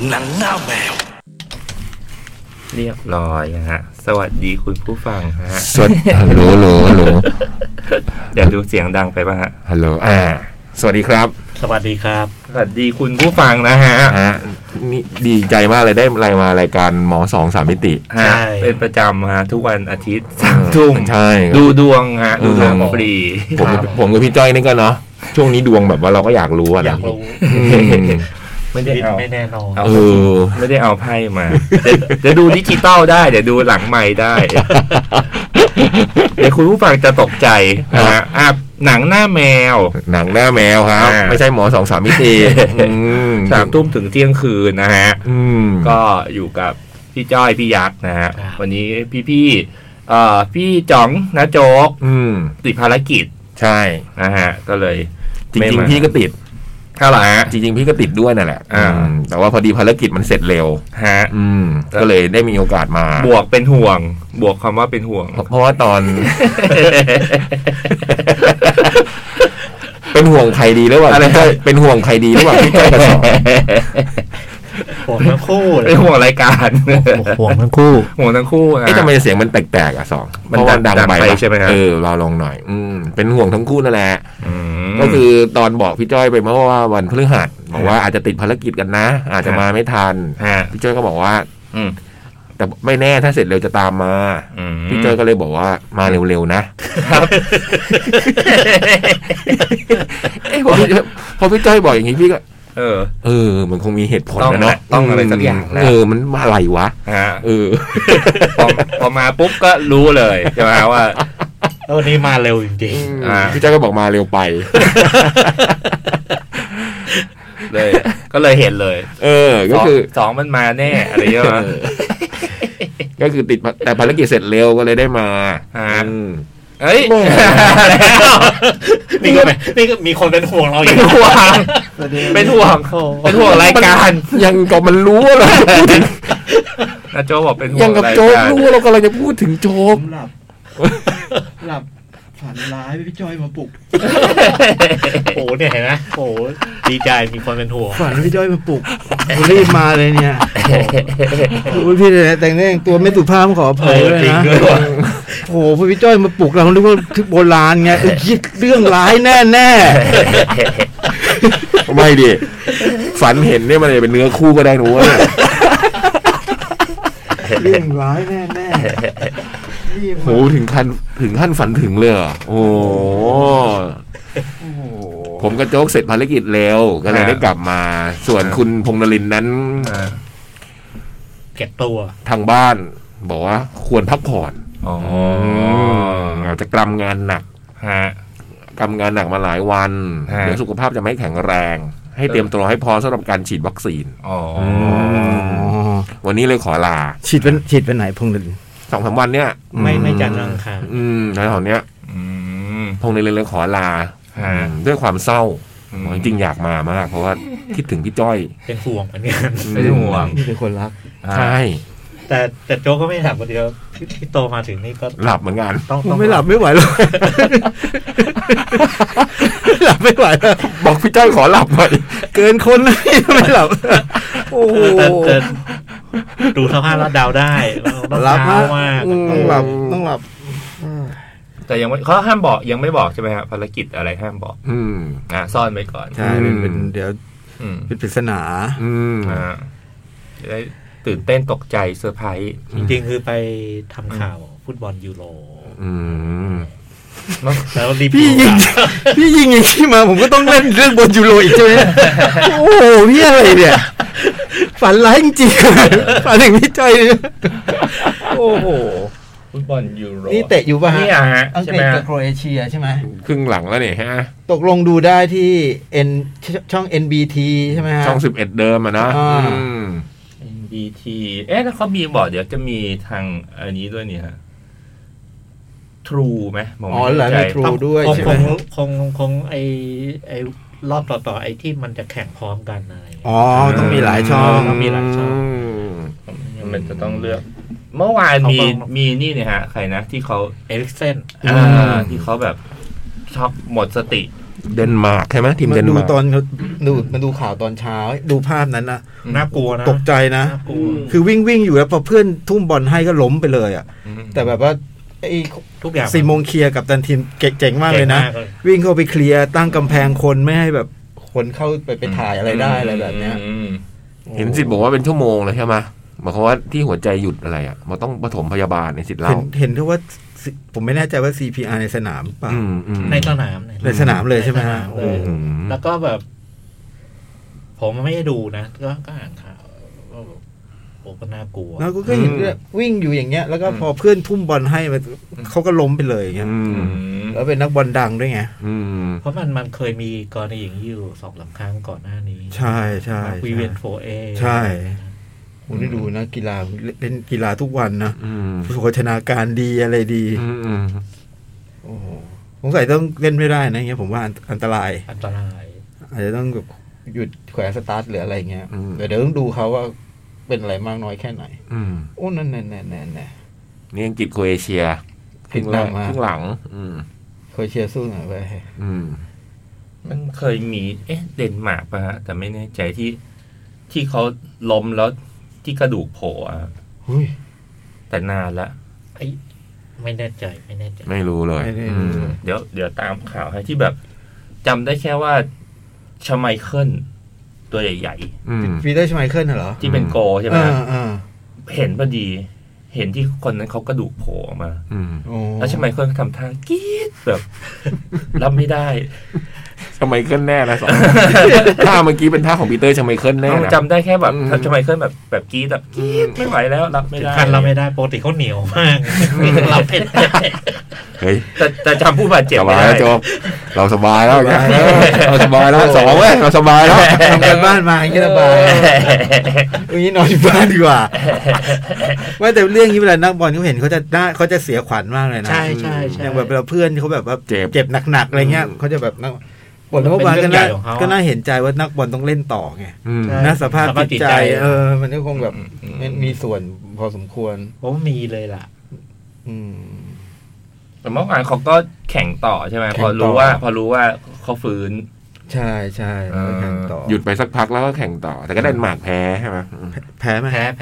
หนังหน้าแมวเรียบร้อยนะฮะสวัสดีคุณผู้ฟังฮะสวัสดีฮัลโหลเดี๋ยวดูเสียงดังไปป่ะฮะฮัลโหลสวัสดีครับสวัสดีครับสวัสดีคุณผู้ฟังนะฮะนี่ดีใจมากเลยได้มารายการหมอ2-3มิติฮะเป็นประจำฮะทุกวันอาทิตย์ 3 ทุ่มใช่ดูดวงฮะดูดวงฟรีผมกับพี่จ้อยนี่ก็เนาะช่วงนี้ดวงแบบว่าเราก็อยากรู้อยากรู้ไม่ได้เอาไม่แน่นอนไม่ได้เอาไพ่มาเดี๋ยวดูดิจิตอลได้เดี๋ยวดูหลังไมค์ได้เดี๋ยวคุณผู้ฟังจะตกใจนะฮะหนังหน้าแมวครับไม่ใช่หมอ2-3มิติ 3 ทุ่มถึงเที่ยงคืนนะฮะก็อยู่กับพี่จ้อยพี่ยักษ์นะฮะวันนี้พี่จ๋องนะโจ๊กติดภารกิจใช่นะฮะก็เลยจริงๆพี่ก็ติดเท่าไหร่ฮะจริงๆพี่ก็ติดด้วยนั่นแหละแต่ว่าพอดีภารกิจมันเสร็จเร็วฮะก็เลยได้มีโอกาสมาบวกเป็นห่วงบวกคำว่าเป็นห่วงเพราะว่าตอน เป็นห่วงใครดีหรือเปล่าเป็นห่วงใครดีหรือเปล่าพี่จ้อยกับสองห่วงทั้งคู่เป็นห่วงรายการห่วงทั้งคู่ทำไมเสียงมันแตกๆสองมันดังไปใช่ไหมครับเราลองหน่อยเป็นห่วงทั้งคู่นั่นแหละก็คือตอนบอกพี่จ้อยไปเมื่อว่าวันพฤหัสบอกว่าอาจจะติดภารกิจกันนะอาจจะมาไม่ทันพี่จ้อยก็บอกว่าแต่ไม่แน่ถ้าเสร็จเร็วจะตามมาพี่จ้อยก็เลยบอกว่ามาเร็วๆนะครับพอพี่จ้อยบอกอย่างนี้พี่ก็มันคงมีเหตุผลนะเนาะต้องอะไรสักอย่างมันมาอะไรวะพอมาปุ๊บก็รู้เลยใช่ไหมว่าวันนี้มาเร็วจริงๆพี่จ้อยก็บอกมาเร็วไปเลยก็เลยเห็นเลยก็คือ 2มันมาแน่อะไรเงี้ยก็คือติดแต่ภารกิจเสร็จเร็วก็เลยได้มาเอ้ยนี่ก็มีคนเป็นห่วงเราอยู่เป็นห่วงรายการยังก็มันรู้อะไรพูดถึงนะโจ๊กบอกเป็นห่วงยังกับโจ๊กรู้เรากำลังจะพูดถึงโจ๊กหลับฝันร้ายพี่จ้อยมาปลุกโอ้เนี่ยเห็นไหมโอ้ดีใจมีคนเป็นห่วงฝันพี่จ้อยมาปลุกรีบมาเลยเนี่ยพี่แต่งตัวไม่สุภาพขออภัยด้วยนะโอ้พี่จ้อยมาปลุกเราคิดว่าโบราณไงคิดเรื่องร้ายแน่ไม่ดิฝันเห็นเนี่ยมันจะเป็นเนื้อคู่ก็ได้หนูว่าเรื่องร้ายแน่โหถึงขั้นฝันถึงเลยโอ้ผมกับโจ๊กเสร็จภารกิจเร็วก็เลยได้กลับมาส่วนคุณพงษ์นรินทร์นั้นเก็บตัวทางบ้านบอกว่าควรพักผ่อนอาจจะกำงานหนักมาหลายวันเดี๋ยวสุขภาพจะไม่แข็งแรงให้เตรียมตัวให้พอสำหรับการฉีดวัคซีนวันนี้เลยขอลาฉีดเป็นไหนพงษ์นรินทร์ 2-3 วันเนี้ยไม่จันทร์อังคารแถวๆเนี้ยพงษ์นรินทร์เลยขอลาด้วยความเศร้าจริงๆอยากมามากเพราะว่าคิดถึงพี่จ้อยเป็นห่วงเหมือนกันเป็นห่วงเป็นคนรักใช่แต่โจ๊กก็ไม่หลับคนเดียวพี่โตมาถึงนี่ก็หลับเหมือนกันต้องไม่หลับไม่ไหวหรอกหลับไม่ไหวบอกพี่จ้อยขอหลับหน่อยเกินคนแล้วไม่หลับโอ้โหดูสภาพแล้วดาวได้หลับมากต้องหลับแต่ยังเขาห้ามบอกยังไม่บอกใช่ไหมครับภารกิจอะไรห้ามบอกซ่อนไว้ก่อนใช่เป็นเดี๋ยวเป็นปริศนาจะได้ตื่นเต้นตกใจเซอร์ไพรส์จริงๆคือไปทำข่าวฟุตบอลยูโรแล้วพี่ยิงอย่างที่มาผมก็ต้องเล่นเรื่องบอลยูโรอีกใช่ไหมโอ้โหพี่อะไรเนี่ยฝันร้ายจริงๆฝันถึงพี่ใจโอ้โหฟุตบอลยูโรนี่เตะอยู่ป่ะฮะอังกฤษกับโครเอเชียใช่ไหมครึ่งหลังแล้วเนี่ยฮะตกลงดูได้ที่ช่อง NBT ใช่ไหมฮะช่อง11เดิมอ่ะนะ NBT ถ้าเขามีบอกเดี๋ยวจะมีทางอันนี้ด้วยเนี่ยฮะ True ไหมหลาย True ด้วยใช่ไหมคงไอรอบต่อไอที่มันจะแข่งพร้อมกันอะไรต้องมีหลายช่องมันจะต้องเลือกเมื่อวานมีนี่เนี่ยฮะใครนะที่เขาเอริกเซนที่เขาแบบช็อกหมดสติเดนมาร์กใช่ไหมทีมเดนมาร์กมันดูข่าวตอนเช้าดูภาพนั้นนะน่ากลัวนะตกใจนะคือวิ่งอยู่แล้วพอเพื่อนทุ่มบอลให้ก็ล้มไปเลยอ่ะแต่แบบว่าไอ้ทุกอย่างซีโมงเคลียร์กับตันทีมเจ๋งมากเลยนะวิ่งเข้าไปเคลียร์ตั้งกำแพงคนไม่ให้แบบคนเข้าไปถ่ายอะไรได้อะไรแบบเนี้ยเห็นสิทธิ์บอกว่าเป็นชั่วโมงเลยใช่ไหมหมายความว่าที่หัวใจหยุดอะไรอ่ะมันต้องปฐมพยาบาลในสิทธิ์เล่าเห็นที่ว่าผมไม่แน่ใจว่า CPR ในสนามป่ะในสนามเลยใช่ไหมฮะแล้วก็แบบผมไม่ได้ดูนะก็อ่านข่าวโอ้ก็น่ากลัวแล้วก็เห็นวิ่งอยู่อย่างเงี้ยแล้วก็พอเพื่อนทุ่มบอลให้เขาก็ล้มไปเลยอย่างเงี้ยแล้วเป็นนักบอลดังด้วยไงเพราะมันเคยมีกรณีอย่างนี้อยู่ 2-3 ครั้งก่อนหน้านี้ใช่ใช่วีเวนโฟเอใช่ผมได้ดูนะกีฬาเล่นกีฬาทุกวันนะโภชนาการดีอะไรดีโอ้สงสัยต้องเล่นไม่ได้นะเงี้ยผมว่าอันตรายอาจจะต้องแบบหยุดแขวนสตาร์ทหรืออะไรเงี้ยเดี๋ยวต้องดูเขาว่าเป็นอะไรมากน้อยแค่ไหนโอ้นั่นนี่อังกฤษโครเอเชียขึ้นหลังโครเอเชียสู้หน่อยไปมันเคยมีเดนมาร์กป่ะฮะแต่ไม่แน่ใจที่เขาล้มแล้วที่กระดูกโผล่แต่นานละไม่แน่ใจไม่รู้เลยเดี๋ยวตามข่าวให้ที่แบบจำได้แค่ว่าชไมเคิลตัวใหญ่ๆฟีเตอร์ชไมเคิลเหรอที่เป็นโกใช่ไหมเห็นพอดีเห็นที่คนนั้นเขากระดูกโผล่ออกมาแล้วชไมเคิลทำท่ากรี๊ดแบบรับไม่ได้ชไมเคิลแน่นะสองท่าเมื่อกี้เป็นท่าของปีเตอร์ชไมเคิลแน่นะจำได้แค่แบบชไมเคิลแบบกรี๊ดแบบกรี๊ดไม่ไหวแล้วรับไม่ได้รับไม่ได้ปกติเขาเหนียวมากรับเผ็ดเฮ้ยแต่จำผู้บาดเจ็บไม่ได้จบเราสบายแล้วเราสบายแล้วสองเว้ยเราสบายแล้วทำกันบ้านมาอย่างนี้สบายวันนี้นอนบ้านดีกว่าว่าแต่เรื่องนี้เวลานักบอลเขาเห็นเขาจะเสียขวัญมากเลยนะใช่อย่างแบบเพื่อนเขาแบบว่าเจ็บหนักๆอะไรเงี้ยเขาจะแบบบอลนักบอลก็น่าเห็นใจว่านักบอลต้องเล่นต่อไงนะสภาพจิตใจมันก็คงแบบมีส่วนพอสมควรผมมีเลยล่ะแต่เมื่อวานเขาก็แข่งต่อใช่ไหมพอรู้ว่าเขาฟื้นใช่แข่งต่อหยุดไปสักพักแล้วก็แข่งต่อแต่ก็เดนมาร์กแพ้ใช่ไหมแพ้ไหมแพ้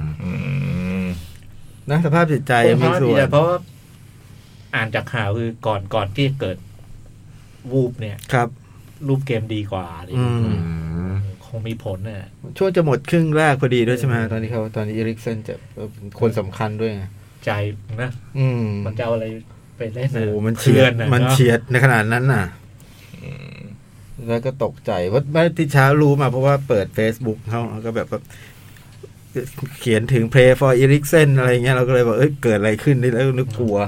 นะสภาพจิตใจมีส่วนเพราะอ่านจากข่าวคือก่อนที่เกิดวูบเนี่ยครับรูปเกมดีกว่าคงมีผลเนี่ยช่วงจะหมดครึ่งแรกพอดีด้วยใช่ไหมตอนนี้เอริกเซนจะคนสำคัญด้วยไงใจนะมันจะเอาอะไรไปเล่นโอ้มันเฉียดในขนาดนั้นน่ะแล้วก็ตกใจว่าที่เช้ารู้มาเพราะว่าเปิด Facebook เขาก็แบบเขียนถึง Play for Eriksen อะไรเงี้ยเราก็เลยบอกเกิดอะไรขึ้นนี่แล้วนึกกลัว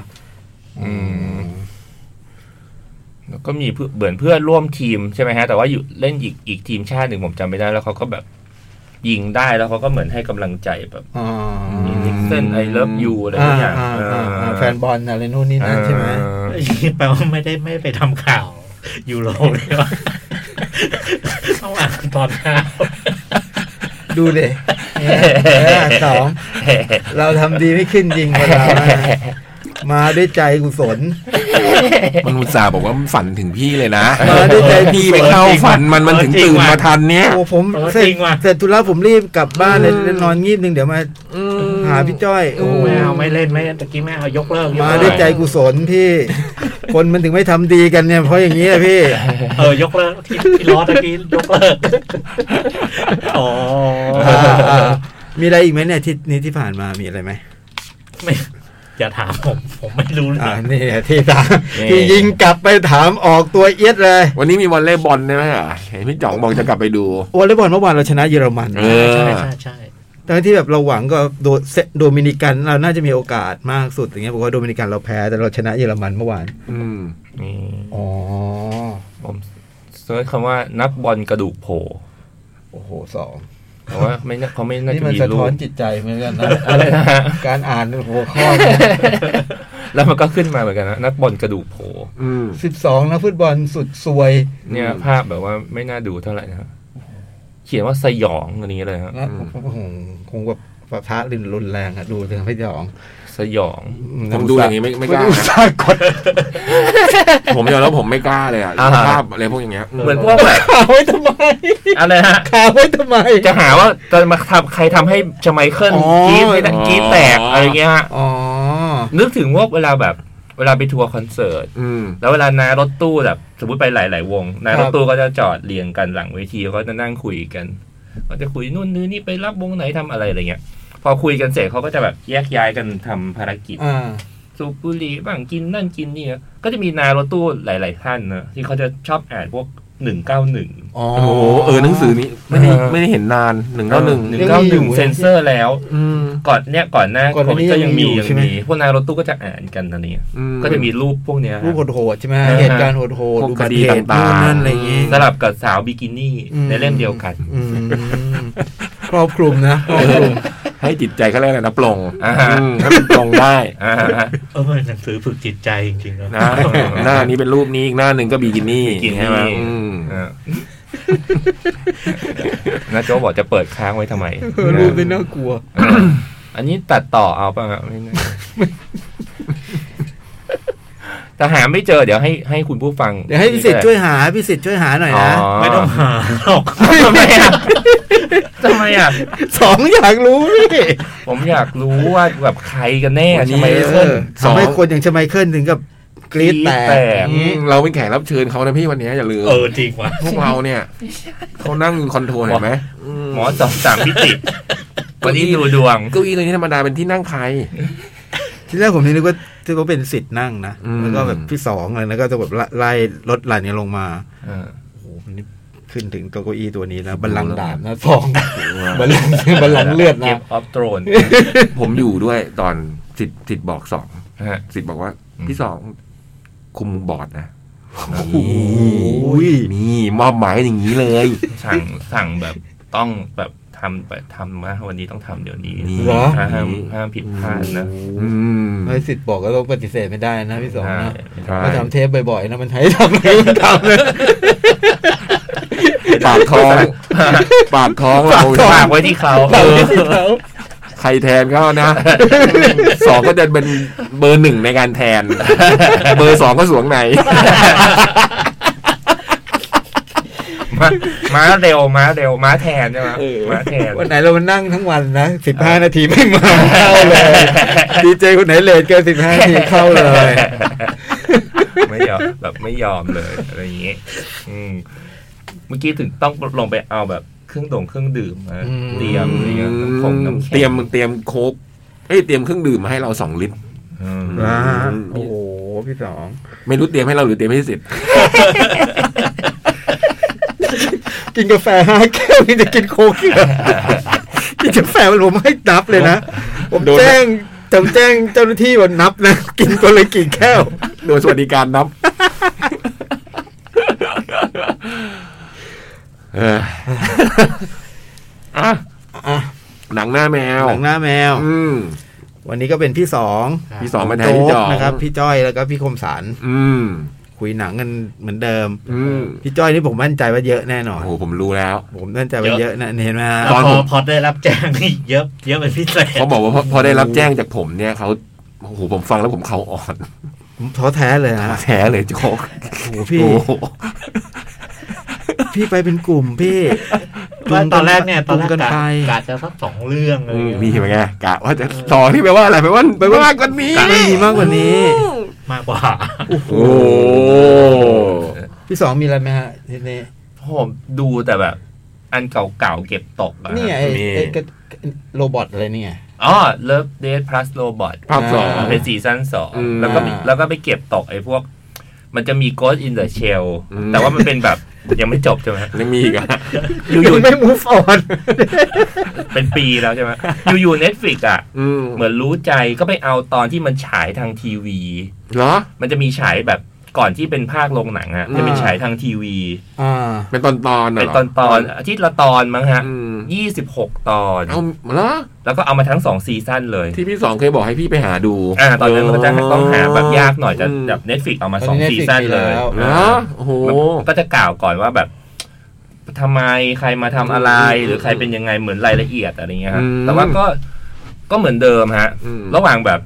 แล้วก็มีเพื่อนร่วมทีมใช่ไหมฮะแต่ว่าอยู่เล่นอีกทีมชาติหนึ่งผมจำไม่ได้แล้วเขาก็แบบยิงได้แล้วเขาก็เหมือนให้กำลังใจแบบนิกเซนไอเลิฟยูอะไรอย่างแฟนบอลอะไรนู่นนี่นั่นใช่ไหมแปลว่าไม่ไปทำข่าวยูโรเลยว่าต้องอ่านตอนข่าวดูเลยสองเราทำดีไม่ขึ้นจริงเวลามาด้วยใจกุศลมันอุตส่าห์บอกว่ามันฝันถึงพี่เลยนะมาด้วยใจพี่ไปเข้าฝันมันถึงตื่นมาทันเนี้ยโอ้ผมเสร็จธุระผมรีบกลับบ้านเลยนอนงีบนึงเดี๋ยวมาหาพี่จ้อยโอ้ไม่เล่นไม่ตะกี้แม่เอายกเลิกมาด้วยใจกุศลพี่คนมันถึงไม่ทำดีกันเนี่ยเพราะอย่างนี้แหละพี่ยกเลิกที่ล้อตะกี้ยกเลิกอ๋อมีอะไรอีกไหมเนี่ยที่ผ่านมามีอะไรไหมไม่อย่าถามผมไม่รู้นี่ที่ยิงกลับไปถามออกตัวเอียดเลยวันนี้มีวอลเลย์บอลใช่ไหมเห็นพี่จ่องบอกจะกลับไปดูวอลเลย์บอลเมื่อวานเราชนะเยอรมันใช่แต่ที่แบบเราหวังก็โดมินิกันเราน่าจะมีโอกาสมากสุดอย่างเงี้ยบอกว่าโดมินิกันเราแพ้แต่เราชนะเยอรมันเมื่อวานอ๋อผมเซิร์ชคำว่านักบอลกระดูกโผล่โอ้โห2 เพราะว่าเขาไม่น่าจะมีรูปนี่มันสะท้อนจิตใจเหมือนกันนะอะไรนะการอ่านหัวข้อแล้วมันก็ขึ้นมาเหมือนกันนะนักบอลกระดูกโผล่ 12นักฟุตบอลสุดซวยเนี่ยภาพแบบว่าไม่น่าดูเท่าไหร่นะเขียนว่าสยองอันนี้เลยครับคงแบบพระรุนแรงอะดูถึงสยองสสยองผมดูอย่างนี้ไม่กล้าผมยอมแล้วผมไม่กล้าเลยอ่ะภาพอะไรพวกอย่างเงี้ยเหมือนพวกแบบขาไว้ทำไมอะไรฮะขาไว้ทำไมจะหาว่าจะมาทำใครทำให้จาไมเคิลกรี๊ดแตกอะไรเงี้ยนึกถึงว่าเวลาไปทัวร์คอนเสิร์ตแล้วเวลานารถตู้แบบสมมติไปหลายๆวงนารถตู้ก็จะจอดเรียงกันหลังเวทีเขาจะนั่งคุยกันก็จะคุยนู่นนี่ไปรับวงไหนทำอะไรเงี้ยพอคุยกันเสร็จเขาก็จะแบบแยกย้ายกันทำภารกิจสูบบุหรี่บ้างกินนั่นกินนี่ก็จะมีนารถตู้หลายๆท่านนะที่เขาจะชอบอ่านพวก191 โอ้โหหนังสือนี้ไม่ได้เห็นนาน191 เซ็นเซอร์แล้วก่อนหน้าโควิดก็ยังมีพวกนารถตู้ก็จะอ่านกันตอนนี้ก็จะมีรูปพวกเนี้ยรูปโหดๆใช่ไหมเหตุการณ์โหดๆดูคดีต่างๆอะไรอย่างงี้สลับกับสาวบิกินี่ในเล่มเดียวกันครอบคลุมนะครอบคลุมให้จิตใจเขาเรียกอะไรนะปลงให้มันปลงได้มันหนังสือฝึกจิตใจจริงๆนะหน้านี้เป็นรูปนี้อีกหน้าหนึ่งก็บิกินี่ใช่ไหมนะโจ๊กบอกจะเปิดค้างไว้ทำไมรูปไม่น่ากลัวอันนี้ตัดต่อเอาป่ะไม่แต่หาไม่เจอเดี๋ยวให้คุณผู้ฟังเดี๋ยวให้พี่สิทธิ์ช่วยหาหน่อยนะไม่ต้องหาหรอกทำไมอ่ะสองอยากรู้พี่ผมอยากรู้ว่าแบบใครกันแน่ใช่ไหมทำให้คนอย่างใช่ไหมเคิลถึงกับกรี๊ดแตกเราเป็นแขกรับเชิญเขานะพี่วันนี้อย่าลืมจริงว่ะพวกเราเนี่ยเขานั่งคอนโทรลเห็นไหมหมอ3พิจิตวันนี้ดูดวงเก้าอี้ตัวนี้ธรรมดาเป็นที่นั่งใครที่แรกผมนึกว่าเป็นสิทธิ์นั่งนะแล้วก็แบบพี่สองอะไรแล้วก็จะแบบไล่รถไหลนี้ลงมาโอ้โหนี่ขึ้นถึงตัวเก้าอี้ตัวนี้แล้วบัลลังก์ดาบนะฟองบัลลังก์เลือดนะเกมออฟโทรนผมอยู่ด้วยตอนสิทธิ์บอกสิทธิ์บอกว่าพี่สองคุมบอร์ดนะนี่มอบหมายอย่างนี้เลยสั่งแบบต้องแบบทำมาวันนี้ต้องทำเดี๋ยวนี้ห้ามผิดพลาดนะไม่สิทธิ์บอกก็ต้องปฏิเสธไม่ได้นะพี่สองนะมาทำเทปบ่อยๆนะมันให้ทำอะไรมันทำเลยปากท้องเราฝากไว้ที่เขาใครแทนเขานะ2ก็จะเป็นเบอร์1ในการแทนเบอร์2ก็สวงไหนม้าเร็วม้าแทนใช่ไหมม้าแทนวันไหนเรามานั่งทั้งวันนะ15นาทีไม่มาเข้าเลยดีเจคนไหนเลทเกิน15นาทีเข้าเลยไม่ยอมเลยอะไรอย่างงี้เมื่อกี้ถึงต้องลงไปเอาแบบเครื่องดื่มมาเตรียมน้ำแข็งเตรียมโค้กเตรียมเครื่องดื่มมาให้เรา2 ลิตรโอ้โหพี่สองไม่รู้เตรียมให้เราหรือเตรียมให้สิทธิ์กินกาแฟ5 แก้วนี่จะกินโค้กกินกาแฟผมให้นับเลยนะผมแจ้งเจ้าหน้าที่ว่านับนะกินตัวเลยกี่แก้วโดยสวัสดิการนับหนังหน้าแมววันนี้ก็เป็นพี่สองมาแทนพี่จ้อยนะครับพี่จ้อยแล้วก็พี่คมสารคุยหนังกันเหมือนเดิมพี่จ้อยนี่ผมมั่นใจว่าเยอะแน่นอนโอ้โหผมรู้แล้วผมมั่นใจว่าเยอะนะเห็นไหมตอนพอได้รับแจ้งนี่เยอะเป็นพิเศษเขาบอกว่าพอได้รับแจ้งจากผมเนี่ยเขาโอ้โหผมฟังแล้วผมเขาอ่อนผมท้อแท้เลยนะแท้เลยโจ๊กโอ้โหพี่ไปเป็นกลุ่มพี่ตอนแรกกันไปกะจะสัก2 เรื่องเลยนี่เป็นไงกะว่าจะ2ที่แปลว่าอะไรแปลว่ามากกว่านี้ไม่มีมากกว่านี้มากกว่าโอ้โหพี่สองมีอะไรไหมฮะทีนี้ผมดูแต่แบบอันเก่าๆเก็บตกนี่ไอ้โรบอทอะไรนี่ไง Love Death Plus Robot ภาค 2 เป็นซีซั่น2แล้วก็ไปเก็บตกไอ้พวกมันจะมี Ghost in the Shell แต่ว่ามันเป็นแบบยังไม่จบใช่ไหมยังมีอีกอยู่ไม่ move on เป็นปีแล้วใช่ไหมอยู่ Netflix เหมือนรู้ใจก็ไปเอาตอนที่มันฉายทางทีวีเหรอมันจะมีฉายแบบก่อนที่เป็นภาคโรงหนังจะเป็นฉายทางทีวีเป็นตอนเป็นตอนอาทิตย์ละตอนมั้งฮะ26 ตอนแล้วก็เอามาทั้ง2 ซีซั่นเลยที่พี่2เคยบอกให้พี่ไปหาดูตอนนั้นมันจะต้องหาแบบยากหน่อยจะแบบ Netflix เอามา2 ซีซั่นเลยโอ้โหก็จะกล่าวก่อนว่าแบบทำไมใครมาทำอะไรหรือใครเป็นยังไงเหมือนรายละเอียดอะไรเงี้ยครับแต่ว่าก็เหมือนเดิมฮะระหว่างแบบ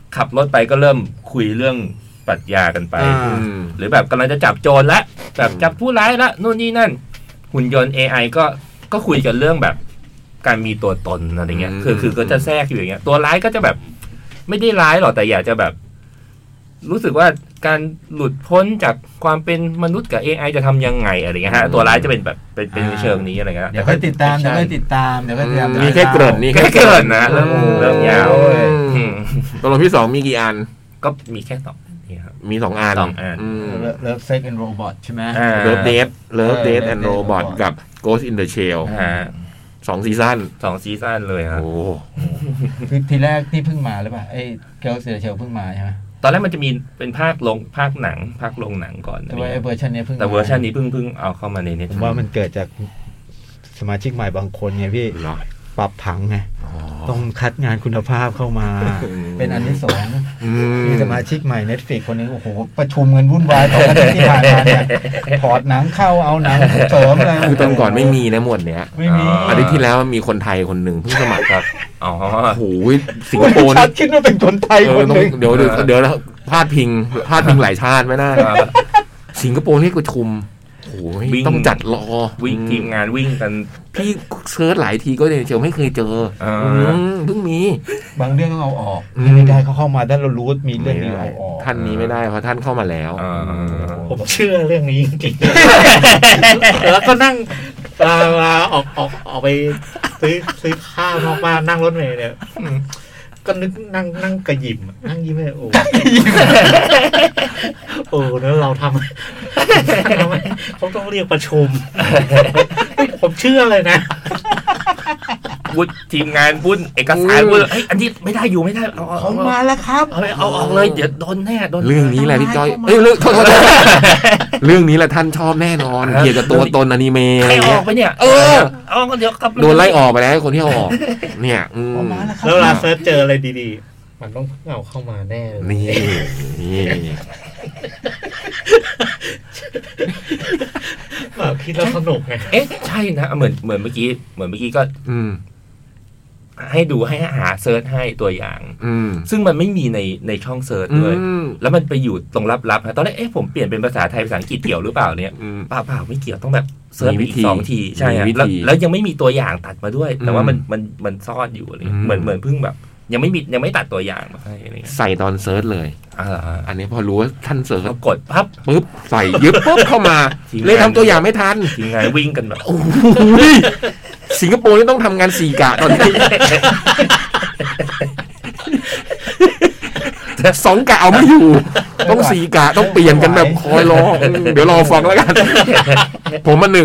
ขับรถไปก็เริ่มคุยเรื่องปรัชญากันไปหรือแบบกำลังจะจับโจรละแบบจับผู้ร้ายละนู่นนี่นั่นหุ่นยนต์ AI ก็คุยกันเรื่องแบบการมีตัวตนอะไรเงี้ยคือก็จะแทรกอยู่อย่างเงี้ยตัวร้ายก็จะแบบไม่ได้ร้ายหรอกแต่อยากจะแบบรู้สึกว่าการหลุดพ้นจากความเป็นมนุษย์กับ AI จะทำยังไงอะไรเงี้ยฮะตัวร้ายจะเป็นแบบเป็นเชิงนี้อะไรเงี้ยเดี๋ยวค่อยติดตามมีแค่เกริ่นนี่แค่เกริ่นนะเริ่มยาวตัวที่2มีกี่อันก็มีแค่2นี่ครับมี2อันเลิฟเซ็กแอนด์โรบอทใช่ไหมเลิฟเดทแอนด์โรบอทกับ Ghost in the Shell 2 ซีซั่นเลยครับโอ้คือทีแรกที่เพิ่งมาหรือเปล่าไอ้ Ghost in the Shell เพิ่งมาใช่ไหมตอนแรกมันจะมีเป็นภาคโรงหนังก่อนแต่ว่าเวอร์ชันนี้เพิ่งเอาเข้ามาในเน็ตผมว่ามันเกิดจากสมาชิกใหม่บางคนไงพี่ปรับผังไงต้องคัดงานคุณภาพเข้ามาเป็นอันที่2มีสมาชิกใหม่ Netflix คนนี้โอ้โหประชุมเงินวุ่นวายตอนที่ผ่านมาเนี่ยถอดหนังเข้าเอาหนังเสริมอะไรคือตอนก่อนไม่มีนะหมวดเนี้ยไม่มีอาทิตย์ที่แล้วมีคนไทยคนหนึ่งเพิ่งสมัครครับอ๋อโอ้โหสิงคโปร์คิดว่าเป็นคนไทยคนนึงเดี๋ยวพาดพิงหลายชาติไม่ได้สิงคโปร์นี่ประชุมโอ้ยต้องจัดรอวิ่งทีมงานวิ่งกันพี่เซิร์ชหลายทีก็เจอไม่เคยเจอเพิ่งมีบางเรื่องต้องเอาออกไม่ได้เขาเข้ามาถ้าเรารู้มีเรื่องนี้เอาออกท่านนี้ไม่ได้เพราะท่านเข้ามาแล้วผมเชื่อเรื่องนี้จริงๆแล้วก็นั่งออกไปซื้อข้าวนอกบ้านนั่งรถเมล์เนี่ยก็นึกนั่งกระยิมนั่งยิ้มเลยโอ้แล้วเราทำไมเขาต้องเรียกประชุมผมเชื่อเลยนะพูดทีมงานพูดเอกสารพูดอันนี้ไม่ได้อยู่ไม่ได้เขามาแล้วครับเอาออกเลยเดี๋ยวโดนแน่เรื่องนี้แหละพี่จ้อยเรื่องนี้แหละท่านชอบแน่นอนเกี่ยวกับตัวตนอนิเมะอะไรออกไปเนี่ยเอาเดี๋ยวโดนไล่ออกไปแล้วคนที่เอาออกเนี่ยแล้วเวลาเซิร์ชเจออะไรดีๆมันต้องเอาเข้ามาแน่นี่แบบคิดแล้วสนุกไงใช่นะเหมือนเมื่อกี้ก็ให้ดูให้หาเซิร์ชให้ตัวอย่างซึ่งมันไม่มีในช่องเซิร์ชด้วยแล้วมันไปอยู่ตรงลับๆนะตอนแรกผมเปลี่ยนเป็นภาษาไทยภาษาอังกฤษเกี่ยวหรือเปล่าเนี่ยเปล่าไม่เกี่ยวต้องแบบเซิร์ชอีก2 ทีใช่แล้วยังไม่มีตัวอย่างตัดมาด้วยแต่ว่ามันซ่อนอยู่อะไรเหมือนเพิ่งแบบยังไม่ตัดตัวอย่างมาให้อะไรใส่ตอนเซิร์ชเลยอันนี้พอรู้ว่าท่านเซิร์ชกดปั๊บปุ๊บใส่ยึบปุ๊บเข้ามาเลยทำตัวอย่างไม่ทันทีมงานวิ่งกันแบบสิงคโปร์นี่ต้องทำงาน4 กะตอนนี้แต่2 กะเอาไม่อยู่ต้อง4 กะต้องเปลี่ยนกันแบบคอยรอเดี๋ยวรอฟังแล้วกันผมมา1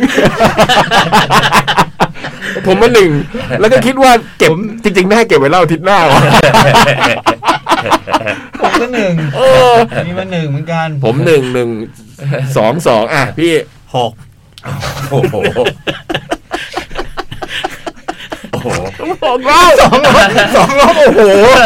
แล้วก็คิดว่าเก็บจริงๆน่าเก็บไว้เล่าอาทิตย์หน้าวะผมก็1มีมา1เหมือนกันผม1 2 อ่ะพี่ 6โอ้โหบอกแล้ว2 รอบโอ้โห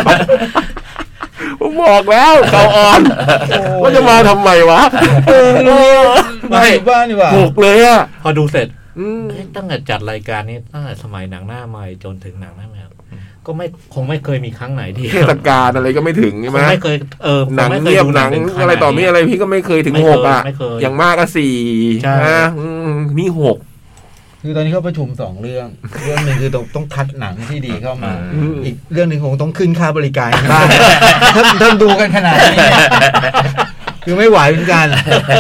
ผมบอกแล้วเขาอ่อนว่าจะมาทำไมวะไม่บ้านดีกว่า 6เลยอ่ะพอดูเสร็จตั้งแต่จัดรายการนี้ตั้งแต่สมัยหนังหน้าใหม่จนถึงหนังหน้าใหม่ก็คงไม่เคยมีครั้งไหนที่เทศกาลอะไรก็ไม่ถึงใช่ไหมไม่เคยหนังเงียบหนังอะไรต่อมีอะไรพี่ก็ไม่เคยถึง6อ่ะอย่างมากก็4นะนี่6 คือตอนนี้เขาประชุม2 เรื่องนึงคือต้องคัดหนังที่ดีเข้ามาอีกเรื่องนึงคงต้องขึ้นค่าบริการได้ท่านดูกันขนาดนี้คือไม่ไหวเหมือนกัน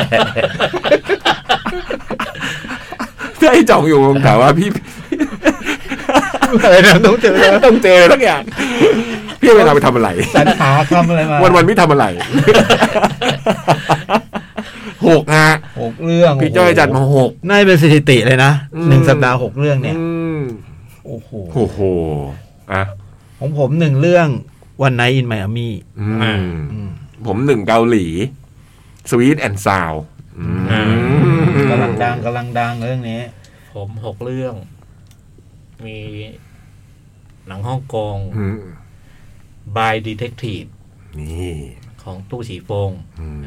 ไอ้จ่องอยู่ถามว่าพี่อะไรนะต้องเจอทุกอย่างพี่เวลาไปทำอะไรสรรหาคำอะไรมาวันพี่ทำอะไร6 ฮะ 6 เรื่องพี่จ้อยจัดมา6 น่าเป็นสถิติเลยนะ1 สัปดาห์ 6 เรื่องเนี่ยโอ้โหอ่ะของผม1 เรื่อง One Night in Miami ผม1 เกาหลี Sweet and Sound กำลังดังเรื่องนี้ผม6 เรื่องมีหนังฮ่องกง By Detective นี่ของตู้ฉีฟง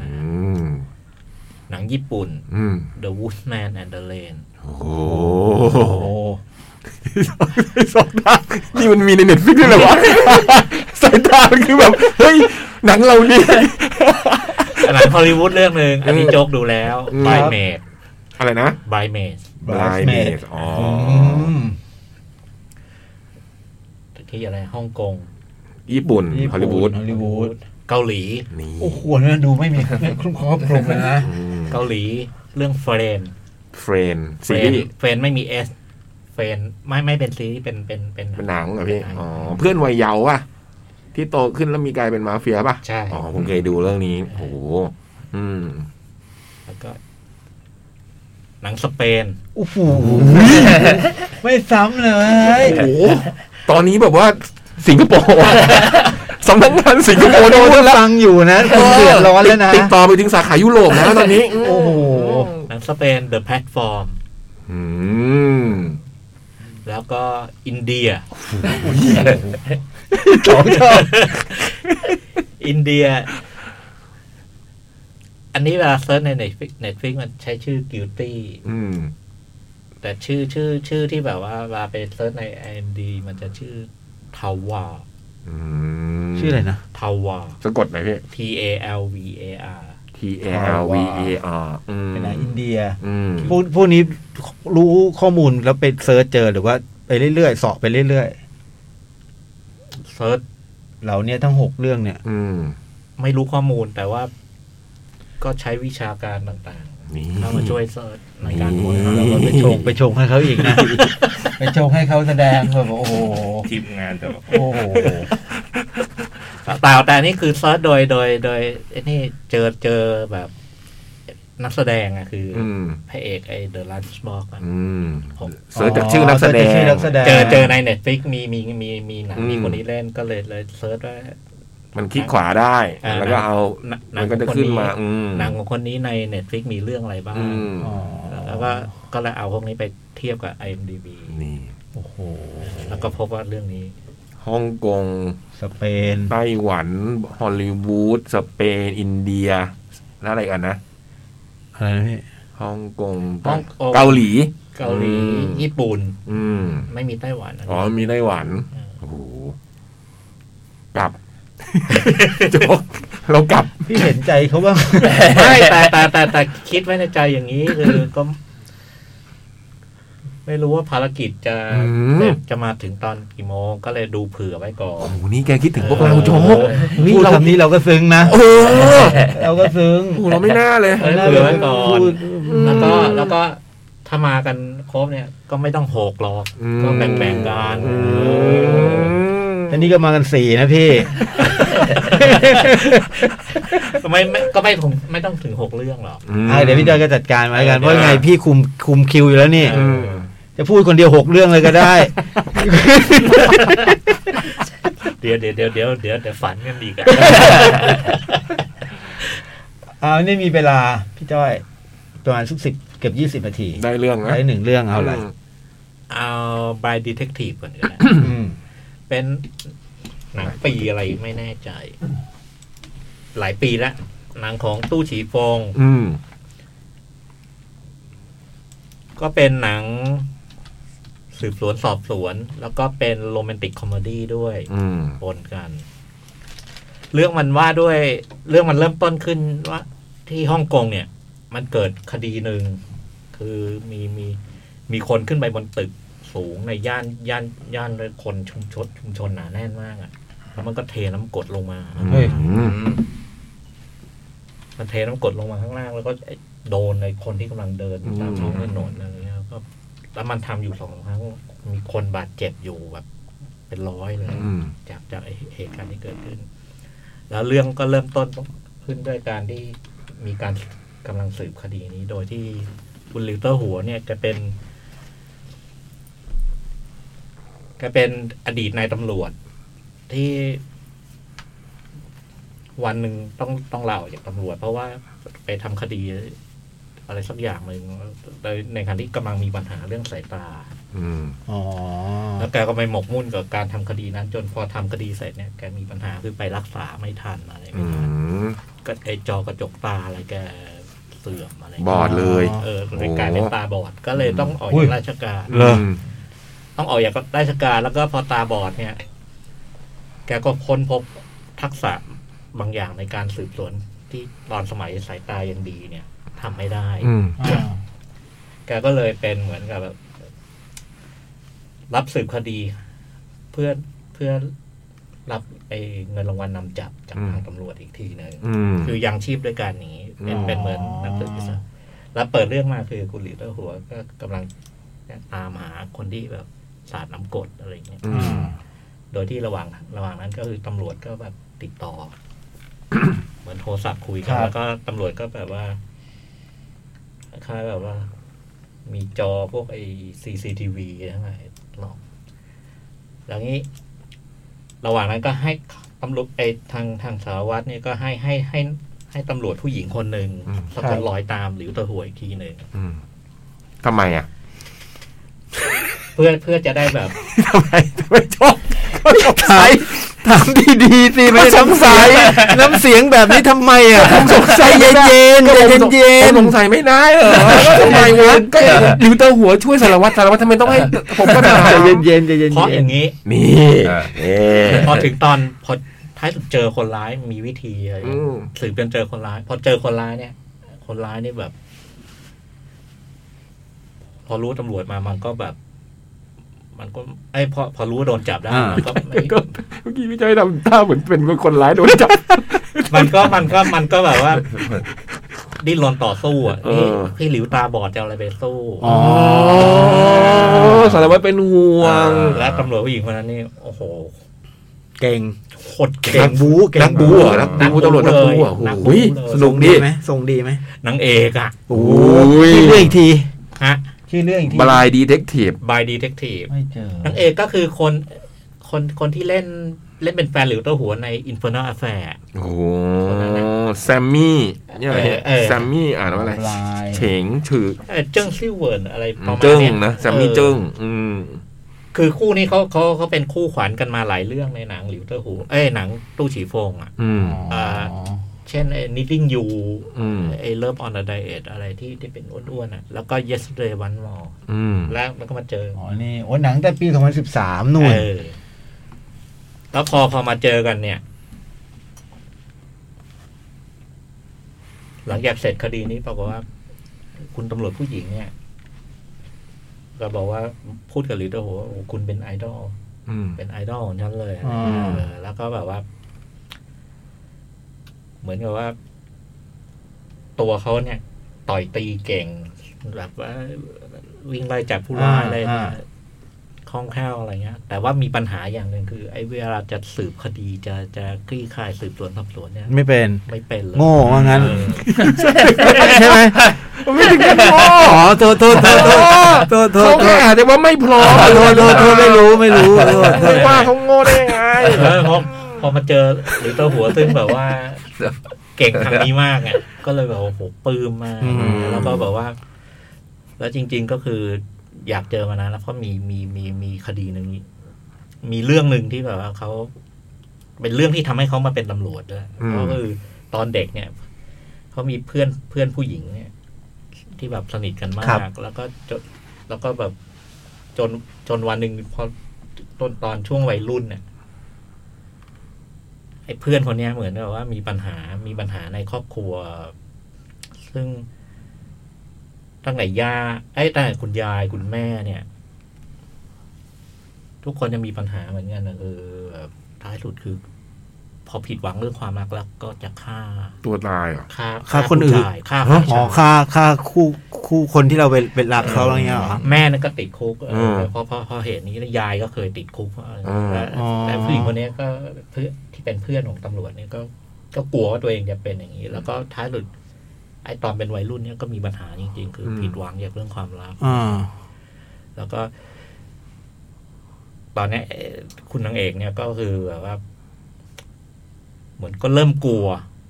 หนังญี่ปุ่น The Woodman and the Rain โอ้โห2 นี่มันมีใน Netflix ด้วยเหรอวะสายตาคือแบบเฮ้ยหนังเรานี่หนังฮอลลีวูดเรื่องนึงอันนี้โจ๊กดูแล้วไบเมดอะไรนะไบเมดอ๋อที่อะไรฮ่องกงญี่ปุ่นฮอลลีวูดเกาหลีโอ้โหนั่นดูไม่มีครอบคลุมเลยนะเกาหลีเรื่องเฟรนซีรีส์เฟรนไม่มีเอสเฟรนไม่เป็นซีรีส์เป็นหนังเหรอพี่อ๋อเพื่อนวัยเยาว์ป่ะที่โตขึ้นแล้วมีกลายเป็นมาเฟียป่ะใช่อ๋อผมเคยดูเรื่องนี้โอ้โหแล้วก็หนังสเปนโอ้โหไม่ซ้ำเลยโอ้โหตอนนี้แบบว่าสิงคโปร์สำนักงานสิงคโปร์โดนฟังอยู่นะคนเดือดร้อนแล้วนะติดต่อไปถึงสาขายุโรปแล้วตอนนี้โอ้โหหนังสเปน The Platform แล้วก็อินเดียชอบอินเดียอันนี้เวลาเซิร์ชใน Netflix มันใช้ชื่อ Guilty แต่ชื่อที่แบบว่าเวลาไปเซิร์ชใน IMDb มันจะชื่อทาวาชื่ออะไรนะทาวาสะกดไหนพี่ TALVAR TALVAR เป็นอินเดียพวกนี้รู้ข้อมูลแล้วไปเซิร์ชเจอหรือว่าไปเรื่อยๆเสาะไปเรื่อยๆเซิร์ชเหล่านี้ทั้ง6เรื่องเนี่ยไม่รู้ข้อมูลแต่ว่าก็ใช้วิชาการต่างๆเข้ามาช่วยเซิร์ชในการค้นหาแล้วก็ไปชงให้เขาอีกนะไปชงให้เขาแสดงแบบโอ้โหทีมงานแต่โอ้โหแต่นี่คือเซิร์ชโดยนี่เจอแบบนักแสดงอะคือพระเอกไอ้ The Lunchbox อ่ะเซิร์ชจากชื่อนักแสดงเจอใน Netflix มีหนังมีคนนี้เล่นก็เลยเซิร์ชว่ามันคลิกขวาได้แล้วก็เอามันก็จะขึ้นมาหนังของคนนี้ใน Netflix มีเรื่องอะไรบ้างแล้วก็เลยเอาพวกนี้ไปเทียบกับ IMDb นี่โอ้โหแล้วก็พบว่าเรื่องนี้ฮ่องกงสเปนไต้หวันฮอลลีวูดสเปนอินเดียแล้วอะไรกันนะอะไรนะพี่ฮ่องกงเกาหลีญี่ปุ่นไม่มีไต้หวันอ๋อมีไต้หวันโอ้โหกลับโจ๊กเรากลับพี่เห็นใจเขาบ้างไม่แต่คิดไว้ในใจอย่างนี้คือก็ไม่รู้ว่าภารกิจจะมาถึงตอนกี่โมงก็เลยดูเผื่อไว้ก่อนโอ้โหนี่แกคิดถึงพวกเราโจ๊กนี่คำนี้เราก็ซึ้งนะเราก็ซึ้งเราไม่น่าเลยเผื่อไว้ก่อนแล้วก็ถ้ามากันครบเนี่ยก็ไม่ต้อง6หรอกก็แบ่งกันอันนี้ก็มากัน4นะพี่ไม่ต้องถึง6เรื่องหรอกเดี๋ยวพี่จอยก็จัดการมากันเพราะไงพี่คุมคิวอยู่แล้วนี่จะพูดคนเดียว6เรื่องเลยก็ได้เดี๋ยวฝันกันดีกันนี่มีเวลาพี่จ้อยประมาณ10เกือบ20นาทีได้เรื่องนะได้1เรื่องเอาอะไรเอา By Detective ก่อนก็ได้เป็นหนังปีอะไรไม่แน่ใจหลายปีแล้วหนังของตู้ฉีฟงก็เป็นหนังสืบสวนสอบสวนแล้วก็เป็นโรแมนติกคอมเมดี้ด้วยปนกันเรื่องมันว่าด้วยเรื่องมันเริ่มต้นขึ้นว่าที่ฮ่องกงเนี่ยมันเกิดคดีหนึ่งคือมีคนขึ้นไปบนตึกสูงในย่านโดยคนชุมชนหนาแน่นมากอ่ะแล้วมันก็เทน้ำกรดลงมามันเทน้ำกรดลงมาข้างล่างแล้วก็โดนในคนที่กำลังเดินตามท้องถนนอะไรเงี้ยก็แล้วมันทำอยู่2 ครั้งมีคนบาดเจ็บอยู่แบบเป็น100เลยจากเหตุการณ์ที่เกิดขึ้นแล้วเรื่องก็เริ่มต้นขึ้นด้วยการที่มีการกำลังสืบคดีนี้โดยที่คุณลิวเตอร์หัวเนี่ยจะเป็นอดีตนายตำรวจที่วันหนึ่งต้องลาออกจากตำรวจเพราะว่าไปทำคดีอะไรสักอย่างหนึ่งในขณะที่กำลังมีปัญหาเรื่องสายตาแล้วแกก็ไปหมกมุ่นกับการทำคดีนั้นจนพอทำคดีเสร็จเนี่ยแกมีปัญหาคือไปรักษาไม่ทันอะไรไม่ทันก็ไอจอกระจกตาอะไรแกเสื่อมอะไรบอดเลยเลยกลายเป็นตาบอดก็เลยต้องออกจากราชการต้องออกจากราชการแล้วก็พอตาบอดเนี่ยแแกก็ค้นพบทักษะบางอย่างในการสืบสวนที่ตอนสมัยสายตายังดีเนี่ยทำไม่ได้แกก็เลยเป็นเหมือนกับแบบรับสืบคดีเพื่อรับไอ้เงินรางวัลนำจับจากทางตำรวจอีกทีหนึ่งคือยังชีพด้วยการหนีเป็นเหมือนนักสืบอิสระแล้วเปิดเรื่องมาคือคุณหลีเตอร์หัวก็กำลังตามหาคนที่แบบสาดน้ำกรดอะไรอย่างเงี้ยโดยที่ระหว่างนั้นก็คือตำรวจก็แบบติดต่อ เหมือนโทรศัพท์คุยกันแล้วก็ตำรวจก็แบบว่าคล้ายๆแบบว่ามีจอพวกไอ้ CCTV ทั้งหลายหรอกแล้วนี้ระหว่างนั้นก็ให้ตำรวจไอ้ทางสารวัตรเนี่ยก็ให้ตำรวจผู้หญิงคนหนึ่งสะกดรอยตามหลิวเตอร์หัวอีกทีหนึ่งทำไมอ่ะเพื่อจะได้แบบทำไมชอบถามดีๆสิไม่สงสัยน้ำเสียงแบบนี้ทำไมอ่ะผมสงสัยเย็นๆสงสัยไม่ได้เหรอทำไมวะก็หลิวเตอร์หัวช่วยสารวัตรทำไมต้องให้ผมก็ถามเย็นเพราะอย่างนี้นี่พอถึงตอนพอท้ายสุดเจอคนร้ายมีวิธีอะไรสืบจนเจอคนร้ายพอเจอคนร้ายเนี่ยคนร้ายนี่แบบพอรู้ตำรวจมามันก็แบบมันก็พอรู้ว่าโดนจับได้มันก็เมื่อกี้พี่จ้อยทำท่าเหมือนเป็นคนร้ายโดนจับมันก็แบบว่าดิ้นรนต่อสู้อ่ะพี่หลิวตาบอดจะอะไรไปสู้สารวัตรเป็นห่วงและตำรวจผู้หญิงคนนั้นนี่โอ้โหเก่งโคตรเก่งนักบูเหรอนักบูตำรวจนักบูอ่ะโอ้ยสนุกดีไหมทรงดีไหมนางเอกอ่ะโอ้ยเรื่องอีกทีฮะชื่อเรื่องอีกทีบายดีเทคทีฟบายดีเทคทีฟไม่เจอนางเอกก็คือคนที่เล่นเป็นแฟนหลิวเตอร์หัวใน Infernal Affair โอ้แซมมี่เนี่ยแซมมี่อ่านว่าอะไรเฉงชื่อเจิ้งซิ่วเวิร์นอะไรประมาณนี้นะแซมมี่เจิ้งคือคู่นี้เขาเป็นคู่ขวัญกันมาหลายเรื่องในหนังหลิวเตอร์หัวหนังตู้ฉีฟงอ่ะเช่นKnitting You Love on a Diet อะไรที่เป็นอ้วนๆอ่ะแล้วก็ Yesterday One More แล้วมันก็มาเจอนี่หนังแต่ปี2013นู่นแล้วพอมาเจอกันเนี่ยหลังจากเสร็จคดีนี้ปรากฏว่าคุณตำรวจผู้หญิงเนี่ยก็บอกว่าพูดกับหลิวเตอร์หัวคุณเป็นไอดอลเป็นไอดอลของฉันเลยแล้วก็แบบว่าเหมือนกับว่าตัวเขาเนี่ยต่อยตีเก่งแบบว่าวิ่งไล่จับผู้ร้ายอะไรคล่องแคล่วอะไรเงี้ยแต่ว่ามีปัญหาอย่างหนึ่งคือไอ้เวลาจะสืบคดีจะคลี่คลายสืบสวนสอบสวนเนี่ยไม่เป็นเลยโง่ว่างั้นใช่ไหมไม่ถึงกับโง่โทษเขาแค่อาจจะว่าไม่พร้อมโทษไม่รู้ไม่ว่าเขาโง่ได้ไงพอมาเจอหรือตัวหัวซึ่งแบบว่าเก่งทางนี้มากอ่ะก็เลยแบบโอ้โหปลื้มมากแล้วก็แบบว่าแล้วจริงๆก็คืออยากเจอมานานแล้วเพราะมีคดีหนึ่งมีเรื่องหนึ่งที่แบบว่าเขาเป็นเรื่องที่ทำให้เขามาเป็นตำรวจด้วยก็คือตอนเด็กเนี่ยเขามีเพื่อนผู้หญิงเนี่ยที่แบบสนิทกันมากแล้วก็แบบจนวันหนึ่งพอตอนช่วงวัยรุ่นเนี่ยไอ้เพื่อนคนนี้เหมือนแบบว่ามีปัญหาในครอบครัวซึ่งตั้งแต่ตั้งแต่คุณยายคุณแม่เนี่ยทุกคนจะมีปัญหาเหมือนกันนะแบบท้ายสุดคือพอผิดหวังเรื่องความรักแล้วก็จะฆ่าตัวตายเหรอฆ่าคนอื่นฆ่าคู่คนที่เราเป็นรักเขาอะไรเงี้ยเหรอแม่นั่นก็ติดคุกพอเหตุนี้ยายก็เคยติดคุกแต่ผู้หญิงคนนี้ก็เพื่อที่เป็นเพื่อนของตำรวจเนี่ยก็กลัวว่าตัวเองจะเป็นอย่างนี้แล้วก็ท้ายสุดไอตอนเป็นวัยรุ่นเนี่ยก็มีปัญหาจริงๆคือผิดหวังจากเรื่องความรักแล้วก็ตอนนี้คุณนางเอกเนี่ยก็คือแบบว่าเหมือนก็เริ่มกลัว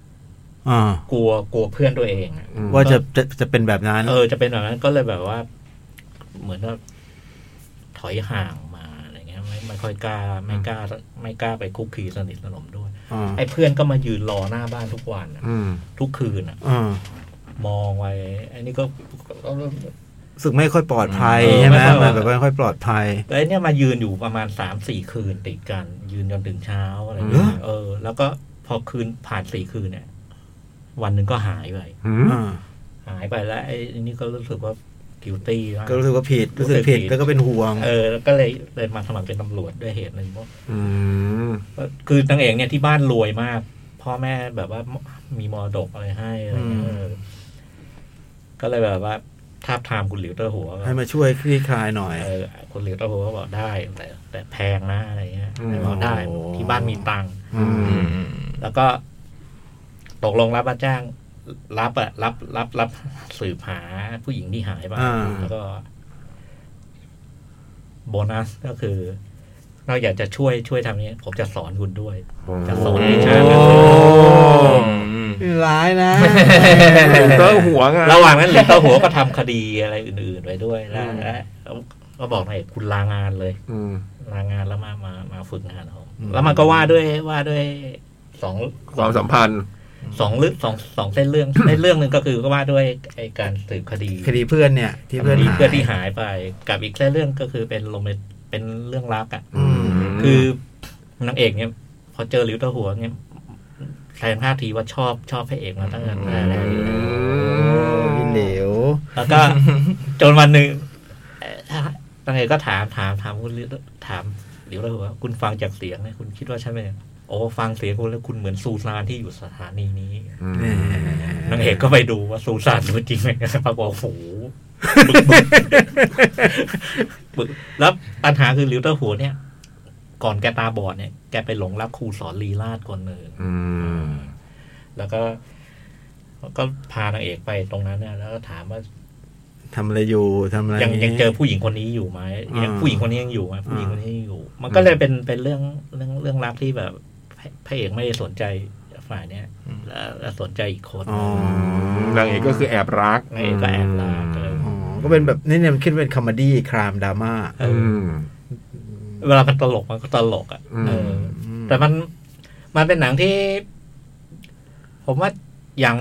เพื่อนตัวเองว่าจะเป็นแบบนั้นจะเป็นแบบนั้นก็เลยแบบว่าเหมือนว่าถอยห่างมาอะไรเงี้ยไม่ค่อยกล้าไปคุกคีสนิทสนมด้วยไอ้เพื่อนก็มายืนรอหน้าบ้านทุกวันทุกคืนมองไว้ไอ้นี่ก็รู้สึกไม่ค่อยปลอดภัยใช่ไหมมันแบบไม่ค่อยปลอดภัยแล้วเนี่ยมายืนอยู่ประมาณ 3-4 คืนติดกันยืนจนถึงเช้าอะไรอย่างเงี้ยแล้วก็พอคืนผ่าน4 คืนเนี่ยวันหนึ่งก็หายไปแล้วไอ้นี่ก็รู้สึกว่าguilty ก็รู้สึกว่าผิดแล้วก็เป็นห่วงแล้วก็เลยมาสมัครเป็นตำรวจด้วยเหตุหนึ่งเพราะคือนางเอกเนี่ยที่บ้านรวยมากพ่อแม่แบบว่ามีมรดกอะไรให้อะไรเงี้ยก็เลยแบบว่าทาบทามคุณหลิวเตอร์หัวให้มาช่วยคลี่คลายหน่อยคุณหลิวเตอร์หัวก็บอกได้แต่แพงนะอะไรเงี้ยบอกได้ที่บ้านมีตังค์แล้วก็ตกลงรับมาจ้างรับสืบหาผู้หญิงที่หายไปแล้วก็โบนัสก็คือนอกจากจะช่วยทำนี้ผมจะสอนคุณด้วยจะสอนวิชาร้ายนะก็หัวไงระหว่างนั้นหลิวเตอร์หัวก็ทำคดีอะไรอื่นๆไว้ด้วยแล้วก็บอกนายคุณลางานเลยลางานแล้วมาฝึกงานเขาแล้วมันก็ว่าด้วย2 ความสัมพันธ์สองเส้นเรื่องในเรื่องนึงก็คือก็ว่าด้วยไอ้การสืบคดีเพื่อนเนี่ยที่เพื่อนที่หายไปกับอีกเส้นเรื่องก็คือเป็นเป็นเรื่องรักอ่ะคือนางเอกเนี่ยพอเจอหลิวเตอร์หัวเนี่ยแสดงท่าทีว่าชอบพระเอกมาตั้งแต่แรกพี่เหลวแล้วก็จนวันหนึ่งนางเอกก็ถามคุณถามหลิวเตอร์หัวคุณฟังจากเสียงเนี่ยคุณคิดว่าใช่ไหมโอ้ฟังเสียงคุณแล้วคุณเหมือนซูซานที่อยู่สถานีนี้นางเอกก็ไปดูว่าซูซานตัวจริงไหมปรากฏโอ้โหแล้วปัญหาคือหลิวเตอร์หัวเนี่ยก่อนแกตาบอดเนี่ยแกไปหลงรักครูสอนลีลาศคนหนึ่งแล้วก็พานางเอกไปตรงนั้นเนี่ยแล้วก็ถามว่าทำอะไรยังเจอผู้หญิงคนนี้อยู่ไหมผู้หญิงคนนี้ยังอยู่ไหมผู้หญิงคนนี้ยังอยู่มันก็เลยเป็นเรื่องรักที่แบบพระเอกไม่ได้สนใจฝ่ายเนี้ยแล้วสนใจอีกคนนางเอกก็คือแอบรักนางเอกก็แอบรักก็เป็นแบบนี่เนี่ยมันคิดเป็นคอมเมดี้ครามดราม่าเวลามันตลกมันก็ตลกอ่ะแต่มันเป็นหนังที่ผมว่าอย่าง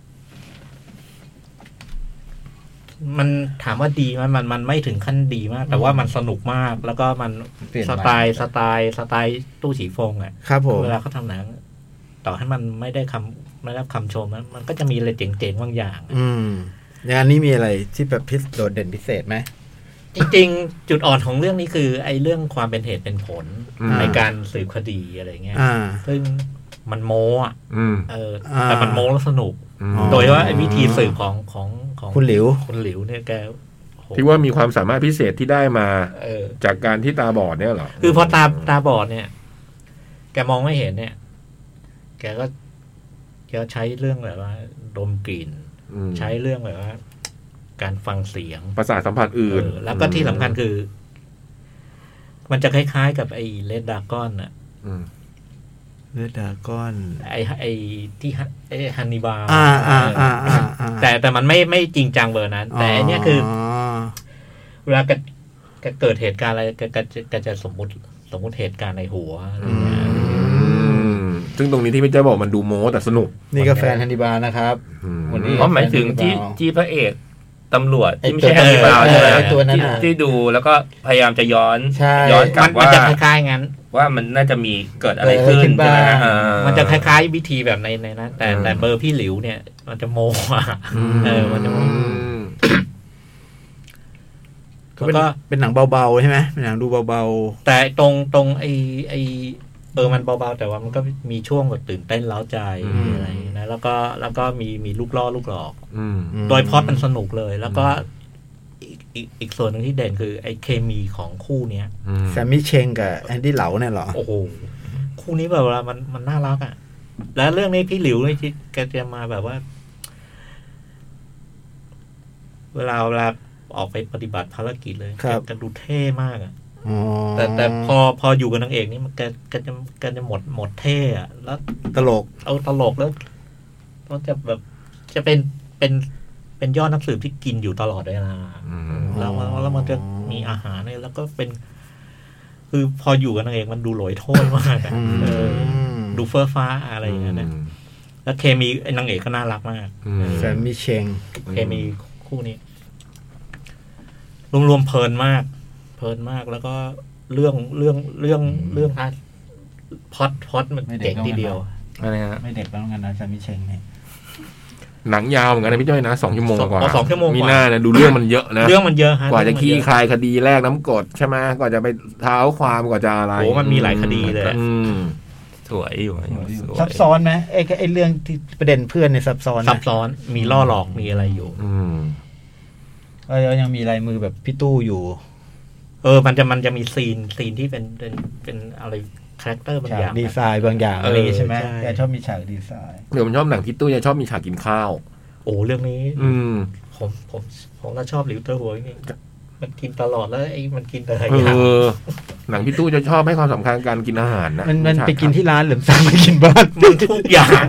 มันถามว่าดีไหมมันไม่ถึงขั้นดีมากแต่ว่ามันสนุกมากแล้วก็มันสไตล์ตู้ฉีฟงอ่ะครับผมเวลาเขาทำหนังต่อให้มันไม่ได้รับคำชมมันก็จะมีอะไรเจ๋งๆบางอย่างอย่างนี้มีอะไรที่แบบโดดเด่นพิเศษไหมจริงๆจุดอ่อนของเรื่องนี้คือไอ้เรื่องความเป็นเหตุเป็นผลในการสืบคดีอะไรเงี้ยซึ่งมันโม้อ่ะแต่มันโม้แล้วสนุกโดยว่าไอ้วิธีสืบของคุณหลิวเนี่ยแกที่ว่ามีความสามารถพิเศษที่ได้มาจากการที่ตาบอดเนี่ยหรอคือพอตาบอดเนี่ยแกมองไม่เห็นเนี่ยแกใช้เรื่องแบบว่าดมกลิ่นใช้เรื่องแบบว่าการฟังเสียงประสาทสัมผัสอื่นแล้วก็ที่สำคัญคือมันจะคล้ายๆกับไอ้เลดดากอนน่ะเลดดากอนไอ้ที่ไอ้ฮันนิบาลแต่มันไม่จริงจังเบอร์นั้นแต่อันนี้คือเวลาเกิดเหตุการณ์อะไรก็จะสมมุติเหตุการณ์ในหัวอะไรเงี้ยซึ่งตรงนี้ที่พี่เจ้าบอกมันดูโม้แต่สนุกนี่ก็แฟนฮันนิบาลนะครับวันนี้เขาหมายถึงที่พระเอกตำรวจที่ไม่ใช่ฮันนิบาลใช่ไหมที่ดูแล้วก็พยายามจะย้อนกลับว่ามันจะคล้ายๆงั้นว่ามันน่าจะมีเกิดอะไรขึ้นใช่ไหมมันจะคล้ายๆวิธีแบบในนั้นแต่เบอร์พี่หลิวเนี่ยมันจะโม้มันจะก็เป็นหนังเบาๆใช่ไหมเป็นหนังดูเบาๆแต่ตรงไอมันเบาๆแต่ว่ามันก็มีช่วงแบบตื่นเต้นเร้าใจอะไรนะแล้วก็มีลูกล่อลูกหลอกโดยพล็อตมันสนุกเลยแล้วก็อีกส่วนหนึ่งที่เด่นคือไอ้เคมีของคู่เนี้ยแซมมี่เชงกับแอนดี้เหลาเนี่ยหรอโอ้โหคู่นี้แบบว่ามันน่ารักอ่ะแล้วเรื่องนี้พี่หลิวนี่แกจะมาแบบว่าเวลาออกไปปฏิบัติภารกิจเลยแกดูเท่มากอ่ะแต่พออยู่กับนางเอกนี่มันแกจะหมดเท่อะแล้วตลกแล้วจะแบบจะเป็นยอดนักสืบที่กินอยู่ตลอดเวลาแล้วมันจะมีอาหารเนี่ยแล้วก็เป็นคือพออยู่กับนางเอกมันดูหลอยโถ้วยมากดูเฟ้อฟ้าอะไรอย่างเงี้ยนะแล้วเคมีนางเอกก็น่ารักมากแซมมี่เชงเคมีคู่นี้รวมๆเพลินมากแล้วก็เรื่องพล็อตมันเจ๋งทีเดียวอะไรฮะไม่เด็กแล้วงั้นนะจะมีเชงเนี่ยหนังยาวเหมือนกันนะพี่จ้อยนะ2 ชั่วโมงกว่า 2 ชั่วโมงมีหน้านะดูเรื่องมันเยอะนะเรื่องมันเยอะฮะกว่าจะขี้คายคดีแรกน้ำกรดใช่ไหมกว่าจะไปเท้าความกว่าจะอะไรโอ้มันมีหลายคดีเลยสวยอยู่ซับซ้อนไหมไอ้เรื่องที่ประเด็นเพื่อนในซับซ้อนมีล่อหลอกมีอะไรอยู่แล้วยังมีลายมือแบบพี่ตู้อยู่มันจะมีซีนที่เป็นอะไรคาแรคเตอร์บางอย่างดีไซน์บางอย่างอะไรใช่ไหมแกชอบมีฉากดีไซน์เดี๋ยวผมชอบหนังพี่ตู้จะชอบมีฉากกินข้าวโอ้เรื่องนี้ผมก็ชอบหลิวเตอร์หัวนี่มันกินตลอดแล้วไอ้มันกินแต่อะไรอย่างหนังพี่ตู้จะชอบให้ความสำคัญการกินอาหารนะมันไปกินที่ร้านหรือสั่งไปกินบ้านมันทุกอย่าง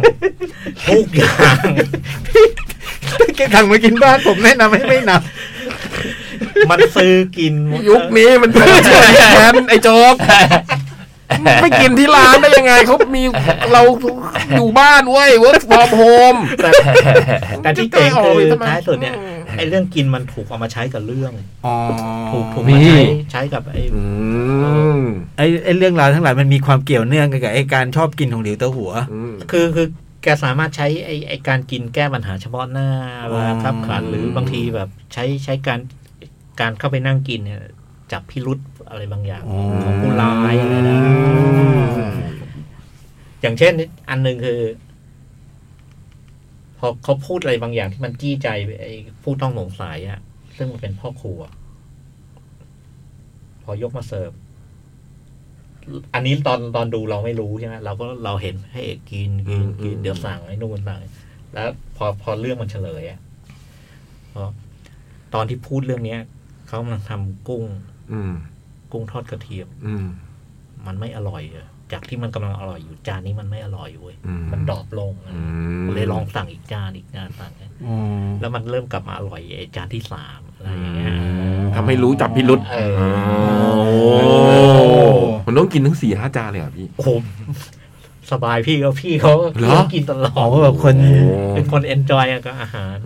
แกสั่งมากินบ้านผมแนะนำให้ไม่นำมันซื้อกินยุคนี้มันเป็นแทนไอ้โจ๊กไม่กินที่ร้านได้ยังไงเขามีเราอยู่บ้านเว้ย work from home แต่ที่เจ๋งคือท้ายสุดเนี่ยไอ้เรื่องกินมันถูกเอามาใช้กับเรื่องถูกมาใช้กับไอ้เรื่องราวทั้งหลายมันมีความเกี่ยวเนื่องกับไอ้การชอบกินของหลิวเต๋อหัวคือแกสามารถใช้ไอ้การกินแก้ปัญหาเฉพาะหน้าว่าคับขันหรือบางทีแบบใช้การเข้าไปนั่งกินเนี่ยจับพิรุธอะไรบางอย่างของผู้ร้ายอะไรนะอย่างเช่นอันนึงคือพอเขาพูดอะไรบางอย่างที่มันจี้ใจไอ้ผู้ต้องสงสัยอะซึ่งมันเป็นพ่อครัวพอยกมาเสิร์ฟอันนี้ตอนดูเราไม่รู้ใช่ไหมเราเห็นให้เอกกินเดี๋ยวสั่งไอ้นู่นสั่งแล้วพอเรื่องมันเฉลยอะตอนที่พูดเรื่องนี้เขากำลังทำกุ้งทอดกระเทียมมันไม่อร่อยจากที่มันกำลังอร่อยอยู่จานนี้มันไม่อร่อยเว้ยมันดรอปลงเลยลองสั่งอีกจานสั่งแล้วมันเริ่มกลับมาอร่อยไอ้จานที่3อะไรอย่างเงี้ยทำให้รู้จับพิรุธมันต้องกินทั้ง 4-5 จานเลยอ่ะพี่โอ้สบายพี่เขากินตลอดแบบคนเป็นคนเอนจอยกับอาหาร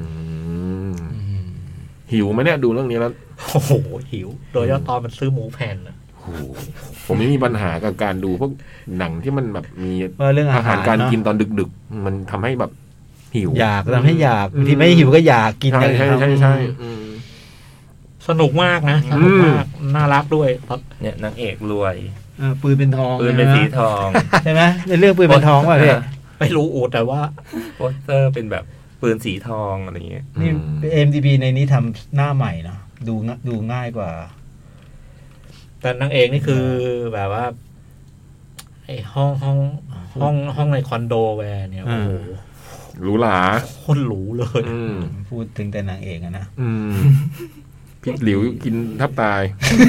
หิวไหมเนี่ยดูเรื่องนี้แล้วโอ้โหหิวโดยเฉพาะตอนมันซื้อหมูแผ่นอ่ะผมไม่มีปัญหากับการดูพวกหนังที่มันแบบมีอาหารการกินตอนดึกๆมันทำให้แบบหิวอยากทำให้อยากบางทีไม่หิวก็อยากกินใช่สนุกมากนะสนุกมากน่ารักด้วยเนี่ยนางเอกรวยปืนเป็นทองปืนเป็นสีทองใช่ไหมในเรื่องปืนเป็นทองว่ะพี่ไม่รู้แต่ว่าโปสเตอร์เป็นแบบปืนสีทองอะไรอย่างเงี้ยนี่ MDB ในนี้ทำหน้าใหม่นะดูง่ายกว่าแต่นางเอกนี่คือแบบว่าไอ้ห้องในคอนโดแวร์เนี่ยโอ้โหหรูหราคนหรูเลยพูดถึงแต่นางเอกนะพี่หลิวกินทับตาย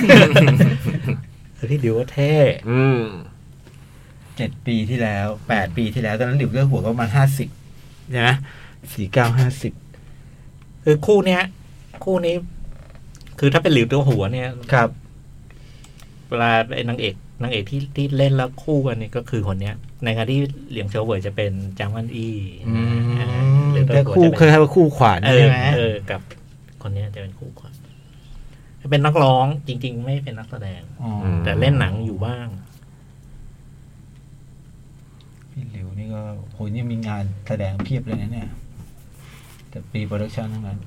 พี่หลิวก็เท่ 7 ปีที่แล้ว8 ปีที่แล้วตอนนั้นหลิวเลือกหัวก็ประมาณ50ใช่ไหม49-50 คือคู่นี้คือถ้าเป็นหลิวตัวหัวเนี่ยครับเวลาไอ้นางเอกที่เล่นแล้วคู่กันนี่ก็คือคนเนี้ยในขณะที่เหลียงเฉาเหวยจะเป็นจางวันอี้แต่คู่เคยว่าคู่ขวานใช่ไหมกับคนนี้จะเป็นคู่ขวานเป็นนักร้องจริงๆไม่เป็นนักแสดงแต่เล่นหนังอยู่บ้างพี่หลิวนี่ก็โหนี่มีงานแสดงเพียบเลยนะเนี่ยแต่ปีโปรดักชั่นทั้งนั้น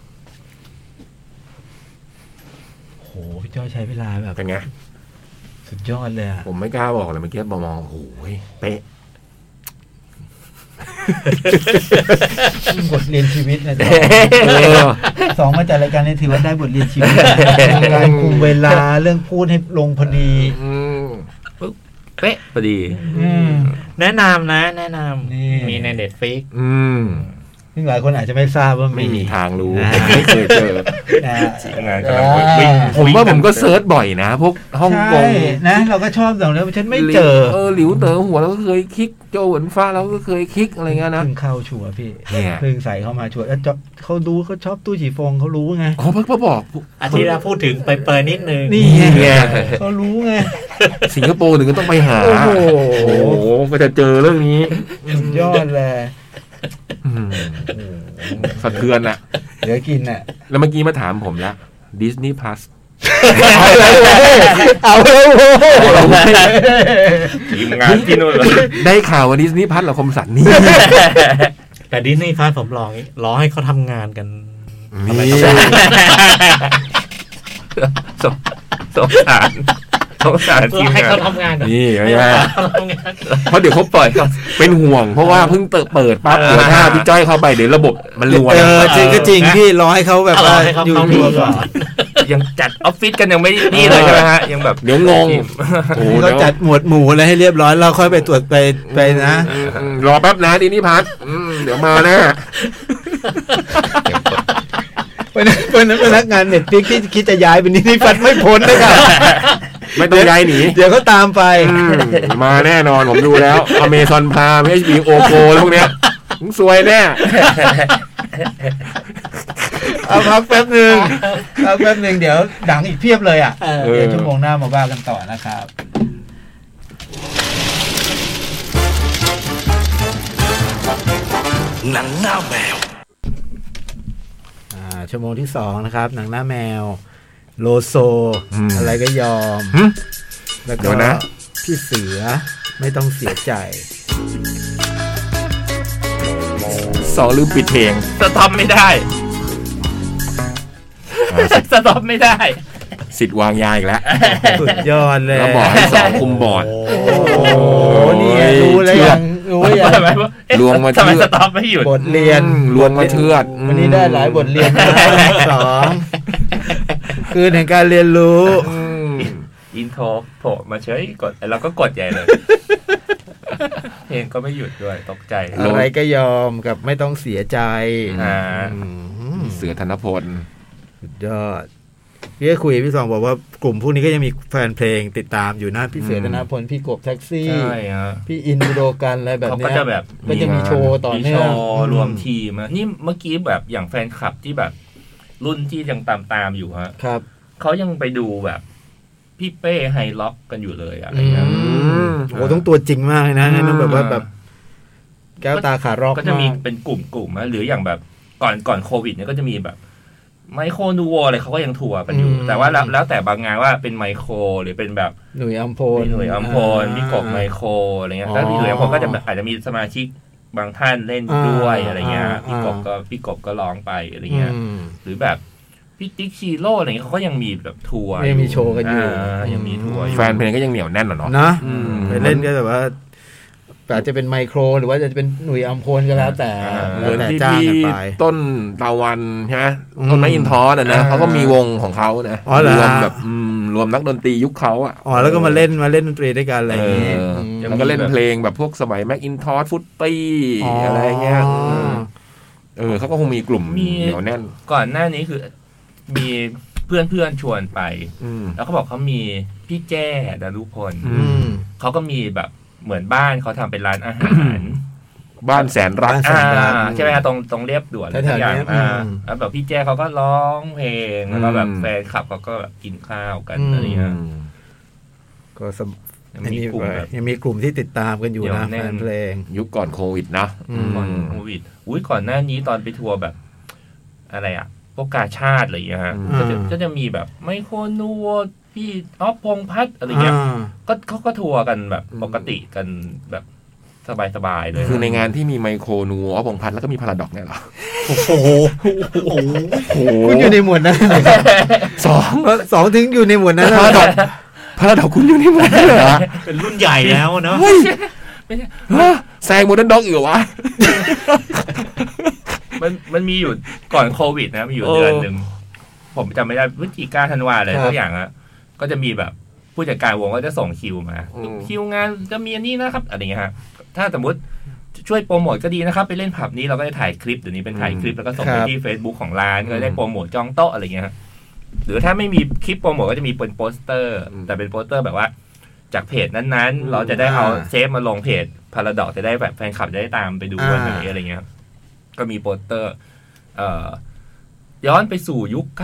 โหพี่จ้อยใช้เวลาแบบเป็นไงสุดยอดเลยผมไม่กล้าบอกเลยเมื่อกี้มองโอ้โหเป๊ะบทเรียนชีวิตนะสองมาจากรายการนี้ถือว่าได้บทเรียนชีวิตการคุมเวลาเรื่องพูดให้ลงพอดีเป๊ะพอดีแนะนำมีใน Netflix ซึ่งหลายคนอาจจะไม่ทราบว่าไม่มีทางรู้ไม่เคยเจอผมว่าผมก็เซิร์ชบ่อยนะพวกฮ่องกงนะเราก็ชอบแต่แล้วฉันไม่เจอหลิวเต๋อหัวเราก็เคยคลิกโจหวนฟ้าเราก็เคยคลิกอะไรเงี้ยนะเพิ่งเข้าชัวร์พี่เพิ่งใส่เข้ามาชัวร์แล้วเขาดูเขาชอบตู้ฉีฟงเขารู้ไงเพิ่งบอกอาทิตย์ละพูดถึงไปนิดนึงนี่ไงเขารู้ไงสิงคโปร์ถึงก็ต้องไปหาโอ้โหก็จะเจอเรื่องนี้ยอดเลยสะเทือนอ่ะเดี๋ยวกินอ่ะแล้วเมื่อกี้มาถามผมละ Disney Plus เอาเลยทีมงานที่นู่นได้ข่าวว่า Disney Plus เหรอคมสันนี่แต่ดิสนีย์พาร์ทผมรอให้เขาทำงานกันสงสารทีมงานให้เขาทำงานกันนี่ไงเพราะเดี๋ยวเขาปล่อยเป็นห่วงเพราะว่าเพิ่งเปิดปั๊บเดี๋ยวถ้าพี่จ้อยเข้าไปเดี๋ยวระบบมันรวนจริงก็จริงพี่รอให้เขาแบบว่าอยู่ตัวก่อนยังจัดออฟฟิศกันยังไม่นี่เลยใช่ไหมฮะยังแบบเดี๋ยวงงเราจัดหมวดหมู่อะไรให้เรียบร้อยเราค่อยไปตรวจไปนะรอแป๊บนะDisney Plusเดี๋ยวมานะเป็นพนักงานเน็ตฟลิกที่คิดจะย้ายไปDisney Plusไม่พ้นนะครับไม่ต้องย้ายหนีเดี๋ยวก็ตามไปมาแน่นอนผมดูแล้ว Amazon Prime HBO Go แล้วพวกเนี้ยสวยแน่เอาพักแป๊บนึงเดี๋ยวดังอีกเพียบเลยอ่ะเดี๋ยวชั่วโมงหน้ามาว่ากันต่อนะครับหนังหน้าแมวชั่วโมงที่2นะครับหนังหน้าแมวโลโซอะไรก็ยอมแล้วก็พี่เสือไม่ต้องเสียใจลืมปิดเพลงสต็อปไม่ได้สต็อปไม่ได้สิทธิ์วางยาอีกแล้วสุดยอดเลยแล้วบอกให้2คุมบอร์ดโอ้นี่รู้แล้วยังรวมมาทำไมสต็อปไม่หยุดบทเรียนรวมมาเชือดวันนี้ได้หลายบทเรียนนะ2คือในการเรียนรู้อินโทรโผล่มาเฉยกดแล้วก็กดใหญ่เลยเพลงก็ไม่หยุดด้วยตกใจอะไรก็ยอมกับไม่ต้องเสียใจเสือธนพลสุดยอดพี่ก็คุยพี่สองบอกว่ากลุ่มพวกนี้ก็ยังมีแฟนเพลงติดตามอยู่นะพี่เสือธนพลพี่กบแท็กซี่พี่อินดูโดกันอะไรแบบนี้ก็จะมีโชว์ต่อเนื่องรวมทีมนี่เมื่อกี้แบบอย่างแฟนคลับที่แบบรุ่นที่ยังตามอยู่ฮะครับเขายังไปดูแบบพี่เป้ไฮล็อกกันอยู่เลยอะไรเงี้ยโอ้ต้องตัวจริงมากเลยนะนั่นแบบว่าแบบแก้วตาขาร็อกก็จะมีเป็นกลุ่มหรืออย่างแบบก่อนโควิดเนี่ยก็จะมีแบบไมโครนูโวอะไรเขาก็ยังทัวร์กันอยู่แต่ว่าแล้วแต่บางงานว่าเป็นไมโครหรือเป็นแบบหนุ่ยอัมพลพี่กบไมโครอะไรเงี้ยแล้วพี่หนุ่ยอัมพลก็จะอาจจะมีสมาชิกบางท่านเล่นด้วยอะไรเงี้ยพี่กบก็ร้องไปอะไรเงี้ยหรือแบบพี่ติ๊กชีโร่อะไรเงี้ยเขาก็ยังมีแบบทัวร์ยังมีโชว์กันอยู่ยังมีทัวร์แฟนเพลงก็ยังเหนียวแน่นหรอเนาะไปเล่นก็แบบว่าอาจจะเป็นไมโครหรือว่าจะเป็นหน่วยอัมพลก็แล้วแต่เหมือนที่พี่ต้นตะวันใช่ไหมต้นไม้อินทอสนะเขาก็มีวงของเขานะรวมแบบรวมนักดนตรียุคเขาอ่ะแล้วก็มาเล่นดนตรีด้วยกันอะไรอย่างนี้แล้วก็เล่นเพลงแบบพวกสมัยแม็กอินทอสฟุตตี้อะไรเงี้ยเขาก็คงมีกลุ่มเหนียวแน่นก่อนหน้านี้คือมีเพื่อนชวนไปแล้วเขาบอกเขามีพี่แจ้ดารุพลเขาก็มีแบบเหมือนบ้านเขาทำเป็นร้านอาหารบ้านแสนรักใช่ไหมฮะตรงเรียบด่วนอะไรอย่างแล้วแบบพี่แจ้เขาก็ร้องเพลงแล้วก็แบบแฟนคลับเขาก็แบบกินข้าวกันอะไรอย่างเงี้ยก็ยังมีกลุ่มที่ติดตามกันอยู่นะแฟนเพลงยุคก่อนโควิดนะก่อนโควิดก่อนหน้านี้ตอนไปทัวร์แบบอะไรอ่ะพวกกาชาติอะไรอย่างเงี้ยฮะก็จะมีแบบไมโครนูโวพี่อ๊อฟพงษ์พัฒน์อะไรเงี้ยเขาก็ทัวร์กันแบบปกติกันแบบสบายๆเลยคือในงานที่มีไมโครนูโวอ๊อฟพงษ์พัฒน์แล้วก็มีพาราดอกเนี่ยเหรอโอ้โหคุณอยู่ในหมวดนั้นสองถึงอยู่ในหมวดนั้นพาราดอกคุณอยู่ในหมวดนั้นเหรอเป็นรุ่นใหญ่แล้วเนาะแซงโมเดิร์นด็อกอีกเหรอวะมันมีอยู่ก่อนโควิดนะมีอยู่เดือนนึงผมจำไม่ได้พฤศจิกาธันวาอะไรทุกอย่างอะก็จะมีแบบผู้จัดการวงก็จะส่งคิวมาคิวงานจะมีอันนี้นะครับอะไรเงี้ยฮะถ้าสมมติช่วยโปรโมทก็ดีนะครับไปเล่นผับนี้เราก็จะถ่ายคลิปเดี๋ยวนี้เป็นถ่ายคลิปแล้วก็ส่งไปที่ Facebook ของร้านก็ได้โปรโมทจองโต๊ะอะไรเงี้ยหรือถ้าไม่มีคลิปโปรโมทก็จะมีเป็นโปสเตอร์แต่เป็นโปสเตอร์แบบว่าจากเพจนั้นๆเราจะได้เอาเซฟมาลงเพจพาราดอกจะได้แบบแฟนคลับจะได้ตามไปดูวันไหนอะไรเงี้ยก็มีโปสเตอร์ย้อนไปสู่ยุค 90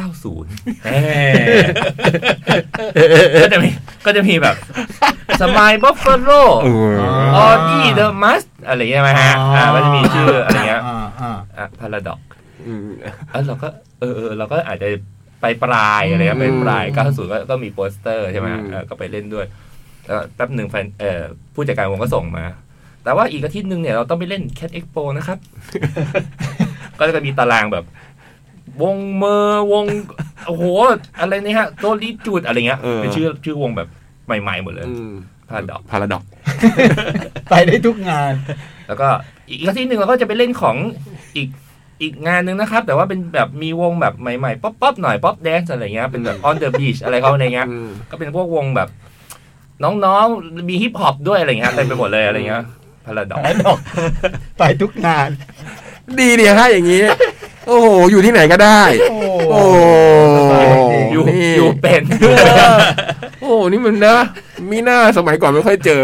ก็จะมีแบบสมายบัฟเฟโลออดี้เดอะมัสอะไรเงี้ยไหมฮะก็จะมีชื่ออะไรเงี้ยพาราดอกเราก็เราก็อาจจะไปปลายอะไรไปปลาย90ก็มีโปสเตอร์ใช่ไหมก็ไปเล่นด้วยแล้วแป๊บหนึ่งแฟนผู้จัดการวงก็ส่งมาแต่ว่าอีกอาทิตย์นึงเนี่ยเราต้องไปเล่น Cat Expo นะครับ ก็จะมีตารางแบบวงเมอร์วงโอ้โหอะไรนี่ฮะโซลิจูดอะไรเงี้ยเป็นชื่อวงแบบใหม่ๆหมดเลยพาราดอกไปได้ทุกงานแล้วก็อีกอาทิตย์นึงเราก็จะไปเล่นของอีกงานนึงนะครับแต่ว่าเป็นแบบมีวงแบบใหม่ๆป๊อปหน่อยป๊อปแดนซ์อะไรเงี้ยเป็นแบบ on the beach อะไรเขาในเงี้ยก็เป็นพวกวงแบบน้องๆมีฮิปฮอปด้วยอะไรเงี้ยเต็มไปหมดเลยอะไรเงี้ยพาราดอกไปทุกงานดีเนี่ยฮะอย่างนี้โอ้โหอยู่ที่ไหนก็ได้โอ้อยู่เป็นโอ้นี่มันนะมีหน้าสมัยก่อนไม่ค่อยเจอ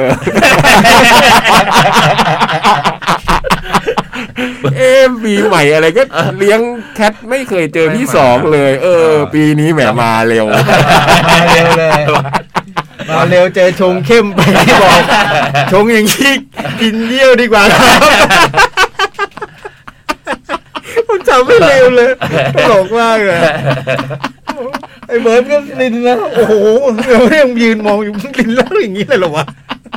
ปีใหม่อะไรก็เลี้ยงแคทไม่เคยเจอพี่สองเลยปีนี้แหมมาเร็วเลยมาเร็วเจอชงเข้มไปบอกชงอย่างนี้กินเยี่ยวดีกว่าผมจำไม่เร็วเลยตลกมากเลยไอ้เบิร์ดก็ลินนะโอ้โหเรายังยืนมองอยู่ลินแล้วอย่างนี้เลยเหรอวะ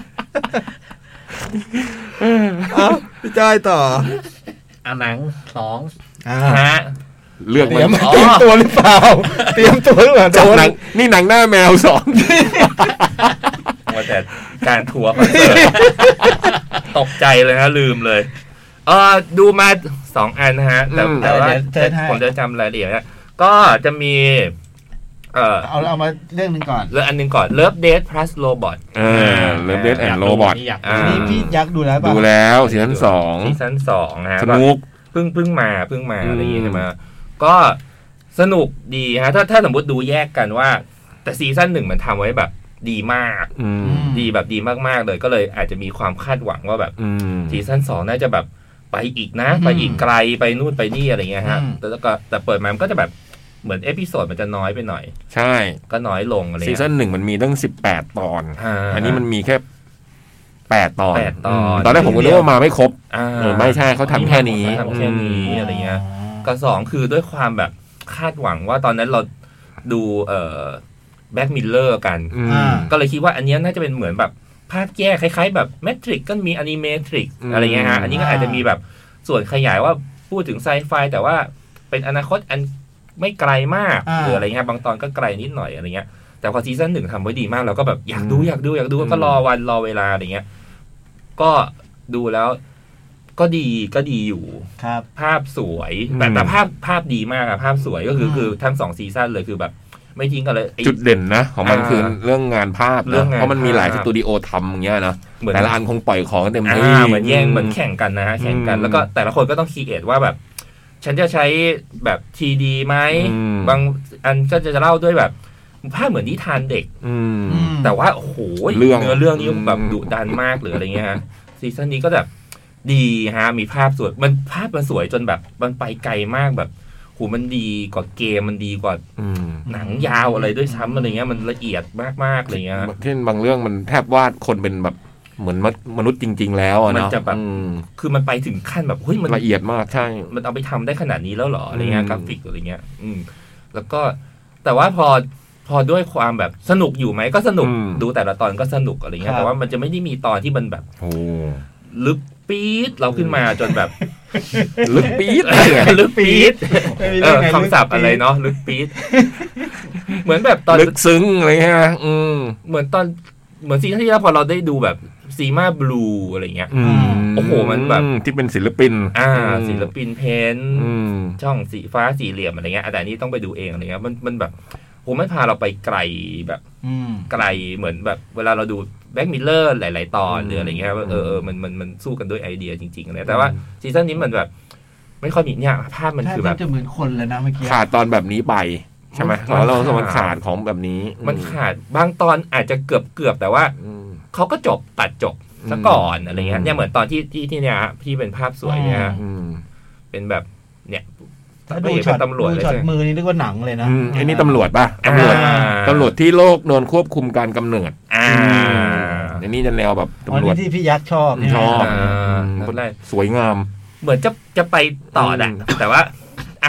พี่จ้อยต่อหนัง2 ฮะเลือกมาเตรียมตัวหรือเปล่าเตรียมตัวหรือเปล่าหนังนี่หนังหน้าแมว2 ว่าแต่การทัวร์ตกใจเลยนะลืมเลยดูมา2อันนะฮะแต่ว่าผมจะจำรายละเอียดนะก็จะมีเอามาเรื่องนึงก่อนเรื่องอันนึงก่อน Love Death Plus Robot Love Death and Robot นี่พี่ยักษ์ดูแล้วป่ะดูแล้วซีซั่น 2นะฮะสนุกเพิ่งมาอะไรอย่างงี้ใช่ไหมก็สนุกดีฮะถ้าสมมติดูแยกกันว่าแต่ซีซั่น1มันทำไว้แบบดีมากดีแบบดีมากๆเลยก็เลยอาจจะมีความคาดหวังว่าแบบซีซั่น2น่าจะแบบไปอีกนะไปอีกไกลไปนู่นไปนี่อะไรเงี้ยฮะแต่เปิดมามันก็จะแบบเหมือนเอพิโซดมันจะน้อยไปหน่อยใช่ก็น้อยลงอะไรซีซั่น1มันมีตั้ง18ตอนอันนี้มันมีแค่8ตอนตอนแรกผมก็นึกว่ามาไม่ครบไม่ใช่เขาทำแค่นี้อะไรเงี้ยก็2คือด้วยความแบบคาดหวังว่าตอนนั้นเราดูแบ็คมิลเลอร์กันก็เลยคิดว่าอันนี้น่าจะเป็นเหมือนแบบภาคแยกคล้ายๆแบบแมทริกก็มีอนิเมทริกอะไรเงี้ยฮะอันนี้ก็อาจจะมีแบบส่วนขยายว่าพูดถึงไซไฟแต่ว่าเป็นอนาคตอันไม่ไกลมากหรืออะไรเงี้ยบางตอนก็ไกลนิดหน่อยอะไรเงี้ยแต่พอซีซั่น1ทำไว้ดีมากเราก็แบบอยากดูก็รอวันรอเวลาอะไรเงี้ยก็ดูแล้วก็ดีอยู่ภาพสวยแต่ภาพดีมากอะภาพสวยก็คือทั้ง2ซีซั่นเลยคือแบบไม่ทิ้งกันเลยจุดเด่นนะของมันคือเรื่องงานภาพเพราะมันมีหลายสตูดิโอทำอย่างเงี้ยนะแต่ละอันคงปล่อยของเต็มที่เหมือนแย่งเหมือนแข่งกันนะฮะแข่งกันแล้วก็แต่ละคนก็ต้องคีเอทว่าแบบฉันจะใช้แบบทีดีไหมบางอันก็จะเล่าด้วยแบบภาพเหมือนนิทานเด็กแต่ว่าโอ้โหเรื่องนี้แบบดุดันมากหรืออะไรเงี้ยฮะซีซั่นนี้ก็แบบดีฮะมีภาพสวยมันสวยจนแบบมันไปไกลมากแบบโหมันดีกว่าเกมมันดีกว่าหนังยาวอะไรด้วยซ้ำอะไรเงี้ยมันละเอียดมากๆอะไรเงี้ยเช่นบางเรื่องมันแทบวาดคนเป็นแบบเหมือนมนุษย์จริงๆแล้วเนาะมันจะแบบคือมันไปถึงขั้นแบบเฮ้ยมันละเอียดมากใช่มันเอาไปทำได้ขนาดนี้แล้วเหรออะไรเงี้ยกราฟิกอะไรเงี้ยแล้วก็แต่ว่าพอด้วยความแบบสนุกอยู่ไหมก็สนุกดูแต่ละตอนก็สนุกอะไรเงี้ยแต่ว่ามันจะไม่ได้มีตอนที่มันแบบลึกปี๊ดเราขึ้นมาจนแบบลึกปี๊ดลึกปี๊ดคำศัพท์อะไรเนาะลึกปี๊ดเหมือนแบบตอนลึกซึ้งอะไรเงี้ยเหมือนซีซั่นที่แล้วพอเราได้ดูแบบซีมาบลูอะไรเงี้ยโอ้โหมันแบบที่เป็นศิลปินศิลปินเพ้นช่องสีฟ้าสี่เหลี่ยมอะไรเงี้ยแต่นี้ต้องไปดูเองอะไรเงี้ยมันแบบโหมันพาเราไปไกลแบบไกลเหมือนแบบเวลาเราดูแบ็คมิลเลอร์หลายๆตอนหรืออะไรเงี้ยมันสู้กันด้วยไอเดียจริงๆเลยแต่ว่าซีซั่นนี้มันแบบไม่ค่อยมีเนี่ยภาพมันคือแบบจะเหมือนคนเลยนะเมื่อกี้ขาดตอนแบบนี้ไปใช่ไหมเรามันขาดของแบบนี้มันขาดบางตอนอาจจะเกือบแต่ว่าเขาก็ตัดจบซะก่อนอะไรเงี้ยเนี่ยเหมือนตอนที่เนี่ยที่เป็นภาพสวยเนี่ยเป็นแบบเนี่ยดูช็อตตำรวจช็อตมือนี่เรียกว่าหนังเลยนะไอ้นี่ตำรวจป่ะตำรวจที่โลกโดนควบคุมการกำเนิดอันนี้จะแนวแบบตำรวจที่พี่ยักษ์ชอบสวยงามเหมือนจะไปต่อแต่ว่า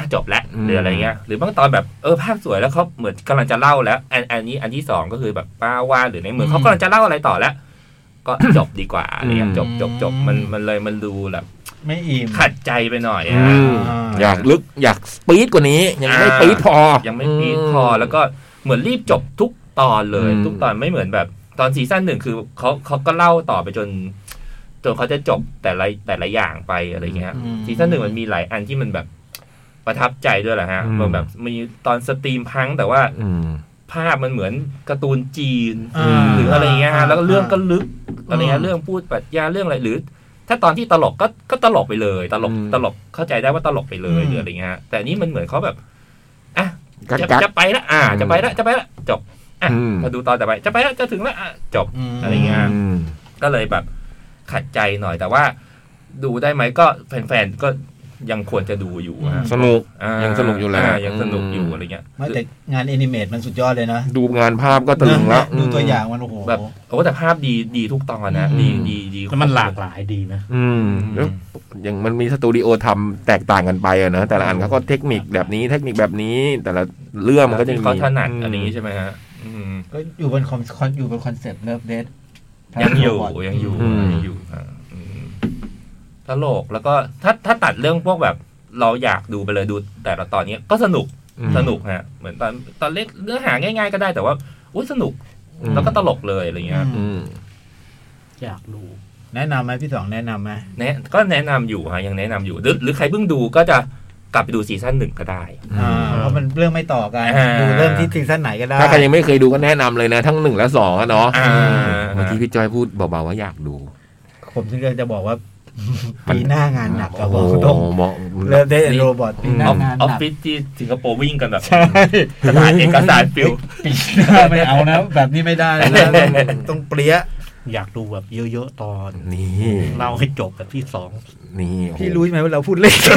จบแล้วหรืออะไรเงี้ยหรือบางตอนแบบภาพสวยแล้วเขาเหมือนกำลังจะเล่าแล้วอันนี้อันที่สองก็คือแบบป้าว่าหรือในเหมือนเขากำลังจะเล่าอะไรต่อแล้วก็จบดีกว่าอะไรเงี้ยจบมันเลยมันดูแบบไม่อิ่มขัดใจไปหน่อยอยากลึกอยากปี๊ดกว่านี้ยังไม่ปี๊ดพอยังไม่ปี๊ดพอแล้วก็เหมือนรีบจบทุกตอนเลยทุกตอนไม่เหมือนแบบตอนซีซั่น1คือเขาก็เล่าต่อไปจนเขาจะจบแต่ละอย่างไปอะไรเงี้ยซีซั่น1มันมีหลายอันที่มันแบบประทับใจด้วยแหละฮะมันแบบมีตอนสตรีมพังแต่ว่าภาพมันเหมือนการ์ตูนจีนหรืออะไรเงี้ยฮะแล้วก็เรื่องก็ลึกอะไรเงี้ยเรื่องพูดปรัชญาเรื่องอะไรหรือถ้าตอนที่ตลกก็ตลกไปเลยตลกเข้าใจได้ว่าตลกไปเลยหรืออะไรเงี้ยแต่นี่มันเหมือนเขาแบบอ่ะจะไปละจะไปละจบอ่ะมาดูตอนต่อไปจะไปละจะถึงละจบอะไรเงี้ยก็เลยแบบขัดใจหน่อยแต่ว่าดูได้ไหมก็แฟนๆก็ยังควรจะดูอยู่สนุกยังสนุกอยู่แล้วยังสนุกอยู่อะไรเงี้ยแต่งานแอนิเมตมันสุดยอดเลยนะดูงานภาพก็ตะลึงแล้วดูตัวอย่างมันโอ้โหแบบแต่ภาพดีทุกตอนนะดีแล้วมันหลากหลายดีนะแล้วอย่างมันมีสตูดิโอทำแตกต่างกันไปนะแต่ละอันเขาก็เทคนิคแบบนี้แต่ละเรื่องมันก็จะมีเขาถนัดอันนี้ใช่ไหมฮะก็อยู่บนคอนเซ็ปต์เลิฟเดทยังอยู่ตลกแล้วก็ถ้าตัดเรื่องพวกแบบเราอยากดูไปเลยดูแต่ละตอนนี้ก็สนุกฮะเหมือนตอนเล็กเนื้อหาง่ายๆก็ได้แต่ว่าสนุกแล้วก็ตลกเลยอะไรเงี้ยอยากดูแนะนำไหมพี่สองแนะนำไหมก็แนะนำอยู่ฮะยังแนะนำอยู่หรือใครเพิ่งดูก็จะกลับไปดูซีซั่น1ก็ได้เพราะมันเรื่องไม่ต่อกันดูเริ่มที่ซีซั่นไหนก็ได้ถ้าใครยังไม่เคยดูก็แนะนำเลยนะทั้ง1และ2เนาะเมื่อกี้พี่จอยพูดเบาๆว่าอยากดูผมถึงจะบอกว่าปีหน้างานหนักกับบอกตรงเลิฟเดทโรบอทปีหน้างานหนักออฟฟิศที่สิงคโปร์วิ่งกันแบบกระดาษเอกสารปิวปีหน้าไม่เอานะแบบนี้ไม่ได้นะต้องเปรี้ยอยากดูแบบเยอะๆตอนนี้เล่าให้จบแบบที่2 นี่พี่รู้ไหมว่าเราพูดเล่น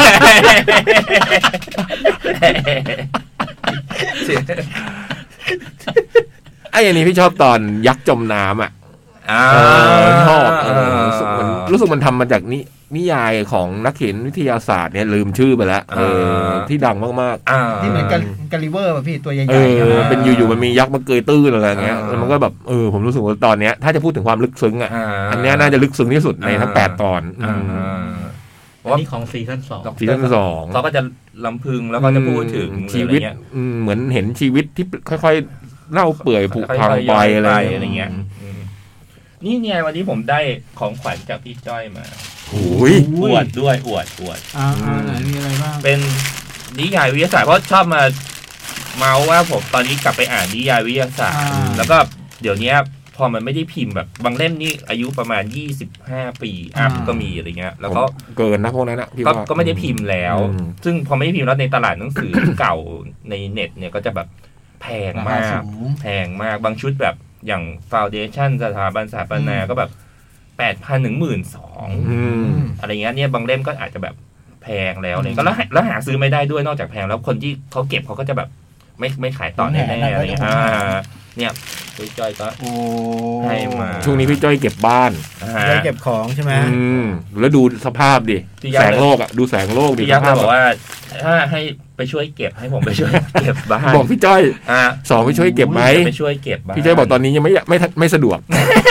ไอ้อันนี้พี่ชอบตอนยักษ์จมน้ำชอบรู้สึกมันทำมาจากนิยายของนักเขียนวิทยาศาสตร์เนี่ยลืมชื่อไปแล้วที่ดังมากๆที่เหมือนกาลิเวอร์ป่ะพี่ตัวใหญ่ๆเป็นอยู่ๆมันมียักษ์มาเกยตื้นอะไรอย่างเงี้ยแล้วมันก็แบบผมรู้สึกว่าตอนเนี้ยถ้าจะพูดถึงความลึกซึ้งอันนี้น่าจะลึกซึ้งที่สุดในทั้ง8ตอนอันนี้ของซีซั่น2 เขาก็จะลำพึงแล้วก็จะพูดถึงชีวิตเหมือนเห็นชีวิตที่ค่อยๆเล่าเปื่อยผุพังไปอะไรเงี้ยนี่ไงวันนี้ผมได้ของขวัญจากพี่จ้อยมาอวดด้วยอวดไหนมีอะไรบ้างเป็นนิยายวิทยาศาสตร์เพราะชอบมาเมาว่าผมตอนนี้กลับไปอ่านนิยายวิทยาศาสตร์แล้วก็เดี๋ยวนี้พอมันไม่ได้พิมพ์แบบบางเล่มนี่อายุประมาณ25ปีอัพก็มีอะไรเงี้ยแล้วก็เกินนะพวกนั้นนะก็ไม่ได้พิมพ์แล้วซึ่งพอไม่ได้พิมพ์แล้วในตลาดหนังสือเก่าในเน็ตเนี่ยก็จะแบบแพงมากบางชุดแบบอย่างฟาวเดชั่นสถาบันสถาปนาก็แบบ 8,000 ถึง 12,000 อะไรเงี้ยเนี่ยบางเล่มก็อาจจะแบบแพงแล้วเนี่ยก็แล้วหาซื้อไม่ได้ด้วยนอกจากแพงแล้วคนที่เขาเก็บเขาก็จะแบบไม่ขายต่อแน่ๆอะไรเงี้ยเนี่ยพี่จ้อยก็ให้มาช่วงนี้พี่จ้อยเก็บบ้านเก็บของใช่ไหมแล้วดูสภาพดิแสงโลกอ่ะดูแสงโลกดิพี่ยักษ์บอกว่าถ้าให้ไปช่วยเก็บให้ผมไปช่วยเก็บบ้านบอกพี่จ้อย2ไปช่วยเก็บไหมไปช่วยเก็บบ้านพี่จ้อยบอกตอนนี้ยังไม่สะดวก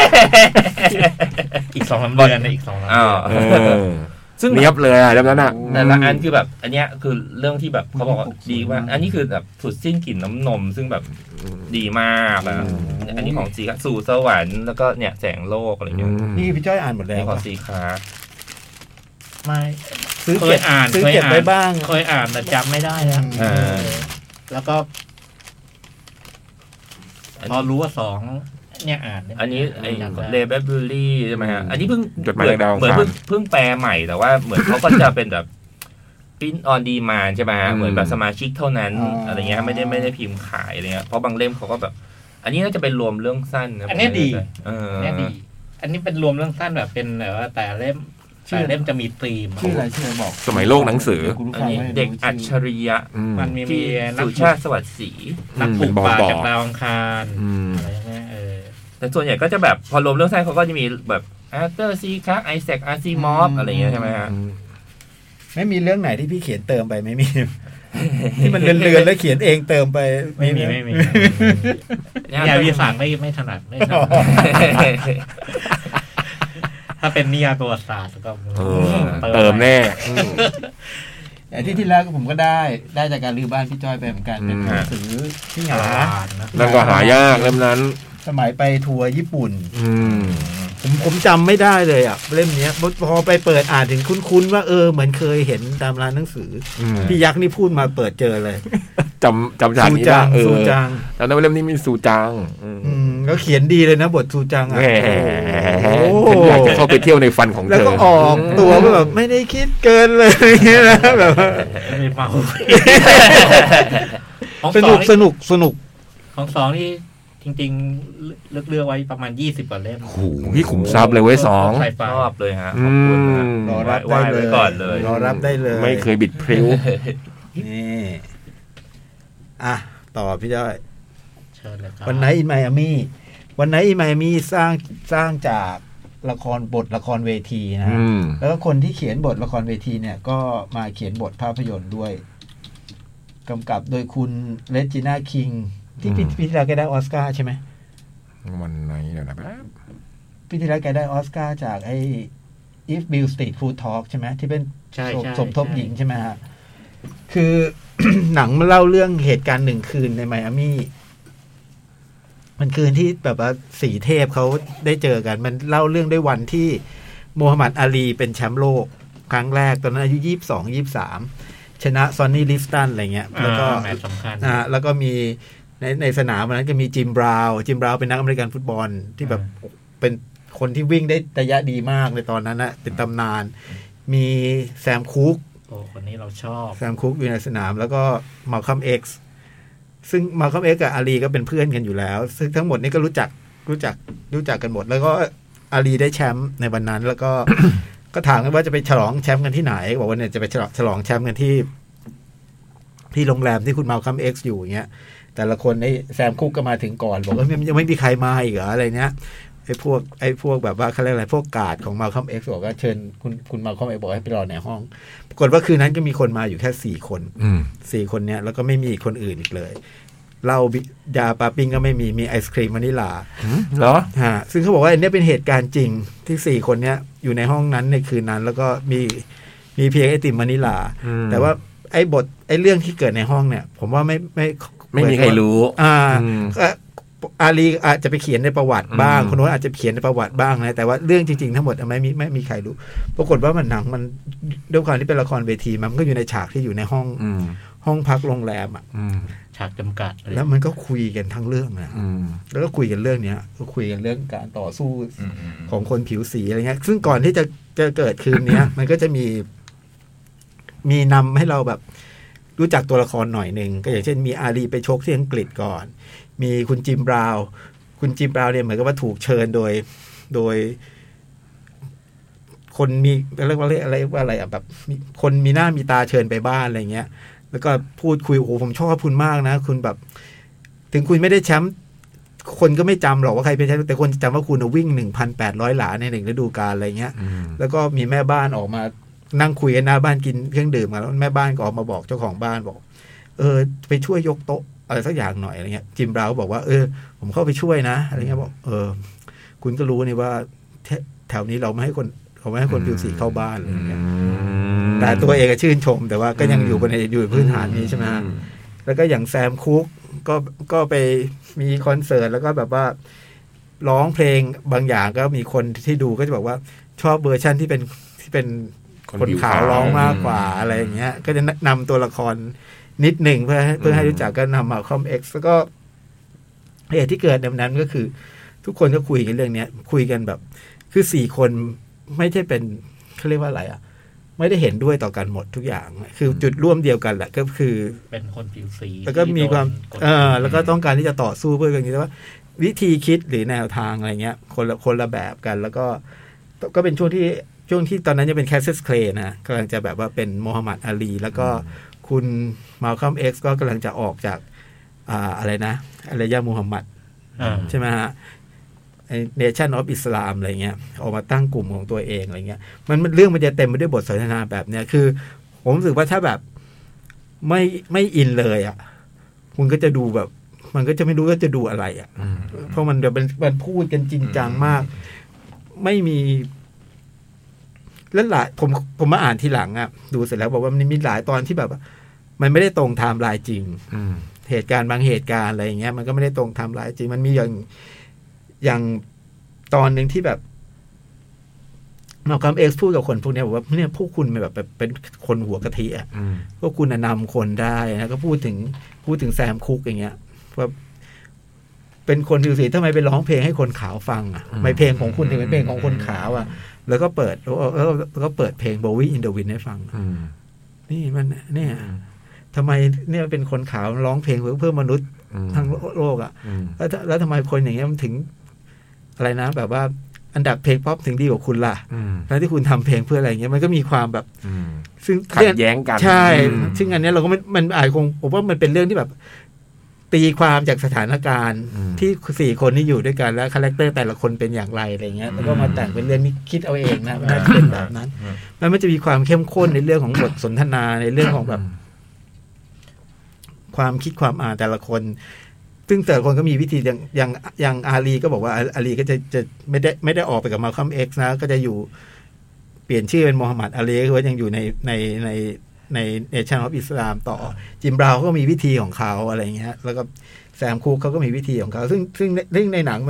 อีก2-3 เดือนนะอีก2-3 ซึ่งเนียบเลยอ่ะแล้วน่ะแต่ละอันคือแบบอันเนี้ยคือเรื่องที่แบบเขาบอกว่าดีว่าอันนี้คือแบบสุดสิ้นกลิ่นน้ำนมซึ่งแบบดีมากอ่ะอันนี้ของสีสู่สวรรค์แล้วก็เนี่ยแสงโลกอะไรเงี้ยนี่พี่จ้อยอ่านหมดแล้วของสีค้าไม่ซื้อเก็บไว้บ้างเคยอ่านแต่จำไม่ได้นะแล้วก็พอรู้ว่า2เนี่ยอ่านอันนี้ไอ้เลเบเบอรี่ใช่ไหมฮะอันนี้เพิ่งเหมือนเพิ่งแปลใหม่แต่ว่าเหมือนเขาก็จะเป็นแบบพิมพ์ออนดีมานด์ใช่ไหมฮะเหมือนแบบสมาชิกเท่านั้นอะไรเงี้ยไม่ได้พิมพ์ขายอะไรเงี้ยเพราะบางเล่มเขาก็แบบอันนี้น่าจะเป็นรวมเรื่องสั้นนะอันนี้ดีอันนี้เป็นรวมเรื่องสั้นแบบเป็นแบบว่าแต่เล่มจะมีธีมชื่ออะไรบอกสมัยโลกหนังสืออันนี้เด็กอัจฉริยะมันมีสุชาติสวัสดิ์ศรีนักปลูกป่าจากดาวอังคารอะไรเงี้ยแต่ส่วนใหญ่ก็จะแบบพอรวมเรื่องสั้นเขาก็จะมีแบบอาร์เธอร์ซีคักไอแซคอาร์ซีมอฟอะไรเงี้ยใช่ไหมฮะไม่มีเรื่องไหนที่พี่เขียนเติมไปไม่มี ที่มันเลือนๆแล้วเขียนเองเติมไปไม่มีเนี่ยวิสารไม่ถนัดถ้าเป็นนิยายประวัติศาสตร์ก็เติมแน่แต่ที่แล้วผมก็ได้จากการรื้อบ้านพี่จ้อยไปเหมือนกันเป็นหนังสือที่หานั่นก็หายากเล่มนั้นสมัยไปทัวร์ญี่ปุ่นผมจำไม่ได้เลยอ่ะเล่มนี้พอไปเปิดอ่านถึงคุ้นๆว่าเหมือนเคยเห็นตามร้านหนังสือพี่ยักษ์นี่พูดมาเปิดเจอเลยจำฉากนี้ได้ซูจังแล้วในเล่มนี้มีซูจังก็เขียนดีเลยนะบทซูจังอ่ะฉันอยากจะเข้าไปเที่ยวในฟันของเธอแล้วก็ออกตัวแบบไม่ได้คิดเกินเลยนะแบบไม่เมาสนุกของสองนี่จริงๆเลือกไว้ประมาณ20กว่าเล่มโอ้โหพี่ขุมทรัพย์เลยเว้ย2 ชอบเลยฮะขอบคุณนะรอรับได้เลยก่อนเลยรอรับได้เลยไม่เคยบิดพริ้วนี่ต่อพี่จ้อยเชิญเลยครับวันไหนอินไมอามี่วันไหนอินไมอามี่สร้างจากละครเวทีนะแล้วก็คนที่เขียนบทละครเวทีเนี่ยก็มาเขียนบทภาพยนตร์ด้วยกำกับโดยคุณเรจิน่าคิงที่ปีที่แล้วแกได้ออสการ์ใช่ไหมวันไหนเดี๋ยวนะปีที่แล้วแกได้ออสการ์จากไอ้ If Bill Street Food Talk ใช่ไหมที่เป็นสมทบหญิงใช่ไหมฮะคือ หนังมันเล่าเรื่องเหตุการณ์1คืนในไมอามี่มันคืนที่แบบว่าสี่เทพเขาได้เจอกันมันเล่าเรื่องด้วยวันที่มูฮัมหมัดอาลีเป็นแชมป์โลกครั้งแรกตอนนั้นอายุ22-23ชนะซอนนี่ลิสตันอะไรเงี้ยแล้วก็แมตช์สำคัญแล้วก็มีในสนามนั้นก็มีจิมบราวน์เป็นนักอเมริกันฟุตบอลที่แบบเป็นคนที่วิ่งได้ระยะดีมากในตอนนั้นนะเป็นตำนานมีแซมคุกคนนี้เราชอบแซมคุกอยู่ในสนามแล้วก็มัลคัมเอ็กซ์ซึ่งมัลคัมเอ็กซ์กับอาลีก็เป็นเพื่อนกันอยู่แล้วซึ่งทั้งหมดนี้ก็รู้จักกันหมดแล้วก็อาลีได้แชมป์ในวันนั้นแล้วก็ ก็ถามกันว่าจะไปฉลองแชมป์กันที่ไหนบอกว่าเนี่ยจะไปฉลองแชมป์กันที่โรงแรมที่คุณมัลคัมเอ็กซ์อยู่อย่างเงี้ยแต่ละคนไอ้แซมคุกก็มาถึงก่อนบอกว่ายังไม่มีใครมาอีกเหรออะไรเนี้ยไอ้พวกแบบว่าเขาเรียกอะไรพวกการ์ดของมัลคัมเอ็กซ์บอกว่าเชิญคุณมัลคัมเอ็กซ์บอกให้ไปรอในห้องปรากฏว่าคืนนั้นก็มีคนมาอยู่แค่4 คน4 คนเนี้ยแล้วก็ไม่มีคนอื่นอีกเลยเหล้ายาปาปิ้งก็ไม่มีไอศครีมวานิลลาเหรอฮะซึ่งเขาบอกว่าอันนี้เป็นเหตุการณ์จริงที่4 คนเนี้ยอยู่ในห้องนั้นในคืนนั้นแล้วก็มีเพียงไอติมวานิลลาแต่ว่าไอ้เรื่องที่เกิดในห้องเนี่ยผมว่าไม่มีใครรู้อาลีอาจจะไปเขียนในประวัติบ้างคนโน้นอาจจะเขียนในประวัติบ้างนะแต่ว่าเรื่องจริงๆทั้งหมดไม่มีใครรู้ปรากฏว่ามันหนังมันด้วยความที่เป็นละครเวทีมันก็อยู่ในฉากที่อยู่ในห้องพักโรงแรมฉากจำกัดแล้วมันก็คุยกันทั้งเรื่องนะแล้วก็คุยกันเรื่องนี้ก็คุยกันเรื่องการต่อสู้ของคนผิวสีอะไรเงี้ยซึ่งก่อนที่จะเกิดคืนนี้มันก็จะมีนำให้เราแบบรู้จักตัวละครหน่อยหนึ่งก็อย่างเช่นมีอาลีไปชกที่อังกฤษก่อนมีคุณจิมบราวน์เนี่ยเหมือนกับว่าถูกเชิญโดยคนมีเรียกว่าอะไรอ่ะแบบคนมีหน้ามีตาเชิญไปบ้านอะไรเงี้ยแล้วก็พูดคุยโอ้โหผมชอบคุณมากนะคุณแบบถึงคุณไม่ได้แชมป์คนก็ไม่จำหรอกว่าใครเป็นแชมป์แต่คนจำว่าคุณวิ่ง 1,800 หลาใน1ฤดูกาลอะไรเงี้ยแล้วก็มีแม่บ้านออกมานั่งคุยกันหน้าบ้านกินเครื่องดื่มกันแล้วแม่บ้านก็ออกมาบอกเจ้าของบ้านบอกไปช่วยยกโต๊ะอะไรสักอย่างหน่อยอะไรเงี้ยจิมบราวน์บอกว่าผมเข้าไปช่วยนะอะไรเงี้ยบอกคุณก็รู้นี่ว่าแถวนี้เราไม่ให้คนผิวสีเข้าบ้านอะไรเงี้ยแต่ตัวเองก็ชื่นชมแต่ว่าก็ยังอยู่พื้นฐานนี้ใช่ไหมแล้วก็อย่างแซมคุกก็ไปมีคอนเสิร์ตแล้วก็แบบว่าร้องเพลงบางอย่างก็มีคนที่ดูก็จะบอกว่าชอบเวอร์ชันที่เป็นคนขาวร้องมากกว่าอะไรอย่างเงี้ยก็จะนำตัวละครนิดหนึ่งเพื่อให้รู้จักก็นำมาคอมเอ็กซ์แล้วก็เหตุที่เกิดในนั้นก็คือทุกคนก็คุยกันเรื่องนี้คุยกันแบบคือ4 คนไม่ใช่เป็นเขาเรียกว่าอะไรอ่ะไม่ได้เห็นด้วยต่อกันหมดทุกอย่างคือจุดร่วมเดียวกันแหละก็คือเป็นคนผิวสีแล้วก็มีความแล้วก็ต้องการที่จะต่อสู้เพื่ออย่างนี้แต่ว่าวิธีคิดหรือแนวทางอะไรเงี้ยคนละแบบกันแล้วก็เป็นช่วงที่ตอนนั้นจะเป็นแคสซิสเคลย์นะกำลังจะแบบว่าเป็นโมฮัมหมัดอาลีแล้วก็คุณมัลคัมเอ็กซ์ก็กำลังจะออกจากอะไรนะอารยะมูฮัมหมัดใช่ไหมฮะNation of Islam อะไรเงี้ยออกมาตั้งกลุ่มของตัวเองอะไรเงี้ยมันเรื่องมันจะเต็มไปด้วยบทสนทนาแบบเนี้ยคือผมรู้สึกว่าถ้าแบบไม่อินเลยอ่ะคุณก็จะดูแบบมันก็จะไม่รู้ว่าจะดูอะไรอ่ะเพราะมันเดี๋ยวมันพูดกันจริงจังมากไม่มีแล้วหลายผมมาอ่านทีหลังอ่ะดูเสร็จแล้วบอกว่ามันมีหลายตอนที่แบบมันไม่ได้ตรงไทม์ไลน์จริงเหตุการณ์บางเหตุการณ์อะไรอย่างเงี้ยมันก็ไม่ได้ตรงไทม์ไลน์จริงมันมีอย่างตอนหนึ่งที่แบบมาคัมเอ็กซ์พูดกับคนพวกนี้บอกว่าเนี่ยพวกคุณแบบเป็นคนหัวกะทิอ่ะพวกคุณนำคนได้นะก็พูดถึงแซมคุกอย่างเงี้ยว่าเป็นคนผิวสีทำไมไปร้องเพลงให้คนขาวฟังอ่ะไม่เพลงของคุณถึงเป็นเพลงของคนขาวอ่ะแล้วก็เปิดเพลง Bowie in the Wind ให้ฟังนี่มันเนี่ยทำไมเนี่ยเป็นคนขาวร้องเพลงเพื่อมนุษย์ทั้งโลกอ่ะแล้วทำไมคนอย่างเงี้ยมันถึงอะไรนะแบบว่าอันดับเพลงป๊อปถึงดีกว่าคุณล่ะแล้วที่คุณทำเพลงเพื่ออะไรเงี้ยมันก็มีความแบบซึ่งขัดแย้งกันใช่ซึ่งอันนี้เราก็มันอาจคงผมว่ามันเป็นเรื่องที่แบบตีความจากสถานการณ์ที่4คนที่อยู่ด้วยกันแล้วคาแรคเตอร์แต่ละคนเป็นอย่างไรอะไรเงี้ยแล้วก็มาแต่งเป็นเรื่องนี้คิดเอาเองนะน่าจะเป็นแบบนั้นแล้วมันจะมีความเข้มข้นในเรื่องของบทสนทนาในเรื่องของแบบความคิดความอ่านแต่ละคนซึ่งแต่ละคนก็มีวิธีอย่างอาลีก็บอกว่าอาลีก็จะไม่ได้ออกไปกับมาคัมเอ็กซ์นะก็จะอยู่เปลี่ยนชื่อเป็นมูฮัมหมัดอาลีก็ยังอยู่ในNation of Islam ต่อจิมบราวน์ก็มีวิธีของเขาอะไรเงี้ยแล้วก็แซมคูกเขาก็มีวิธีของเขาซึ่งในหนัง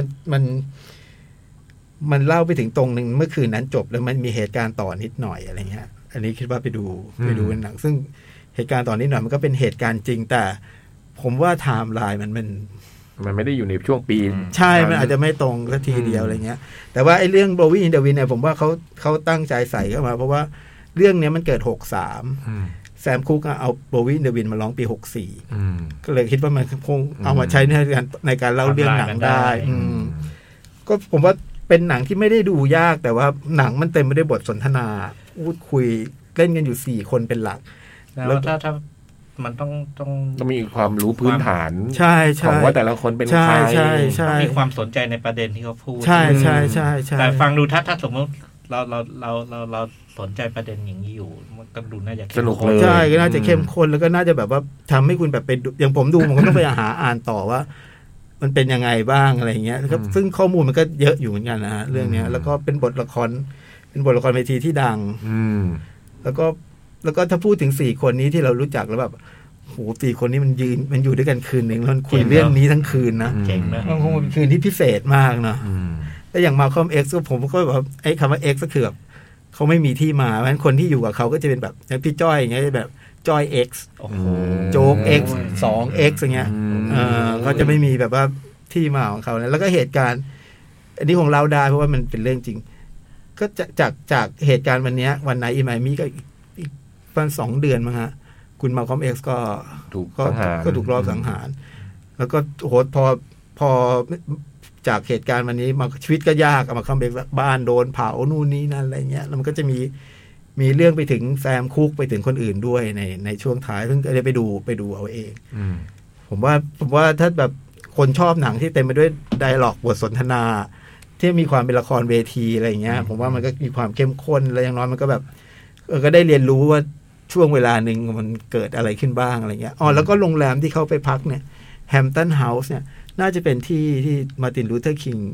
มันเล่าไปถึงตรงนึงเมื่อคืนนั้นจบแล้วมันมีเหตุการณ์ต่อนิดหน่อยอะไรเงี้ยอันนี้คิดว่าไปดูเป็นหนังซึ่งเหตุการณ์ต่อนิดหน่อยมันก็เป็นเหตุการณ์จริงแต่ผมว่าไทม์ไลน์มันไม่ได้อยู่ในช่วงปีใช่มันอาจจะไม่ตรงสักทีเดียวอะไรเงี้ยแต่ว่าไอ้เรื่อง Bowie in the Wind เนี่ยผมว่าเขาตั้งใจใส่เข้ามาเพราะว่าเรื่องนี้มันเกิด63แซมคุกเอาโบวี่เดวินมาร้องปี64ก็เลยคิดว่ามันคงเอามาใช้ในการเล่าเรื่องหนังได้ก็ผมว่าเป็นหนังที่ไม่ได้ดูยากแต่ว่าหนังมันเต็มไปด้วยบทสนทนาพูดคุยเล่นกันอยู่4คนเป็นหลักแล้วถ้ามันต้องมีความรู้พื้นฐานใช่ของว่าแต่ละคนเป็นใครมีความสนใจในประเด็นที่เขาพูดใช่แต่ฟังดูถ้าสมมติเราสนใจประเด็นอย่างนี้อยู่มันก็ดูน่าจะสนุกเลยใช่ก็น่าจะเข้มข้นแล้วก็น่าจะแบบว่าทำให้คุณแบบไปอย่างผมดูผมก็ต้องไปหาอ่านต่อว่ามันเป็นยังไงบ้างอะไรเงี้ยแล้วซึ่งข้อมูลมันก็เยอะอยู่เหมือนกันนะฮะเรื่องนี้แล้วก็เป็นบทละครเวทีที่ดังแล้วก็ถ้าพูดถึง4คนนี้ที่เรารู้จักแล้วแบบโห4คนนี้มันอยู่ด้วยกันคืนนึงแล้วคุยเรื่องนี้ทั้งคืนนะเจ๋งนะมันคงเป็นคืนที่พิเศษมากเนาะแต่อย่างมาคอมเอ็กซ์ก็ผมก็แบบไอ้คำว่า X ก็คือแบบเขาไม่มีที่มาเพราะฉะนั้นคนที่อยู่กับเขาก็จะเป็นแบบอย่างพี่จ้อยอย่างเงี้ยแบบจ้อย X โจ๊ก X 2X อย่างเงี้ยเขาจะไม่มีแบบว่าที่มาของเขาแล้วก็เหตุการณ์อันนี้ของเราได้เพราะว่ามันเป็นเรื่องจริงก็จากเหตุการณ์วันนี้วันไหนอีไมมี่ก็อีกประมาณ2 เดือนมั้งฮะคุณมาคอม X ก็ถูกรอบสังหารแล้วก็โหพอจากเหตุการณ์วันนี้มาชีวิตก็ยากมาคัมแบ็กบ้านโดนเผานู่นนี่นั่นอะไรเงี้ยแล้วมันก็จะมีเรื่องไปถึงแซมคุกไปถึงคนอื่นด้วยในช่วงท้ายซึ่งจะไปดูเอาเองผมว่าถ้าแบบคนชอบหนังที่เต็มไปด้วยไดอะล็อกบทสนทนาที่มีความเป็นละครเวทีอะไรเงี้ยผมว่ามันก็มีความเข้มข้นและอย่างน้อยมันก็แบบก็ได้เรียนรู้ว่าช่วงเวลาหนึ่งมันเกิดอะไรขึ้นบ้างอะไรเงี้ยแล้วก็โรงแรมที่เขาไปพักเนี่ยแฮมป์ตันเฮาส์เนี่ยน่าจะเป็นที่มาร์ตินลูเทอร์คิง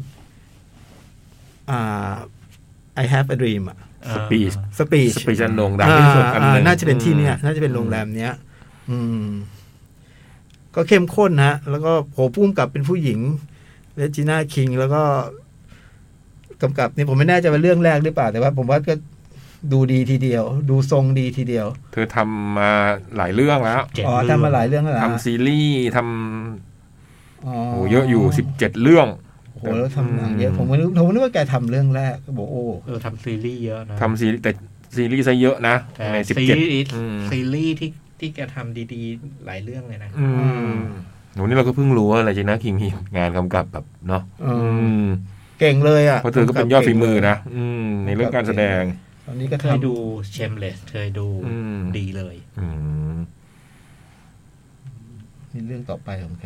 I have a dream สปีชอันโด่งดังที่สุดอันนึงน่าจะเป็นที่เนี้ยน่าจะเป็นโรงแรมเนี้ยก็เข้มข้นฮะแล้วก็โหพุ่มกับเป็นผู้หญิงเรจิน่าคิงแล้วก็กำกับนี่ผมไม่แน่ใจว่าเรื่องแรกหรือเปล่าแต่ว่าผมว่าก็ดูดีทีเดียวดูทรงดีทีเดียวเธอทำมาหลายเรื่องแล้วทำมาหลายเรื่องแล้วทำซีรีส์ทำโอ้เยอะอยู่17 เรื่องโหแล้วทำหนังเยอะผมนึกว่าแกทำเรื่องแรกก็บอกทำซีรีส์เยอะนะทำซีรีส์แต่ซีรีส์ซะเยอะนะใน 17ซีรีส์ที่แกทำดีๆหลายเรื่องเลยนะหนูนี่เราก็เพิ่งรู้ว่าอะไรจีน่าคิงมีงานกำกับแบบเนาะเก่งเลยอ่ะเพราะเธอก็เป็นยอดฝีมือนะในเรื่องการแสดงตอนนี้ก็เคยดูเชมเลสเคยดูดีเลยนี่เรื่องต่อไปของแก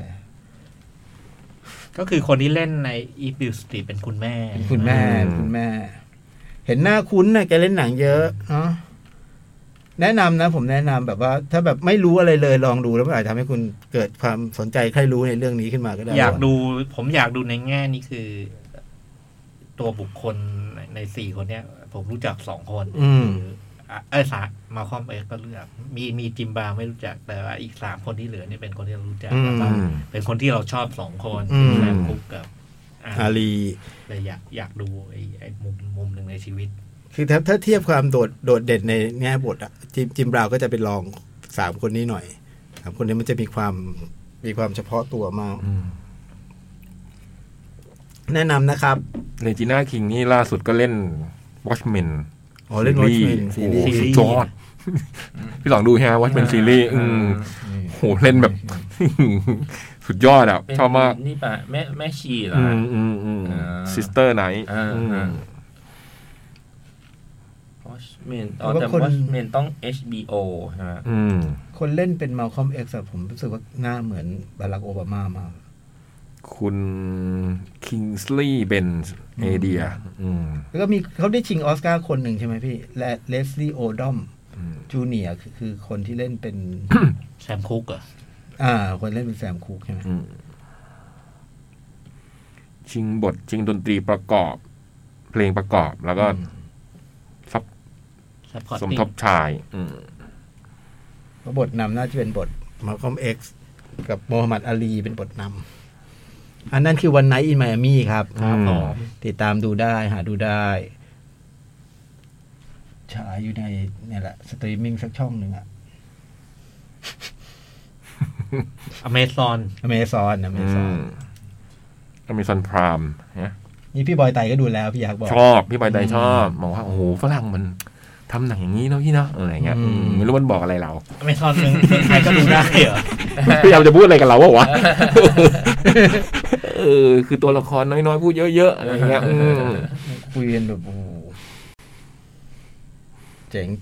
ก็คือคนที่เล่นใน If Bill Street เป็นคุณแม่เห็นหน้าคุ้นนะแกเล่นหนังเยอะเนาะแนะนำนะผมแนะนำแบบว่าถ้าแบบไม่รู้อะไรเลยลองดูแล้วอาจจะทำให้คุณเกิดความสนใจใครรู้ในเรื่องนี้ขึ้นมาก็ได้ผมอยากดูในแง่นี้คือตัวบุคคลใน4คนเนี้ยผมรู้จัก2คนมาคอมเอ็กก็เลือกมีจิมบาไม่รู้จักแต่ว่าอีก3คนที่เหลือเนี่ยเป็นคนที่เรารู้จักแล้วก็เป็นคนที่เราชอบ2คนแซมคุกกับอาลีเลยอยากดูไอ้มุมหนึ่งในชีวิตคือถ้าเทียบความโดดเด่นในแง่บทอะจิมบราวก็จะเป็นรอง3คนนี้หน่อย3คนนี้มันจะมีความเฉพาะตัวมากแนะนำนะครับเรจิน่าคิงนี่ล่าสุดก็เล่น Watchmen เล่น Watchmen ซีรีส์สุดยอดพี่ลองดูใช่ไหม Watchmen ซีรีส์โหเล่นแบบสุดยอดอ่ะชอบมากนี่ป่ะแม่ชีเหรอ Sister Night Watchmen แต่ Watchmen ต้อง HBO ใช่ไหมคนเล่นเป็น Malcolm X ผมรู้สึกว่าหน้าเหมือนบารักโอบามามากคุณคิงส์ลีย์เบนส์เอเดียแล้วก็มีเขาได้ชิงออสการ์คนหนึ่งใช่ไหมพี่และเลสลีย์โอดอมจูเนียร์คือคนที่เล่นเป็นแซมคุกเหรอคนเล่นเป็นแซมคุกใช่ไหมชิงบทชิงดนตรีประกอบเพลงประกอบแล้วก็สมทบชายบทนำน่าจะเป็นบทมาคอมเอ็กซ์กับโมฮัมหมัดอาลีเป็นบทนำอันนั้นคือวันไนท์อินไมอามี่ครับติดตามดูได้หาดูได้ฉายอยู่ในเนี่ยแหละสตรีมมิ่งสักช่องหนึ่ง Amazon พรามเนี่ยนี่พี่บอยไตก็ดูแล้วพี่อยากบอกชอบพี่บอยไตชอบบอกว่าโอ้โหฝรั่งมันทำหนังอย่างนี้เนาะพี่เนาะอะไรเงี้ยไม่รู้มันบอกอะไรเรา Amazon เมืองไทยก็ดูได้เหรอพยายามจะพูดอะไรกับเราวะคือตัวละครน้อยๆพูดเยอะๆอะไรเงี้ยคุยกันแบบโอ้เจ๋ง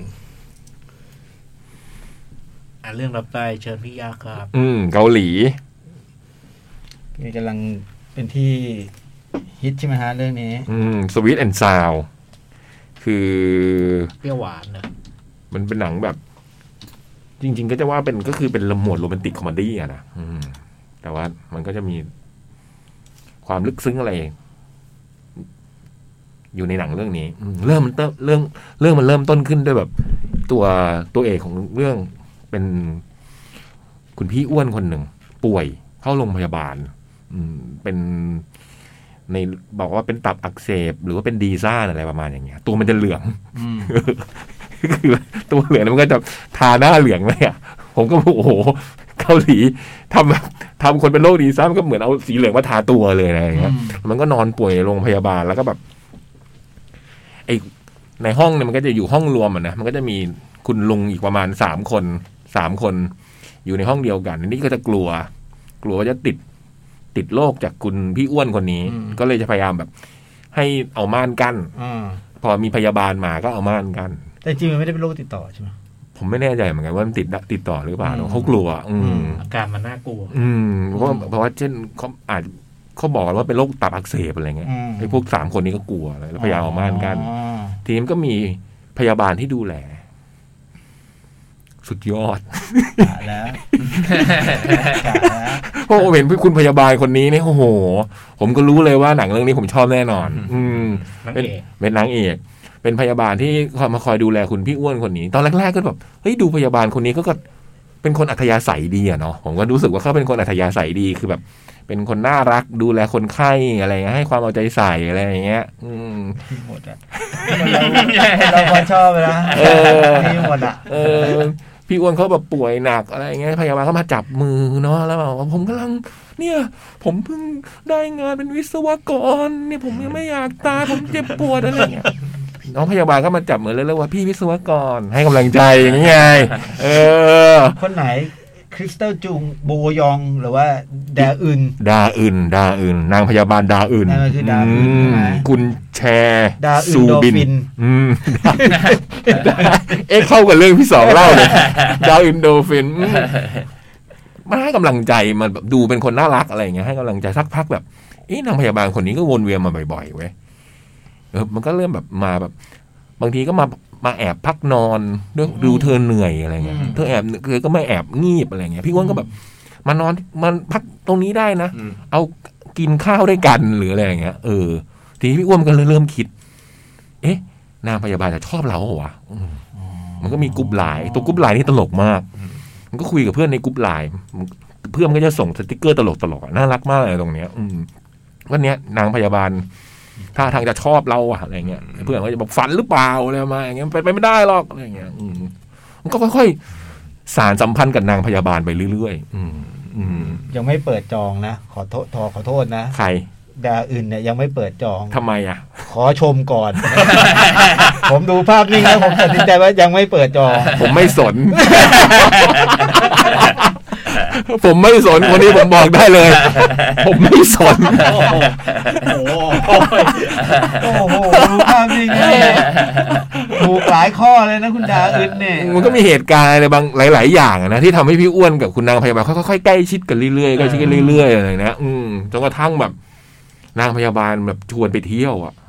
เรื่องรับไปเชิญพี่ยาครับเกาหลีนี่กำลังเป็นที่ฮิตใช่ไหมฮะเรื่องนี้ Sweet and Sound คือเปรี้ยวหวานนะมันเป็นหนังแบบจริงๆก็จะว่าเป็นก็คือเป็นหมวดโรแมนติกคอมเมดี้อะนะแต่ว่ามันก็จะมีความลึกซึ้งอะไรอยู่ในหนังเรื่องนี้เรื่องมันเริ่มต้นขึ้นด้วยแบบตัวเอกของเรื่องเป็นคุณพี่อ้วนคนหนึ่งป่วยเข้าโรงพยาบาลเป็นในบอกว่าเป็นตับอักเสบหรือว่าเป็นดีซ่าอะไรประมาณอย่างเงี้ยตัวมันจะเหลืองคือตัวเหลืองมันก็จะทาหน้าเหลืองเลยอ่ะผมก็โอ้โหเกาหลีทำคนเป็นโรคดีซ่ามันก็เหมือนเอาสีเหลืองมาทาตัวเลยอะไรอย่างเงี้ยมันก็นอนป่วยในโรงพยาบาลแล้วก็แบบไอในห้องเนี่ยมันก็จะอยู่ห้องรวมอ่ะนะมันก็จะมีคุณลุงอีกประมาณ3 คนอยู่ในห้องเดียวกันนี่ก็จะกลัวว่าจะติดโรคจากคุณพี่อ้วนคนนี้ก็เลยจะพยายามแบบให้เอาม่านกั้นพอมีพยาบาลมาก็เอาม่านกั้นแต่จริงมันไม่ได้เป็นโรคติดต่อใช่ไหมผมไม่แน่ใจเหมือนกันว่ามันติดต่อหรือเปล่าเขากลัวอาการมันน่ากลัวเพราะว่าเช่นเขาบอกว่าเป็นโรคตับอักเสบอะไรเงี้ยไอ้พวก3 คนนี้ก็กลัวแล้วพยายามเอาม่านกั้นทีนี้ก็มีพยาบาลที่ดูแลสุดยอดแล้วพอเห็นคุณพยาบาลคนนี้เนี่ยโอ้โหผมก็รู้เลยว่าหนังเรื่องนี้ผมชอบแน่นอนเป็นนางเอกเป็นพยาบาลที่มาคอยดูแลคุณพี่อ้วนคนนี้ตอนแรกๆก็แบบเฮ้ยดูพยาบาลคนนี้ก็เป็นคนอัธยาศัยดีอะเนาะผมก็รู้สึกว่าเขาเป็นคนอัธยาศัยดีคือแบบเป็นคนน่ารักดูแลคนไข้อะไรเงี้ยให้ความเอาใจใส่อะไรอย่างเงี้ยหมดอะเราพอชอบนะมีหมดอะพี่อ้วนเขาแบบป่วยหนักอะไรเงี้ยพยาบาลเขามาจับมือเนาะแล้วบอกว่าผมกำลังเนี่ยผมเพิ่งได้งานเป็นวิศวกรเนี่ยผมยังไม่อยากตายผมเจ็บปวดอะไรเงี้ยน้องพยาบาลก็มาจับมือเลยว่าพี่วิศวกรให้กำลังใจอย่างเงี้ยคนไหนคริสตัลจุงโบยองหรือว่าดาอึนนางพยาบาลดาอึนนั่นคือดาอึนคุณแชร์ซูบินเข้ากับเรื่องที่2เล่าเลยดาอึนโดฟินมาให้กำลังใจมันแบบดูเป็นคนน่ารักอะไรอย่างเงี้ยให้กำลังใจสักพักแบบนางพยาบาลคนนี้ก็วนเวียนมาบ่อยๆเว้ยมันก็เริ่มแบบมาแบบบางทีก็มามาแอบพักนอนด้วยดูเธอเหนื่อยอะไรเงี้ยเธอก็ไม่แอบงีบอะไรเงี้ยพี่อ้วนก็แบบมานอนมันพักตรงนี้ได้นะเอากินข้าวด้วยกันหรืออะไรอย่างเงี้ยทีนี้พี่อ้วนก็เลยเริ่มคิดนางพยาบาลจะชอบเราเหรอวะมันก็มีกรุ๊ปไลน์ตัวกรุ๊ปไลน์นี่ตลกมากมันก็คุยกับเพื่อนในกรุ๊ปไลน์เพื่อนก็จะส่งสติ๊กเกอร์ตลกน่ารักมากเลยตรงเนี้ยวันเนี้ยนางพยาบาลถ้าทางจะชอบเราอะไรเงี้ยเพื่อนก็จะบอกฝันหรือเปล่าอะไรมาอย่างเงี้ยไปไม่ได้หรอกอะไรเงี้ยมันก็ค่อยๆสารสัมพันธ์กับนางพยาบาลไปเรื่อยๆยังไม่เปิดจองนะขอโทษนะใครดาอื่นเนี่ยยังไม่เปิดจองทำไมอ่ะขอชมก่อน ผมดูภาพนิ่งแล้วผมตัดสินใจว่ายังไม่เปิดจองผมไม่สน ผมไม่สนวันนี้ผมบอกได้เลยผมไม่สนโอ้โหดูภาพนิ่งถูกหลายข้อเลยนะคุณดาอื่นเนี่ยมันก็มีเหตุการณ์อะไรบางหลายๆอย่างนะที่ทำให้พี่อ้วนกับคุณนางพยาบาลค่อยๆใกล้ชิดกันเรื่อยๆใกล้ชิดกันเรื่อยๆอะไรนะจนกระทั่งแบบนางพยาบาลแบบชวนไปเที่ยวอ่ะ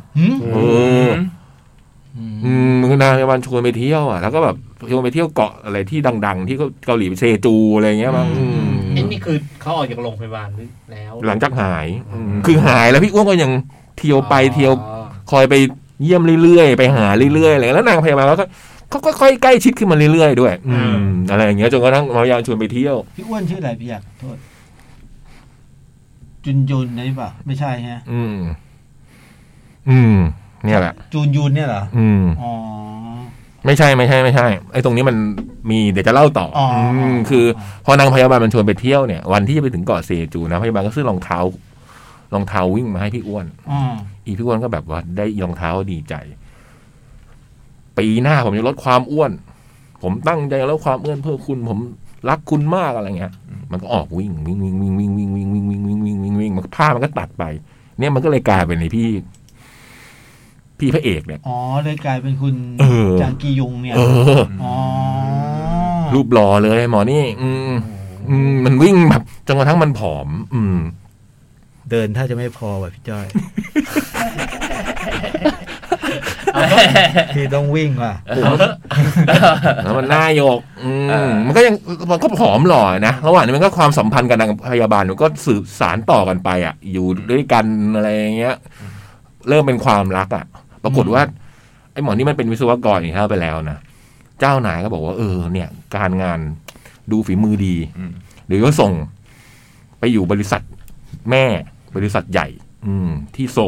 นางพยาบาลชวนไปเที่ยวอ่ะแล้วก็แบบชวนไปเที่ยวเกาะอะไรที่ดังๆที่เกาหลีเซจูอะไรเงี้ยมั้งนี่คือเขาออกจากโรงพยาบาลแล้วหลังจากหายคือหายแล้วพี่อ้วนก็ยังเที่ยวไปเที่ยวคอยไปเยี่ยมเรื่อยๆไปหาเรื่อยๆอะไรแล้วนางพยาบาลก็ค่อยๆใกล้ชิดขึ้นมาเรื่อยๆด้วยอะไรอย่างเงี้ยจนกระทั่งพยายามชวนไปเที่ยวพี่อ้วนชื่ออะไรพี่อยากโทษจุนนี่ป่ะไม่ใช่ฮะเนี่ยแหละจุนเนี่ยเหรออ๋อไม่ใช่ไอ้ตรงนี้มันมีเดี๋ยวจะเล่าต่อคือพอนางพยาบาลมันชวนไปเที่ยวเนี่ยวันที่จะไปถึงเกาะเซจูนะพยาบาลก็ซื้อรองเท้าวิ่งมาให้พี่อ้วนพี่อ้วนก็แบบว่าได้รองเท้าดีใจปีหน้าผมจะลดความอ้วนผมตั้งใจลดความอ้วนเพื่อคุณผมรักคุณมากอะไรเงี้ยมันก็ออกวิ่งมันผ้ามันก็ตัดไปเนี่ยมันก็เลยกลายเป็นในพี่พระเอกเนี่ยเลยกลายเป็นคุณจางกียุงเนี่ยรูปหล่อเลยหมอนี่มันวิ่งแบบจนกระทั่งมันผอมเดินถ้าจะไม่พอแบบพี่จ้อยที่ต้องวิ่งว่ะแล้วมันหน้าโยกมันก็ผอมหล่อนะระหว่างนี้มันก็ความสัมพันธ์กับนางพยาบาลมันก็สืบสารต่อกันไปอ่ะอยู่ด้วยกันอะไรอย่างเงี้ยเริ่มเป็นความรักอ่ะปรากฏว่าไอ้หมอนี่มันเป็นวิศวกรอย่างที่ไปแล้วนะเจ้านายก็บอกว่าเนี่ยการงานดูฝีมือดีหรือก็ส่งไปอยู่บริษัทแม่บริษัทใหญ่ที่โซ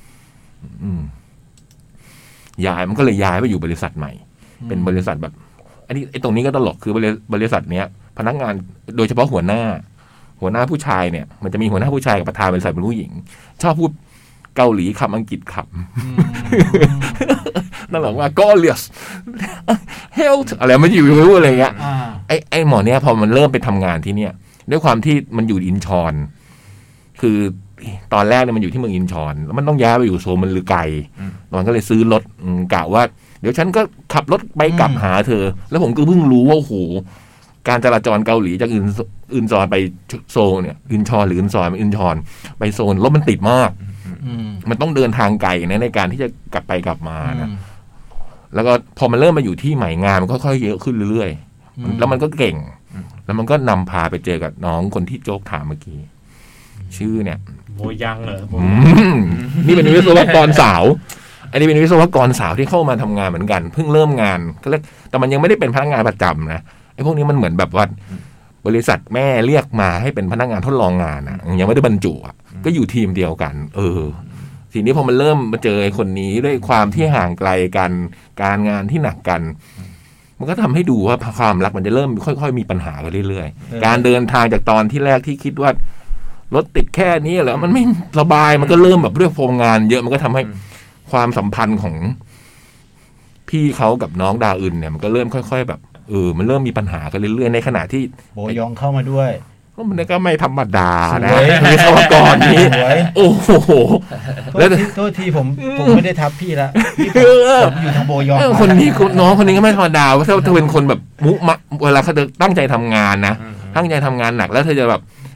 ย้ายมันก็เลยย้ายไปอยู่บริษัทใหม่เป็นบริษัทแบบอันนี้ไอ้ตรงนี้ก็ตลกคือบริษัทเนี้ยพนักงานโดยเฉพาะหัวหน้าผู้ชายเนี่ยมันจะมีหัวหน้าผู้ชายกับประธานบริษัทเป็นผู้หญิงชอบพูดเกาหลีคำอังกฤษคำนั่นหมายว่าก็เลียสเฮลท์อะไรไม่อยู่ไม่รู้อะไรเงี้ยไอ้หมอเนี้ยพอมันเริ่มไปทำงานที่เนี่ยด้วยความที่มันอยู่อินชอนคือตอนแรกเนี่ยมันอยู่ที่เมืองอินชอนแล้วมันต้องย้ายไปอยู่โซลมันลือไกลมันก็เลยซื้อรถกะว่าเดี๋ยวฉันก็ขับรถไปกลับหาเธอแล้วผมก็เพิ่งรู้ว่าโอ้โหการจราจรเกาหลีจากอื่นซอนไปโซลเนี่ยอินชอนหรืออินซอนอินชอนไปโซนรถมันติดมากมันต้องเดินทางไกลนะในการที่จะกลับไปกลับมานะแล้วก็พอมันเริ่มมาอยู่ที่ใหม่งานมันค่อยๆเยอะขึ้นเรื่อยๆแล้วมันก็เก่งแล้วมันก็นำพาไปเจอกับน้องคนที่โจ๊กถามเมื่อกี้ชื่อเนี่ยโบยังเหรอนี่เป็นวิศวกรสาวอันนี้เป็นวิศวกรสาวที่เข้ามาทำงานเหมือนกันเพิ่งเริ่มงานก็เลยแต่มันยังไม่ได้เป็นพนักงานประจำนะไอ้พวกนี้มันเหมือนแบบว่าบริษัทแม่เรียกมาให้เป็นพนักงานทดลองงานอ่ะยังไม่ได้บรรจุก็อยู่ทีมเดียวกันทีนี้พอมันเริ่มมาเจอคนนี้ด้วยความที่ห่างไกลกันการงานที่หนักกันมันก็ทำให้ดูว่าความรักมันจะเริ่มค่อยๆมีปัญหากันเรื่อยๆการเดินทางจากตอนที่แรกที่คิดว่ารถติดแค่นี้แล้วมันไม่สบายมันก็เริ่มแบบเรื่องโฟมงานเยอะมันก็ทำให้ความสัมพันธ์ของพี่เขากับน้องดาอึนเนี่ยมันก็เริ่มค่อยๆแบบมันเริ่มมีปัญหากันเรื่อยๆในขณะที่โบยองเข้ามาด้วยมันก็ไม่ธรรมดานะวิศวกรนี้โอ้โหแล้วโทษทีผมไม่ได้ทับพี่ละผมอยู่ทางโบยองคนนี้น้องคนนี้ก็ไม่ธรรมดาว่าเธอเป็นคนแบบมุมะเวลาเขาตั้งใจทำงานนะตั้งใจทำงานหนักแล้วเธอจะแบบ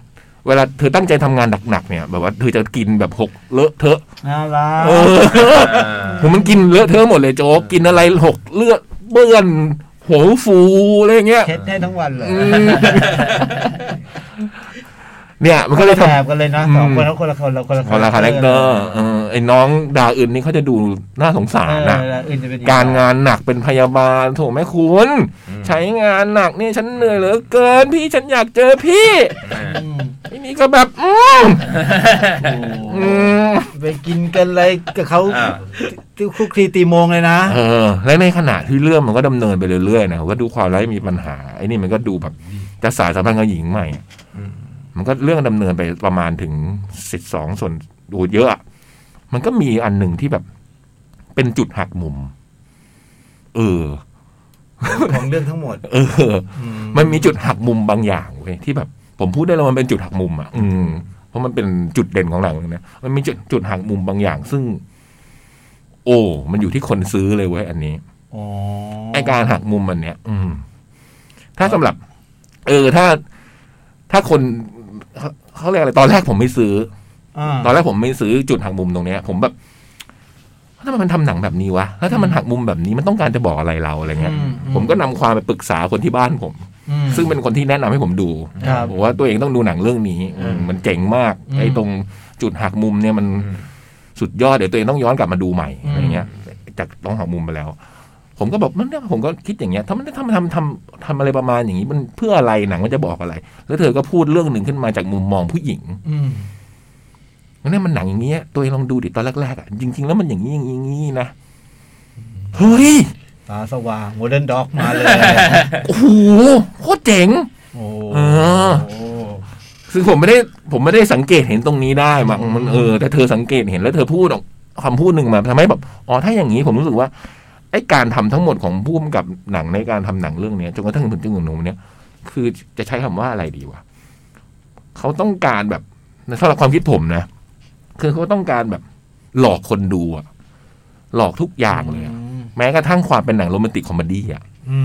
เวลาเธอตั้งใจทำงานหนักๆเนี่ยแบบว่าเธอจะกินแบบหกเลอะเทอะน่ารักผมมันกินเลอะเทอะหมดเลยโจ๊กกินอะไรหกเลือดเปื้อนหัวฟูอะไรเงี้ยเช็ดให้ทั้งวันเลยเนี่ยมันก็เลยทำแบบกันเลยนะสองคนแล้วคนละคาแรคเตอร์ไอ้น้องดาอื่นนี่เขาจะดูน่าสงสารนะการงานหนักเป็นพยาบาลโถแม่คุณใช้งานหนักนี่ฉันเหนื่อยเหลือเกินพี่ฉันอยากเจอพี่ทีนี้ก็แบบไปกินกันอะไรกับเขาคุกคลีตีโมงเลยนะและในขณะที่เรื่องมันก็ดำเนินไปเรื่อยๆนะก็ดูความไร้มีปัญหาไอ้นี่มันก็ดูแบบจะสายสัมพันธ์กับหญิงใหม่มันก็เรื่องดำเนินไปประมาณถึง12ส่วนดูเยอะมันก็มีอันหนึ่งที่แบบเป็นจุดหักมุมของเรื่องทั้งหมดมันมีจุดหักมุมบางอย่างเว้ยที่แบบผมพูดได้แล้วมันเป็นจุดหักมุมอ่ะเพราะมันเป็นจุดเด่นของหนังนะมันมีจุดหักมุมบางอย่างซึ่งมันอยู่ที่คนซื้อเลยเว้ยอันนี้ไอการหักมุมมันเนี้ยถ้าสำหรับถ้าคนเขาเรียกอะไรตอนแรกผมไม่ซื้อตอนแรกผมไม่ซื้อจุดหักมุมตรงเนี้ยผมแบบถ้ามันทำหนังแบบนี้วะแล้วถ้ามันหักมุมแบบนี้มันต้องการจะบอกอะไรเราอะไรเงี้ยผมก็นำความไปปรึกษาคนที่บ้านผมซึ่งเป็นคนที่แนะนำให้ผมดูบอกว่าตัวเองต้องดูหนังเรื่องนี้มันเจ๋งมากไอ้ตรงจุดหักมุมเนี่ยมันสุดยอดเดี๋ยวตัวเองต้องย้อนกลับมาดูใหม่อะไรเงี้ยจากต้องหักมุมไปแล้วผมก็บอกมันเนี่ยผมก็คิดอย่างเงี้ยถ้ามันทำอะไรประมาณอย่างนี้มันเพื่ออะไรหนังมันจะบอกอะไรแล้วเธอก็พูดเรื่องหนึ่งขึ้นมาจากมุมมองผู้หญิงเนี่ยมันหนังอย่างเงี้ยตัวเองลองดูดิตอนแรกๆอ่ะจริงๆแล้วมันอย่างนี้นะเฮ้ยตาสว่างโมเดิร์นด็อกมาเลยโอ้โหโคตรเจ๋งซึ่งผมไม่ได้สังเกตเห็นตรงนี้ได้มันแต่เธอสังเกตเห็นแล้วเธอพูดออกคำพูดหนึ่งมาทำให้แบบถ้าอย่างนี้ผมรู้สึกว่าไอ้การทำทั้งหมดของผู้กำกับหนังในการทำหนังเรื่องนี้จนกระทั่งถึงจุดหนึ่งเนี่ยคือจะใช้คำว่าอะไรดีวะเขาต้องการแบบสำหรับความคิดผมนะคือเขาต้องการแบบหลอกคนดูอะหลอกทุกอย่างเลยแม้กระทั่งความเป็นหนังโรแมนติกคอมเมดี้อะ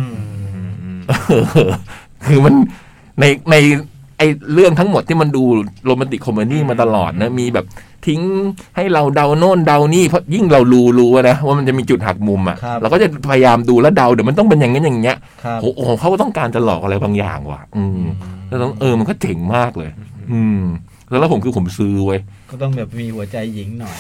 คือมันในไอเรื่องทั้งหมดที่มันดูโรแมนติกคอมเมดี้มาตลอดนะมีแบบทิ้งให้เราเดาโน่นเดานี่เพราะยิ่งเรารู้นะว่ามันจะมีจุดหักมุมอ่ะเราก็จะพยายามดูแล้วเดาเดี๋ยวมันต้องเป็นอย่างนั้นอย่างเงี้ยโอ้โหเขาก็ต้องการจะหลอกอะไรบางอย่างว่ะแล้วต้องมันก็เจ๋งมากเลยแล้วผมซื้อไว้ก็ต้องแบบมีหัวใจหญิงหน่อย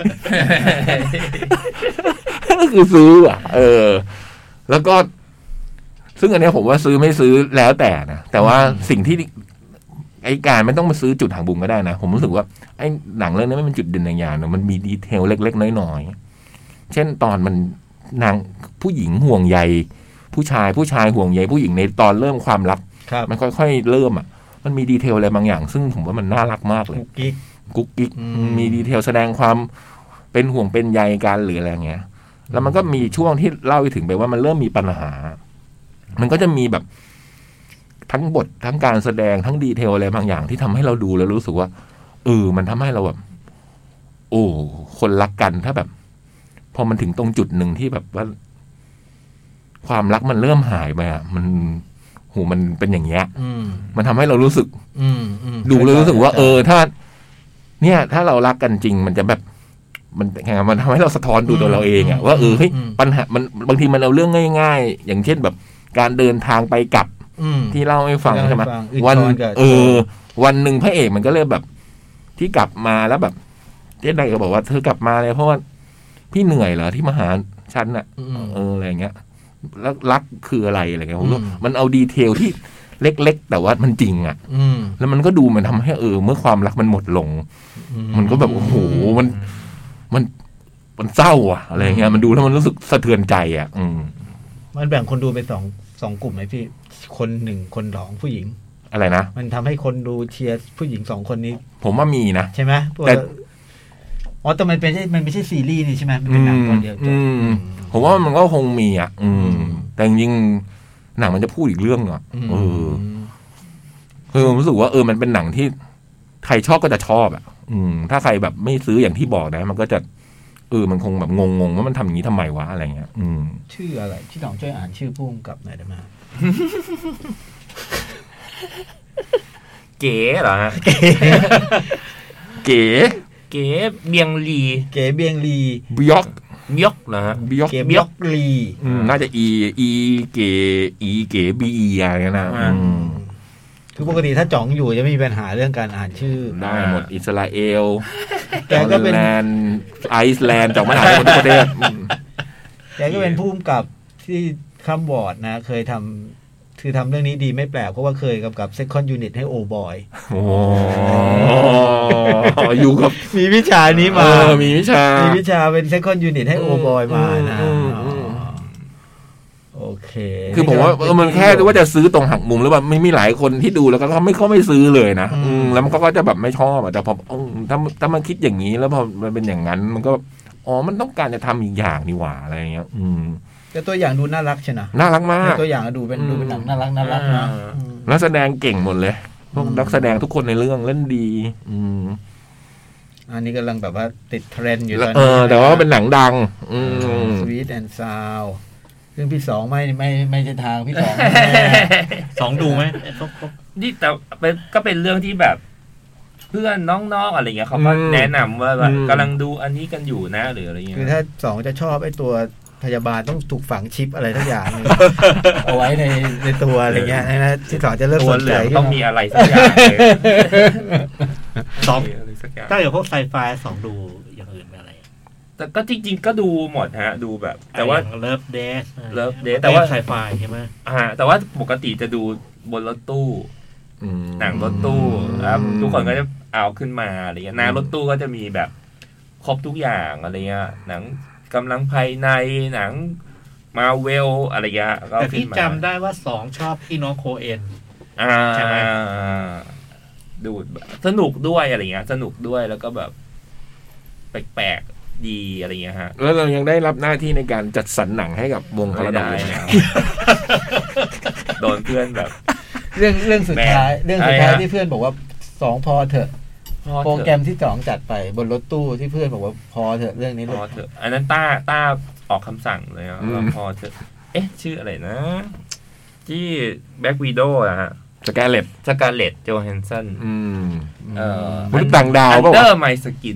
ก็คือซื้ออ่ะแล้วก็ซึ่งอันนี้ผมว่าซื้อไม่ซื้อแล้วแต่นะแต่ว่าสิ่งที่ไอ้การไม่ต้องมาซื้อจุดหักมุมก็ได้นะผมรู้สึกว่าไอ้หนังเรื่องนี้ไม่เป็นจุดเด่นอย่างนะมันมีดีเทลเล็กๆน้อยๆเช่นตอนมันนางผู้หญิงห่วงใยผู้ชายห่วงใยผู้หญิงในตอนเริ่มความรักมันค่อยๆเริ่มอ่ะมันมีดีเทลอะไรบางอย่างซึ่งผมว่ามันน่ารักมากเลยกุ๊กกิ๊กมีดีเทลแสดงความเป็นห่วงเป็นใยกันหรืออะไรเงี้ยแล้วมันก็มีช่วงที่เล่าถึงไปว่ามันเริ่มมีปัญหามันก็จะมีแบบทั้งบททั้งการแสดงทั้งดีเทลอะไรบางอย่างที่ทำให้เราดูแล้วรู้สึกว่ามันทำให้เราแบบคนรักกันถ้าแบบพอมันถึงตรงจุดหนึ่งที่แบบว่าความรักมันเริ่มหายไปอ่ะมันเป็นอย่างเงี้ยมันทำให้เรารู้สึกดูแล้วรู้สึกว่าถ้าเนี่ยถ้าเรารักกันจริงมันจะแบบมันทำให้เราสะท้อนดูตัวเราเองอ่ะว่าเฮ้ยปัญหามันบางทีมันเอาเรื่องง่ายๆอย่างเช่นแบบการเดินทางไปกลับที่เล่าให้ฟังใช่ไหมวันหนึ่งพระเอกมันก็เลยแบบที่กลับมาแล้วแบบเจ๊ใดก็บอกว่าเธอกลับมาเลยเพราะว่าพี่เหนื่อยเหรอที่มาหาฉันอ่ะอะไรเงี้ยแล้วรักคืออะไรอะไรเงี้ยผมว่ามันเอาดีเทลที่เล็กๆแต่ว่ามันจริงอ่ะแล้วมันก็ดูมันทำให้เมื่อความรักมันหมดลงมันก็แบบโอ้โหมันเศร้าอ่ะอะไรเงี้ยมันดูแล้วมันรู้สึกสะเทือนใจอ่ะมันแบ่งคนดูเป็นสองกลุ่มไหมพี่คนหนึ่งคนสองผู้หญิงอะไรนะมันทำให้คนดูเชียร์ผู้หญิง2คนนี้ผมว่ามีนะใช่ไหมแต่มันไม่ใช่ซีรีส์นี่ใช่ไหมมันเป็นหนังตอนเดียวผมว่ามันก็คงมีอ่ะแต่จริงหนังมันจะพูดอีกเรื่องอ่ะคือผมรู้สึกว่ามันเป็นหนังที่ใครชอบก็จะชอบอ่ะถ้าใครแบบไม่ซื้ออย่างที่บอกนะมันก็จะมันคงแบบงงว่ามันทำอย่างนี้ทำไมวะอะไรเงี้ยชื่ออะไรที่น้องช่วยอ่านชื่อผู้กำกับหน่อยได้ไหมเก๋เหรอฮะเก๋เบียงลีเก๋เบียงลีบิยอกเหรอฮะบิยอกเก๋เบียกลีน่าจะอีเก๋บีอะไรนะคือปกติถ้าจ๋องอยู่จะไม่มีปัญหาเรื่องการอ่านชื่อได้หมดอิสราเอลแกก็เป็นไอซ์แลนด์จ๋องไม่อ่านหมดทุกประเทศแกก็เป็นผู้กำกับที่คัมบอร์ดนะเคยทำเรื่องนี้ดีไม่แปลกเพราะว่าเคยกำกับ Second Unit ให้โอบอยอยู่กับมีวิชานี้มามีวิชาเป็น Second Unit ให้โอบอยมานะโอเคคือผมว่ามันแค่ว่าจะซื้อตรงหักมุมหรือว่าไม่มีหลายคนที่ดูแล้วก็ไม่ซื้อเลยนะแล้วมันก็จะแบบไม่ชอบแต่พอถ้ามันคิดอย่างนี้แล้วพอมันเป็นอย่างนั้นมันก็มันต้องการจะทำอีกอย่างนี่หว่าอะไรอย่างเงี้ยแต่ตัวอย่างดูน่ารักใช่ไหมน่ารักมากตัวอย่างดูเป็นหนังน่ารักนะแล้วแสดงเก่งหมดเลยพวกนักแสดงทุกคนในเรื่องเล่นดีอันนี้กำลังแบบว่าติดเทรนด์อยู่ตอนนี้แต่ว่าเป็นหนังดัง Sweet and Sound เรื่องพี่สองไม่ใช่ทางพี่สองสองดูไหมนี่แต่ก็เป็นเรื่องที่แบบเพื่อนน้องๆอะไรเงี้ยเขาก็แนะนำว่ากำลังดูอันนี้กันอยู่นะหรืออะไรเงี้ยคือถ้าสองจะชอบไอ้ตัวพยาบาลต้องถูกฝังชิปอะไรทุกอย่างเอาไว้ในตัวอะไรเงี้ยนะที่สองจะเริ่มสนใจต้องมีอะไรสักอย่างสองถ้าอย่างพวกไซไฟสองดูอย่างอื่นอะไรแต่ก็จริงๆก็ดูหมดฮะดูแบบแต่ว่าเลิฟเดทแต่ว่าไซไฟใช่ไหมแต่ว่าปกติจะดูบนรถตู้หนังรถตู้ครับทุกคนก็จะเอาขึ้นมาอะไรเงี้ยหนังรถตู้ก็จะมีแบบครบทุกอย่างอะไรเงี้ยหนังกำลังภายในหนังมาเวลอะไรเงี้ยแต่พี่จำได้ว่าสองชอบพี่น้องโคเอ็นใช่ไหมดูสนุกด้วยอะไรเงี้ยสนุกด้วยแล้วก็แบบแปลกๆดีอะไรเงี้ยฮะแล้วเรายังได้รับหน้าที่ในการจัดสรรหนังให้กับวงพาราไดซ์โดนเพื่อนแบบเรื่องสุดท้ายที่เพื่อนบอกว่าสองพอเถอะโปรแกรมที่สองจัดไปบนรถตู้ที่เพื่อนบอกว่าพอเถอะเรื่องนี้พอเถอะอันนั้นต้าออกคำสั่งเลยว่าพอเถอะชื่ออะไรนะที่แบ็กวีโดอะฮะสกาเลตโจแฮนสันมนุษย์ต่างดาวป่ะอันเดอร์ไมสกิน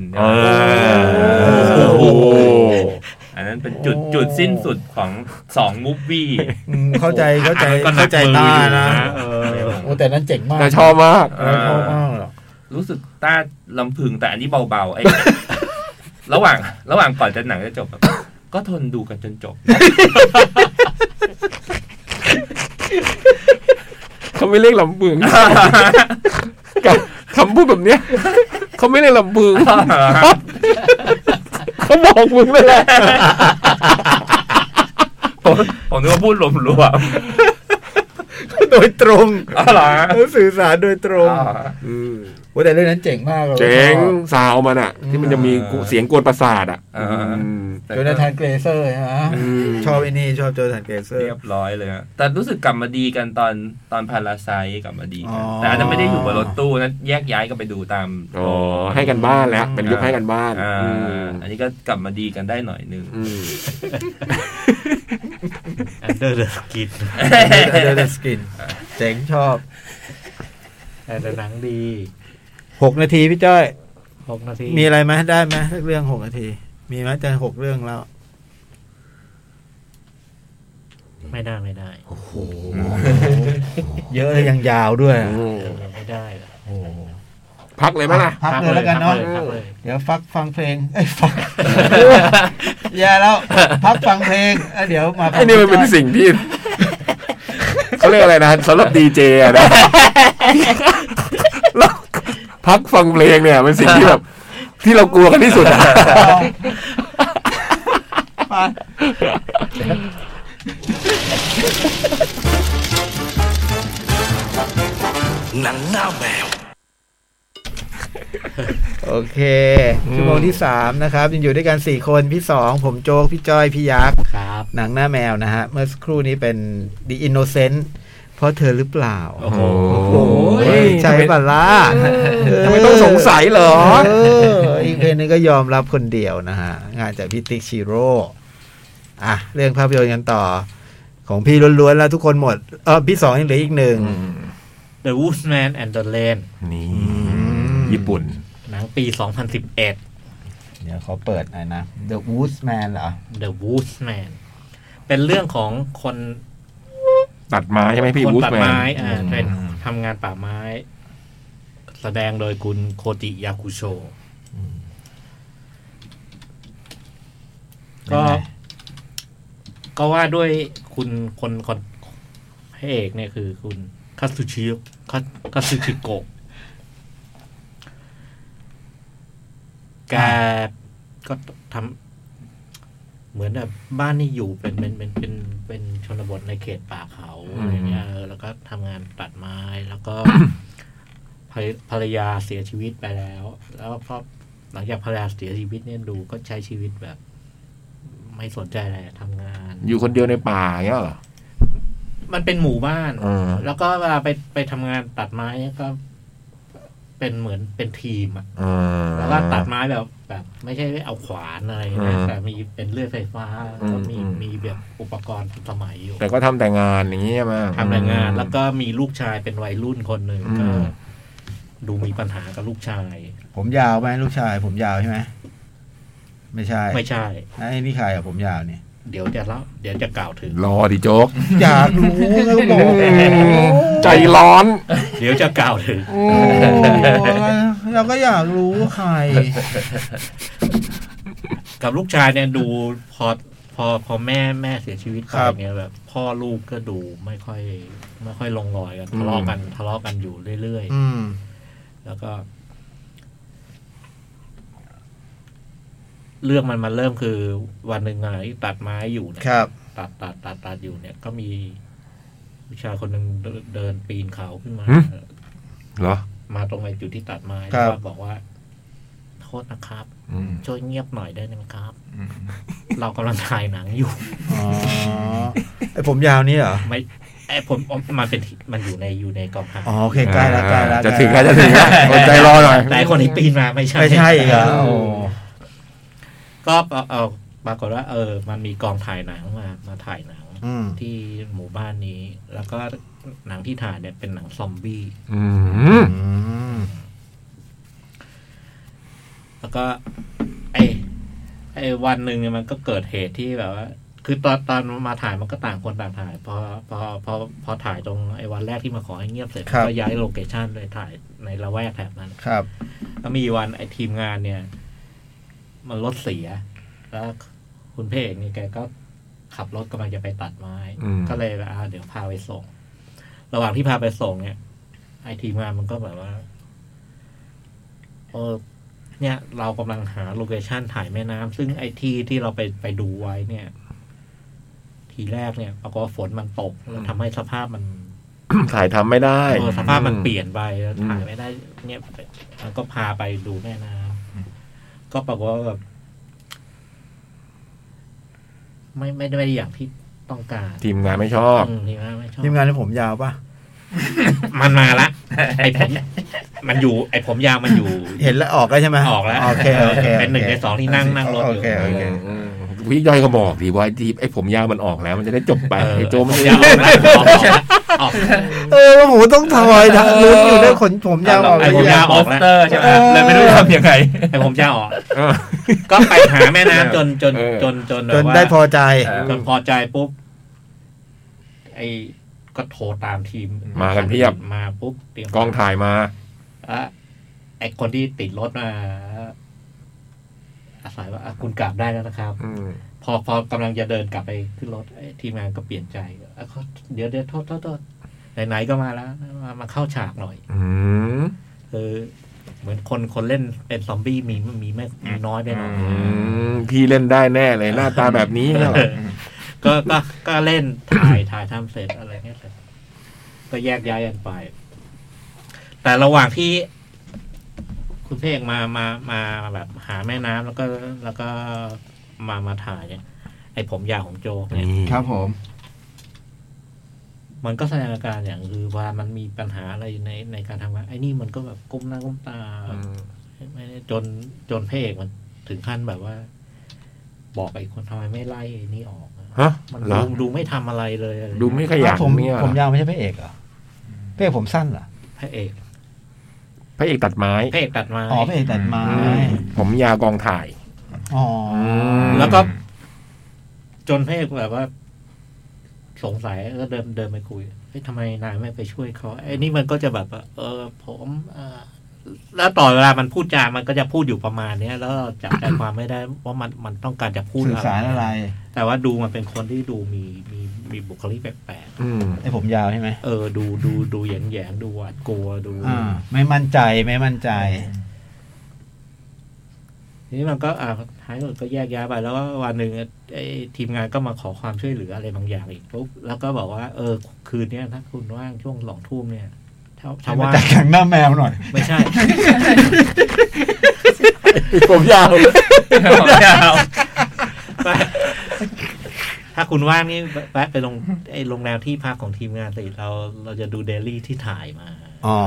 อันนั้นเป็นจุดสิ้นสุดของ2มูฟวี่เข้าใจตานะโอ้แต่นั้นเจ๋งมากชอบมากรู้สึกต้าลำพึงแต่อันนี้เบาๆไอ้ระหว่างก่อนจะหนังจะจบก็ทนดูกันจนจบเขาไม่เรียกลำพึงกับคำพูดแบบเนี้ยเขาไม่เรียกลำพึงเขาบอกมึงเลยแหละผมนึกว่าพูดรวมโดยตรงสื่อสารโดยตรงว่าแต่เรื่องนั้นเจ๋งมากเลยเจ๋งซาวมันอ่ะที่มันจะมีเสียงกวนประสาทอ่ะโจนาธานเกรเซอร์ฮะชอบไอ้นี่ชอบโจนาธานเกรเซอร์เรียบร้อยเลยแต่รู้สึกกลับมาดีกันตอนพาราไซต์กลับมาดีกันแต่อาจจะไม่ได้อยู่บนรถตู้นั้นแยกย้ายกันไปดูตามให้กันบ้านแล้วเป็นยุคให้กันบ้านอันนี้ก็กลับมาดีกันได้หน่อยนึง Under the Skin Under the Skin เจ๋งชอบแต่หนังดี 6 นาทีพี่จ้อย 6 นาทีมีอะไรไหมได้ไหมเรื่อง6 นาทีมีไหมจะ6 เรื่องแล้วไม่ได้โอ้โหเยอะเลยยังยาวด้วยไม่ได้โอ้พักเลยไหมล่ะพักเลยแล้วกันเนาะเดี๋ยวฟังเพลงฟังอย่าแล้วพักฟังเพลงเดี๋ยวมาไอ้นี่มันเป็นสิ่งที่เขาเรียกอะไรนะสำหรับดีเจนะพักฟังเพลงเนี่ยเป็นสิ่งที่แบบที่เรากลัวกันที่สุดอะหนังหน้าแมวโอเคชั่วโมงที่3นะครับยังอยู่ด้วยกัน4 คนพี่2ผมโจ๊กพี่จ้อยพี่ยักษ์หนังหน้าแมวนะฮะเมื่อสักครู่นี้เป็น The Innocent เพราะเธอหรือเปล่าโอ้โหใช่ป่ะล่ะทำไมต้องสงสัยเหรออีกเพลงนึงก็ยอมรับคนเดียวนะฮะงานจากพี่ติ๊กชิโร่เรื่องภาพยนตร์กันต่อของพี่ล้วนๆแล้วทุกคนหมดพี่2ยังเหลืออีก1 The Woodsman and the Rain นี่ญี่ปุ่นหนังปี 2011 เดี๋ยวเขาเปิดหน่อยนะ The Woodsman เหรอ The Woodsman เป็นเรื่องของคนตัดไม้ใช่ไหมพี่คน Woodsman ตัดไม้เป็นทำงานป่าไม้แสดงโดยคุณโคจิยากุโชก็ว่าด้วยคนพระเอกเนี่ยคือคุณคาซึชิโกะแกก็ทำเหมือนแบบบ้านนี่อยู่เป็นชนบทในเขตป่าเขาอะไรเงี้ยแล้วก็ทำงานตัดไม้แล้วก็ ภรรยาเสียชีวิตไปแล้วพอหลังจากภรรยาเสียชีวิตเนี่ยดูก็ใช้ชีวิตแบบไม่สนใจอะไรทำงานอยู่คนเดียวในป่าเงี้ยเหรอมันเป็นหมู่บ้านแล้วก็เวลาไปทำงานตัดไม้ก็เป็นเหมือนเป็นทีมแล้วก็ตัดไม้แบบไม่ใช่เอาขวานอะไรนะแต่มีเป็นเลื่อยไฟฟ้าแล้วก็มีแบบอุปกรณ์สมัยอยู่แต่ก็ทำแต่งานอย่างนี้มั้งทำแต่งานแล้วก็มีลูกชายเป็นวัยรุ่นคนหนึ่งก็ดูมีปัญหากับลูกชายผมยาวไหมลูกชายผมยาวใช่ไหมไม่ใช่ไอ้นี่ใครอะผมยาวเนี่ยเดี๋ยวจะกล่าวถึงรอดิโจ๊กอยากรู้แล้วบอกใจร้อนเดี๋ยวจะกล่าวถึงเราก็อยากรู้ใครกับลูกชายเนี่ยดูพอแม่เสียชีวิตไปเนี่ยแบบพ่อลูกก็ดูไม่ค่อยลงรอยกันทะเลาะกันอยู่เรื่อยๆแล้วก็เรื่องมันมาเริ่มคือวันหนึ่งไงตัดไม้อยู่นะครับตัดอยู่เนี่ยก็มีผู้ชายคนหนึ่งเดินปีนเขาขึ้นมาเหรอมาตรงในจุดที่ตัดไม้แล้วบอกว่าโทษนะครับช่วยเงียบหน่อยได้ไหมครับเรากำลังถ่ายหนังอยู่ไอ้ผมยาวนี่เหรอไม่ไอ้ผมมันอยู่ในกองถ่ายโอเคใกล้แล้วจะถึงแล้วอดใจรอหน่อยแต่คนที่ปีนมาไม่ใช่เหรอก็ปรากฏว่ามันมีกองถ่ายหนังมาถ่ายหนังที่หมู่บ้านนี้แล้วก็หนังที่ถ่ายเนี่ยเป็นหนังซอมบี้แล้วก็ไอ้วันหนึ่งเนี่ยมันก็เกิดเหตุที่แบบว่าคือตอนมาถ่ายมันก็ต่างคนต่างถ่ายพอถ่ายตรงไอ้วันแรกที่มาขอให้เงียบเสร็จก็ย้ายโลเคชั่นเลยถ่ายในละแวกแถบนั้นครับแล้วมีวันไอ้ทีมงานเนี่ยมันรถเสียแล้วคุณเพกนี่แกก็ขับรถกำลังจะไปตัดไม้ก็เลยเดี๋ยวพาไปส่งระหว่างที่พาไปส่งเนี่ยไอ้ทีมงานมันก็แบบว่าเนี่ยเรากำลังหาโลเคชั่นถ่ายแม่น้ำซึ่งไอ้ที่เราไปดูไว้เนี่ยทีแรกเนี่ยปรากฏว่าฝนมันตกแล้วทำให้สภาพมันถ่ายทำไม่ได้สภาพมันเปลี่ยนไปถ่ายไม่ได้เนี่ยมันก็พาไปดูแม่น้ำก็ปรากฏว่าแบบไม่ได้อย่างที่ต้องการทีมงานไม่ชอบทีมงานที่ผมยาวป่ะมันมาละไอ้ผมมันอยู่ไอ้ผมยาวมันอยู่เห็นแล้วออกแล้วใช่ไหมออกแล้วโอเคเป็น1 ใน 2ที่นั่งรถอยู่พี่ย่อยก็บอกดีว่าไอ้ผมยาวมันออกแล้วมันจะได้จบไปไอ้โจมันยาวผมต้องถอยลุ้นอยู่ด้วยขนผมยาวออกไอ้ผมยาวออกแล้วใช่ไหมเลยไม่รู้จะทำยังไงไอ้ผมยาวออกก็ไปหาแม่น้ำจนได้พอใจจนพอใจปุ๊บไอ้ก็โทรตามทีมมากันเพียบมาปุ๊บเตรียมกองถ่ายมาไอ้คนที่ติดรถมาอาศัยว่าคุณกลับได้แล้วนะครับพอกำลังจะเดินกลับไปขึ้นรถทีมงานก็เปลี่ยนใจเดี๋ยวโทษไหนๆก็มาแล้วมาเข้าฉากหน่อยเหมือนคนเล่นเป็นซอมบี้มีไม่มีน้อยไปหน่อยพี่เล่นได้แน่เลยหน้าตาแบบนี้ก็เล่นถ่ายทำเสร็จอะไรเงี้ยเสร็จก็แยกย้ายกันไปแต่ระหว่างที่คุณเพกมาแบบหาแม่น้ำแล้วก็มาถ่ายเนี่ยไอ้ผมยาวของโจเนี่ยครับผมมันก็แสดงอาการอย่างคือว่ามันมีปัญหาอะไรในการทำงานไอ้นี่มันก็แบบก้มหน้าก้มตาจนเพกมันถึงขั้นแบบว่าบอกไอ้คนทำไมไม่ไล่นี่ออกมันดูไม่ทำอะไรเลยดูไม่ขยันผมยาวไม่ใช่พระเอกเหรอพระเอกผมสั้นเหรอพระเอกตัดไม้พระเอกตัดไม้พระเอกตัดไม้ผมยาวกองถ่ายแล้วก็จนพระเอกแบบว่าสงสัยก็เดินไปคุยทำไมนายไม่ไปช่วยเขาไอ้นี่มันก็จะแบบผมแล้วต่อเวลามันพูดจามันก็จะพูดอยู่ประมาณนี้แล้วจับใจความไม่ได้ว่ามันต้องการจะพูดสื่อสารอะไรแต่ว่าดูมันเป็นคนที่ดูมีบุคลิกแปลกๆไอ้ผมยาวใช่ไหมดูแยงดูหวาดกลัวดูไม่มั่นใจทีนี้มันก็ท้ายสุดก็แยกย้ายไปแล้วก็วันหนึ่งไอ้ทีมงานก็มาขอความช่วยเหลืออะไรบางอย่างอีกปุ๊บแล้วก็บอกว่าคืนนี้ถ้าคุณว่างช่วง20:00 นเนี่ยถ้าว่าจัดแข่งหน้าแมวหน่อยไม่ใช่ผมยาวถ้าคุณว่างนี่แวะไปโรงแรมที่พักของทีมงานสิเราจะดูเดลี่ที่ถ่ายมา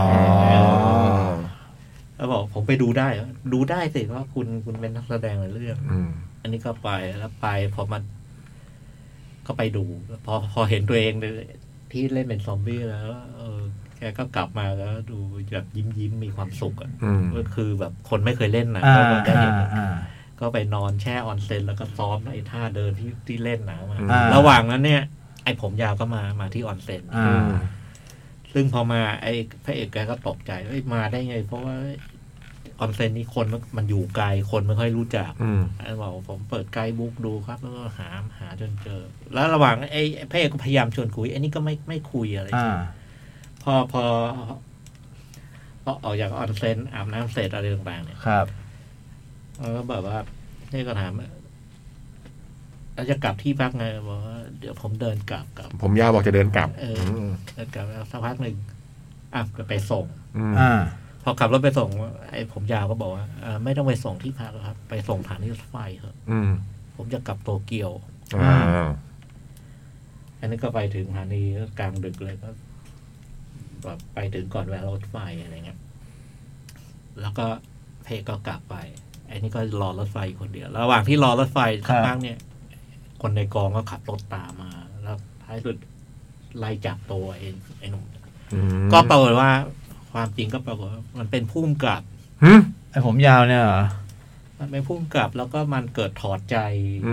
แล้วบอกผมไปดูได้สิเพราะคุณเป็นนักแสดงในเรื่องอันนี้ก็ไปแล้วไปพอมันก็ไปดูพอเห็นตัวเองที่เล่นเป็นซอมบี้แล้วแกก็กลับมาแล้วดูแบบยิ้มมีความสุขอ่ะก็คือแบบคนไม่เคยเล่นนะก็ได้เห็นก็ไปนอนแช่ออนเซ็นแล้วก็ซ้อมไอ้ท่าเดินที่เล่นหนังมาระหว่างนั้นเนี่ยไอ้ผมยาวก็มาที่ออนเซ็นซึ่งพอมาไอ้พระเอกแกก็ตกใจมาได้ไงเพราะว่าออนเซ็นนี่คนมันอยู่ไกลคนไม่ค่อยรู้จักบอกผมเปิดไกด์บุ๊กดูครับแล้วก็หาจนเจอแล้วระหว่างไอ้พระเอกก็พยายามชวนคุยไอ้นี่ก็ไม่คุยอะไรพอออกจากออนเซ็นอาบน้ำเสร็จอะไรต่างๆเนี่ยครับแล้วก็แบบว่านี่ก็ถามเราจะกลับที่พักไงบอกว่าเดี๋ยวผมเดินกลับผมยาวบอกจะเดินกลับเดินกลับแล้วสักพักหนึ่งก็ไปส่งพอขับรถไปส่งไอ้ผมยาวก็บอกว่าไม่ต้องไปส่งที่พักครับไปส่งสถานีรถไฟครับผมจะกลับโตเกียวอันนี้ก็ไปถึงสถานีกลางดึกเลยก็แบบไปถึงก่อนแวะรถไฟอะไรเงี้ยแล้วก็เพก็กลับไปไอ้นี่ก็รอรถไฟคนเดียวระหว่างที่รอรถไฟสักพักเนี่ยคนในกองก็ขับรถตามมาแล้วท้ายสุดไล่จับตัวไอ้หนุ่มก็ปรากฏว่าความจริงก็ปรากฏว่ามันเป็นผู้กำกับไอ้ผมยาวเนี่ยเหรอมันเป็นผู้กำกับแล้วก็มันเกิดถอดใจ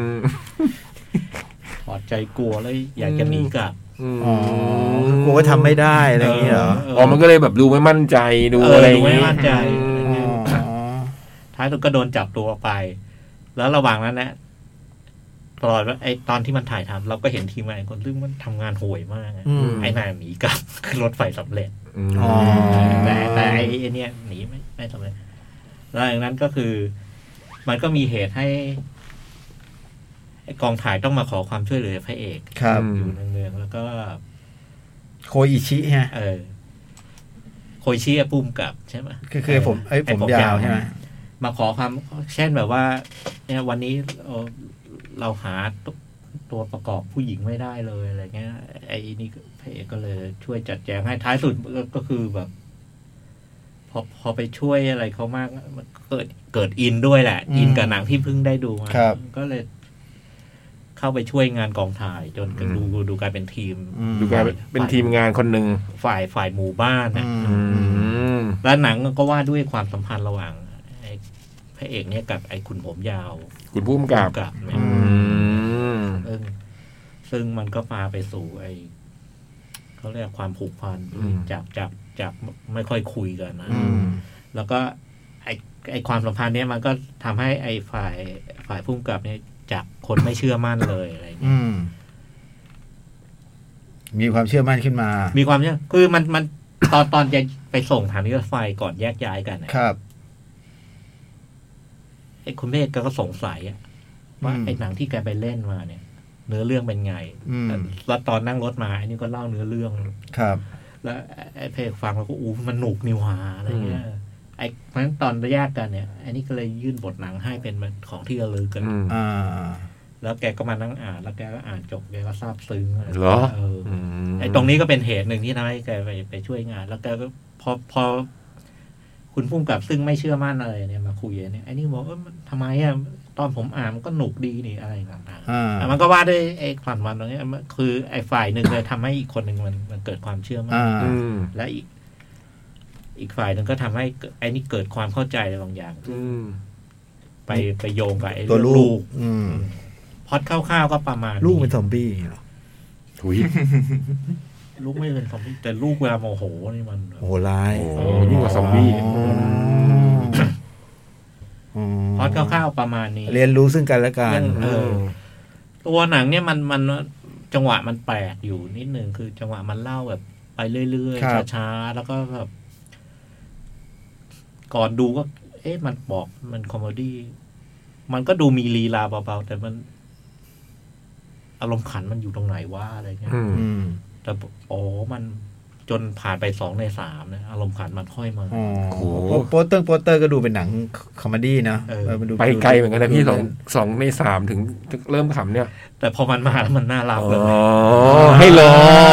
กลัวแล้วอยากจะหนีกลับกลัวว่าทำไม่ได้อะไรอย่างเงี้ยเหรอมันก็เลยแบบดูไม่มั่นใจดูอะไรไม่มั่นใจท้ายสุดก็โดนจับตัวไปแล้วระหว่างนั้นแหละตลอดว่าไอ้ตอนที่มันถ่ายทำเราก็เห็นทีมงานคนซึ่งมันทำงานห่วยมากไอ้นายหนีกลับขึ้นรถไฟสำเร็จแต่ไอ้เนี่ยหนีไม่สำเร็จแล้วอย่างนั้นก็คือมันก็มีเหตุให้กองถ่ายต้องมาขอความช่วยเหลือพระเอกอยู่เนืองๆแล้วก็โคอิชิฮะโคอิชิปุ้มกับใช่ไหมคือผมยาวใช่ไหมมาขอความเช่นแบบว่าเนี่ยวันนี้เราหาตัวประกอบผู้หญิงไม่ได้เลยอะไรเงี้ยไอ้นี่พระเอกก็เลยช่วยจัดแจงให้ท้ายสุดก็คือแบบพอไปช่วยอะไรเขามากมันเกิดอินด้วยแหละอินกับหนังที่เพิ่งได้ดูมาก็เลยเข้าไปช่วยงานกองถ่ายจนดูกลายเป็นทีมดูกลายเป็นทีมงานคนหนึ่งฝ่ายหมู่บ้านนะแล้วหนังก็ว่าด้วยความสัมพันธ์ระหว่างพระเอกเนี่ยกับไอ้คุณผมยาวคุณพุ่มกับเนี่ยซึ่งมันก็พาไปสู่ไอ้เขาเรียกความผูกพันจากไม่ค่อยคุยกันนะแล้วก็ไอ้ความสัมพันธ์เนี้ยมันก็ทำให้ไอ้ฝ่ายพุ่มกับเนี่ยจากคนไม่เชื่อมั่นเลยอะไรอย่างเงี้ยมีความเชื่อมั่นขึ้นมามีความเชื่อคือมันตอนจะไปส่งสถานีรถไฟก่อนแยกย้ายกันครับไอ้คุณเมฆก็สงสัยว่าไอ้หนังที่แกไปเล่นมาเนี่ยเนื้อเรื่องเป็นไงแล้วตอนนั่งรถมาไอ้นี่ก็เล่าเนื้อเรื่องครับแล้วไอ้เพจฟังแล้วก็มันหนุกนิวหาอะไรเงี้ยไอ้เพราะฉะนั้นตอนแยกกันเนี่ยไอ้นี่ก็เลยยื่นบทหนังให้เป็นของที่ระลึกกันแล้วแกก็มานั่งอ่านแล้วแกก็อ่านจบแกก็ซาบซึ้งอะไรไอ้ตรงนี้ก็เป็นเหตุหนึ่งที่ทำให้แกไปช่วยงานแล้วแกก็พอคุณพุ่มกับซึ่งไม่เชื่อมั่นอะไรเนี่ยมาคุยเนี่ยไอ้นี่บอกทำไมตอนผมอ่านมันก็หนุกดีนี่อะไรต่างๆมันก็ว่าด้วยไอ้ความมันตรงนี้คือไอ้ฝ่ายหนึ่งเลยทำให้อีกคนหนึ่งมันเกิดความเชื่อมั่นและอีกอีกฝ่ายนึงก็ทำให้ไอ้นี่เกิดความเข้าใจอะไรบางอย่างไปโยงกับไอ้ตัวลูกพอดคร่าวๆก็ประมาณลูกเป็นซอมบี้เหรอถุยลูกไม่เป็นซอมบี้แต่ลูกเวลาโมโหนี่มันโหร้ายยิ่งกว่าซอมบี้พอดคร่าวๆประมาณนี้เรียนรู้ซึ่งกันและกันตัวหนังเนี่ยมันจังหวะมันแปลกอยู่นิดนึงคือจังหวะมันเล่าแบบไปเรื่อยๆช้าๆแล้วก็แบบก่อนดูก็มันบอกมันคอมเมดี้มันก็ดูมีลีลาเบาๆแต่มันอารมณ์ขันมันอยู่ตรงไหนวะอะไรเงี้ยแต่มันจนผ่านไป2 ใน 3นะอารมณ์ขันมันค่อยมาโปสเตอร์ก็ดูเป็นหนังคอมเมดี้นะไปไกลเหมือนกันนะพี่2 ใน 3ถึงเริ่มขำเนี่ยแต่พอมันมาแล้วมันน่ารักเลยให้รอ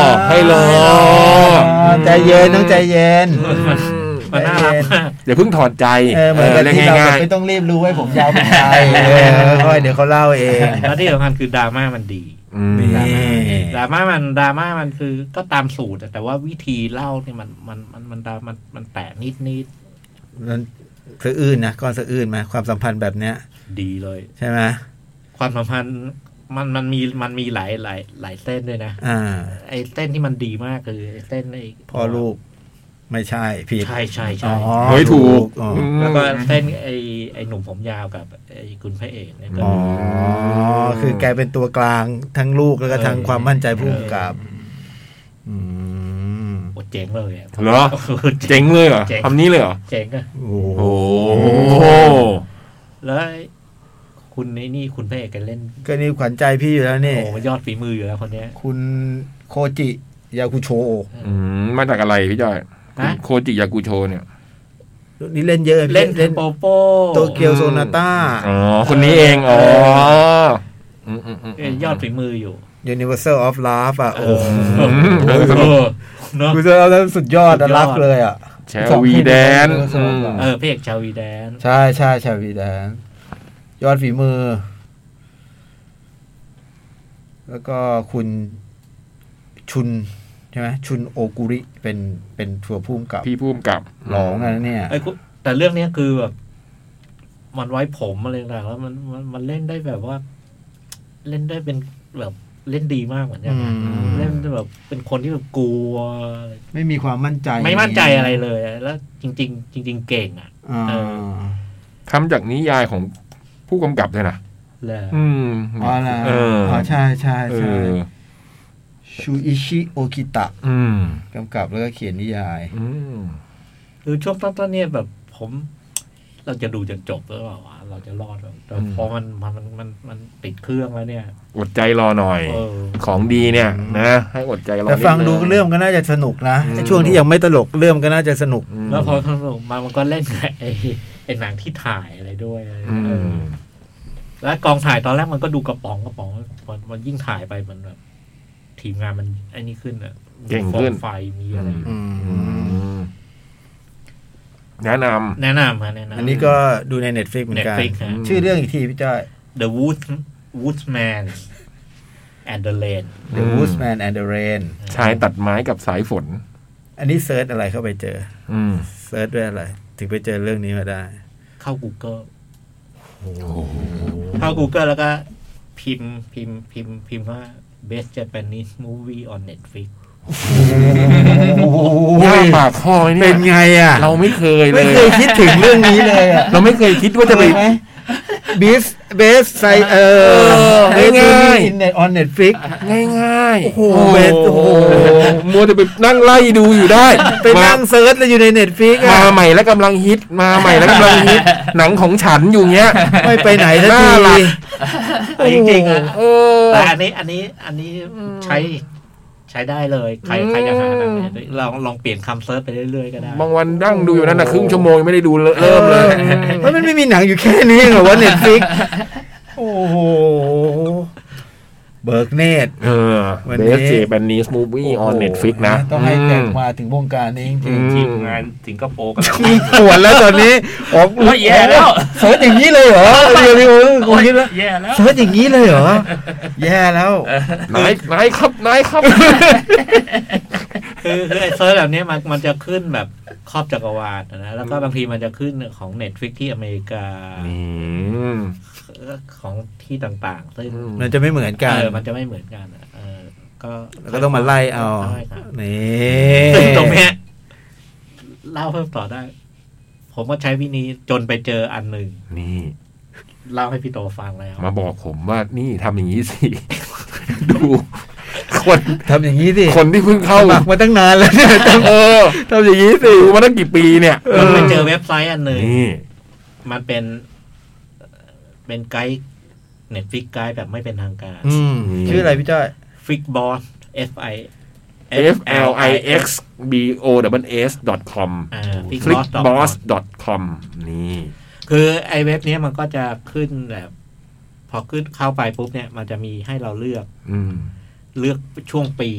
ใจเย็นต้องใจเย็นมันน่ารักมากอย่าเพิ่งถอดใจเหมือนกับที่เราไม่ต้องรีบรู้ให้ผมยาวเป็นใครค่อยเดี๋ยวเขาเล่าเองแล้วที่สำคัญคือดราม่ามันดีดราม่ามันคือก็ตามสูตรแต่ว่าวิธีเล่าเนี่ยมันแตกนิดมันสะอื้นนะก้อนสะอื้นไหมความสัมพันธ์แบบเนี้ยดีเลยใช่ไหมความสัมพันธ์มันมีหลายเส้นด้วยนะไอ้เส้นที่มันดีมากคือไอ้เส้นไอ้พ่อลูกไม่ใช่ผิดใช่เฮ้ยถูกแล้วก็เส้นไอ้หนุ่มผมยาวกับไอ้คุณพระเอกเนี่ยคือแกเป็นตัวกลางทั้งลูกแล้วก็ทั้งความมั่นใจผู้กำกับเจ๋งเลยเหรอเจ๋งเลยเหรอคำนี้เลยเหรอเจ๋งอ่ะโอ้โหแล้วคุณนี่คุณพระเอกกันเล่นก็นี่ขวัญใจพี่อยู่แล้วนี่โอ้ยอดฝีมืออยู่แล้วคนนี้คุณโคจิยากุโชมาจากอะไรพี่จ้อยโคจิยากุโชเนี่ยนี่เล่นเยอะเล่นโปโป้โตเกียวโซนาต้าคนนี้เองยอดฝีมืออยู่ Universal of Love อ่ะโอ้โหคือเราสุดยอดรักเลยอ่ะชาวีแดนพี่เอกชาวีแดนใช่ชาวีแดนยอดฝีมือแล้วก็คุณชุนใช่ไหมชุนโอกุริเป็นทัวร์พุ่มกับพี่พุ่มกับหลองนั่นเนี่ยแต่เรื่องนี้คือแบบมันไว้ผมอะไรต่างๆแล้วมันเล่นได้แบบว่าเล่นได้เป็นแบบเล่นดีมากเหมือนกันเล่นแบบเป็นคนที่แบบกลัวไม่มีความมั่นใจไม่มั่นใจอะไรเลยแล้วจริงเก่งอ่ะทำจากนิยายของผู้กำกับเลยนะใช่ชูอิชิโอกิตะกำกับแล้วก็เขียนนิยายคือช่วงต้นๆเนี่ยแบบเราจะดูจนจบหรือเปล่าวะเราจะรอดแต่พอมันติดเครื่องแล้วเนี่ยอดใจรอหน่อยของดีเนี่ยนะให้อดใจรอแต่ฟังดูเรื่องก็น่าจะสนุกนะช่วงที่ยังไม่ตลกเรื่องก็น่าจะสนุกแล้วพอสนุกมันก็เล่นไอ้หนังที่ถ่ายอะไรด้วยแล้วกองถ่ายตอนแรกมันก็ดูกระป๋องมันยิ่งถ่ายไปมันแบบทีมงานมันไอ้นี่ขึ้นอ่ะเก่งขึ้นไฟมีอะไรแนะนำอันนี้ก็ดูใน Netflix เหมือนกันชื่อเรื่องอีกทีพี่จ้อย The Woodsman and the Rain The Woodsman and the Rain ชายตัดไม้กับสายฝนอันนี้เซิร์ชอะไรเข้าไปเจอเซิร์ชด้วยอะไรถึงไปเจอเรื่องนี้มาได้เข้า Google เข้า Google แล้วก็พิมพ์ว่า Best Japanese Movie on Netflix ปากคอเนี่ยเป็นไงอ่ะเราไม่เคยคิดถึงเรื่องนี้เลยอ่ะเราไม่เคยคิดว่าจะไปเบสไซง่ายๆ on Netflix ง่ายๆโอ้โหมัวแต่ไปนั่งไล่ดูอยู่ได้ไปนั่งเซิร์ชแล้วอยู่ใน Netflix มาใหม่แล้วกำลังฮิตหนังของฉันอยู่เงี้ยไม่ไปไหนสักทีจริงๆอ่ะแต่อันนี้ใช้ได้เลยใครจะหาหนังเนี่ยลองเปลี่ยนคำเซิร์ชไปเรื่อยๆก็ได้บางวันนั่งดูอยู่นั่นน่ะครึ่งชั่วโมงไม่ได้ดูเริ่มเลยมันไม่มีหนังอยู่แค่นี้เหรอวะ Netflix โอ้โหเบิร์กเนตวันนี้Best Japanese Movie on Netflix นะต้องให้แขกมาถึงวงการนี้จริงทีมงานสิงคโปร์กันปวดแล้วตอนนี้ออกแย่แล้วเซิร์ชอย่างนี้เลยเหรอเรียวๆผมคิดว่าแย่แล้วเซิร์ชอย่างนี้เลยเหรอแย่แล้วนายครับคือไอ้เซิร์ชแบบนี้มันจะขึ้นแบบครอบจักรวาลนะแล้วก็บางทีมันจะขึ้นของ Netflix ที่อเมริกาของที่ต่างๆซึ่งมันจะไม่เหมือนกันมันจะไม่เหมือนกันก็ต้องมาไล่เอานี่ตรงเนี้ยเล่าเพิ่มต่อได้ผมก็ใช้วิธีจนไปเจออันหนึ่งนี่เล่าให้พี่โตฟังแล้วมาบอกผมว่านี่ทำอย่างนี้สิดูคนทำอย่างนี้สิคนที่เพิ่งเข้ามาตั้งนานแล้วเนี่ยทำอย่างนี้สิมาตั้งกี่ปีเนี่ยไปเจอเว็บไซต์อันหนึ่งมันเป็นไกด์ Netflix ไกด์แบบไม่เป็นทางการชื่ออะไรพี่จ้อย Flixboss flixboss.com flixboss.com นี่คือไอเว็บนี้มันก็จะขึ้นแบบพอขึ้นเข้าไปปุ๊บเนี่ยมันจะมีให้เราเลือกช่วงปี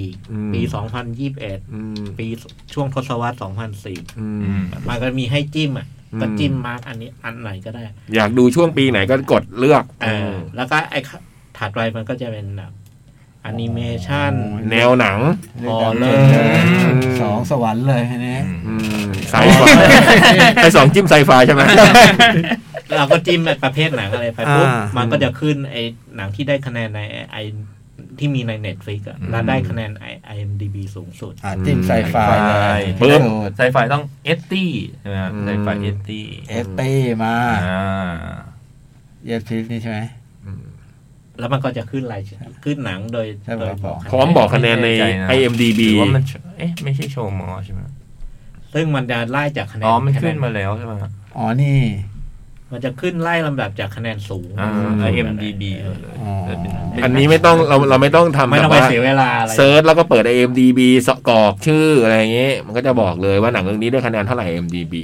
2021ปีช่วงทศวรรษ2004มันก็มีให้จิ้มก็จิ้มมาร์กอันนี้อันไหนก็ได้อยากดูช่วงปีไหนก็กดเลือกแล้วก็ไอถัดไปมันก็จะเป็นแบบแอนิเมชันแนวหนังพอเลยสองสวรรค์เลยอันนี้ไซไฟไอสองจิ้มไซไฟใช่ไหมเราก็จิ้มประเภทหนังอะไรไปปุ๊บมันก็จะขึ้นไอหนังที่ได้คะแนนในไอที่มีใน Netflix อ่ะแล้วได้คะแนน IMDb สูงสุดจิ้มไซไฟเลยเพิ่มไซไฟต้องเอสตี้ใช่ไหมไซไฟเอสตี้มาเยสพิสนี่ใช่ไหมแล้วมันก็จะขึ้นรายขึ้นหนังโดยพร้อมบอกคะแนนใน IMDb ว่ามันไม่ใช่โชว์มอใช่ไหมซึ่งมันจะไล่จากคะแนนมันขึ้นมาแล้วใช่ไหมนี่มันจะขึ้นไล่ลำดับจากคะแนนสูง IMDb อันนี้ไม่ต้องเราไม่ต้องทำไม่ต้องไปเสียเวลาอะไรเซิร์ชแล้วก็เปิด IMDb กรอกชื่ออะไรอย่างเงี้ยมันก็จะบอกเลยว่าหนังเรื่องนี้ได้คะแนนเท่าไหร่ IMDb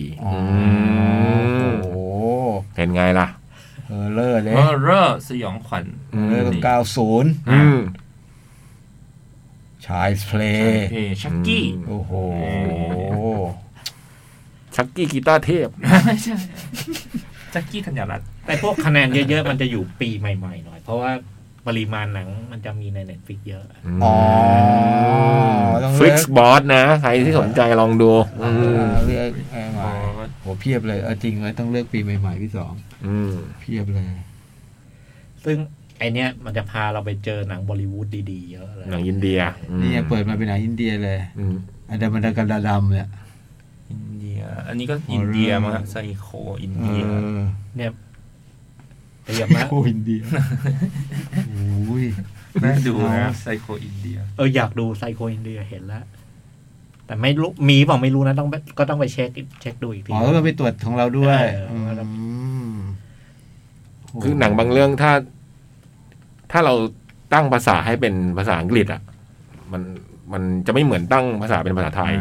เป็นไงล่ะเลิศเลยเลิศสยองขวัญเลิศ90ชายเพลย์ชักกี้โอ้โหชักกี้กีตาร์เทพใช่ชักกี้ธัญรัตน์แต่พวกคะแนนเยอะๆมันจะอยู่ปีใหม่ๆหน่อยเพราะว่าปริมาณหนังมันจะมีใน Netflix เยอะ Flixboss นะใครที่สนใจลองดูเลือกใหม่โหเพียบเลยจริงเลยต้องเลือกปีใหม่ๆพี่สองเพียบเลยซึ่งไอเนี้ยมันจะพาเราไปเจอหนังบอลิวูดดีๆเยอะเลยหนังอินเดียนี่เปิดมาเป็นหนังอินเดียเลยอันเดมันกันดำเนี่ยอินเดียอันนี้ก็อินเดียมั้งไซโคอินเดียเนี่ยเตรียมนะโคอินเดียโอ้ยน่าดูนะไซโคอินเดียอยากดูไซโคอินเดียเห็นแล้วแต่ไม่รู้มีเปล่าไม่รู้นะก็ต้องไปเช็คดูอีกทีก็ไปตรวจของเราด้วยคือหนังบางเรื่องถ้าเราตั้งภาษาให้เป็นภาษาอังกฤษอ่ะมันจะไม่เหมือนตั้งภาษาเป็นภาษาไทย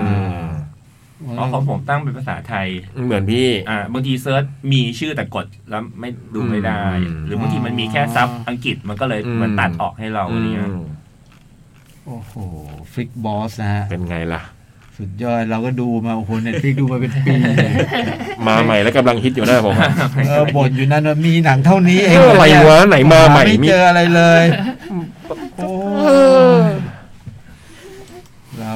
ของผมตั้งเป็นภาษาไทยเหมือนพี่บางทีเซิร์ชมีชื่อแต่กดแล้วไม่ดูไม่ได้หรือบางทีมันมีแค่ซับอังกฤษมันก็เลยเหมือนตัดออกให้เราเนี่ยโอ้โหฟิกบอสนะฮะเป็นไงล่ะสุดยอดเราก็ดูมาโอ้โหเน็ตฟลิกดูมาเป็นปีมาใหม่แล้วกำลังฮิตอยู่นะผมบ่นอยู่นั่นว่ามีหนังเท่านี้เองอะไรวะไหนมาใหม่ไม่เจออะไรเลยโอ้เรา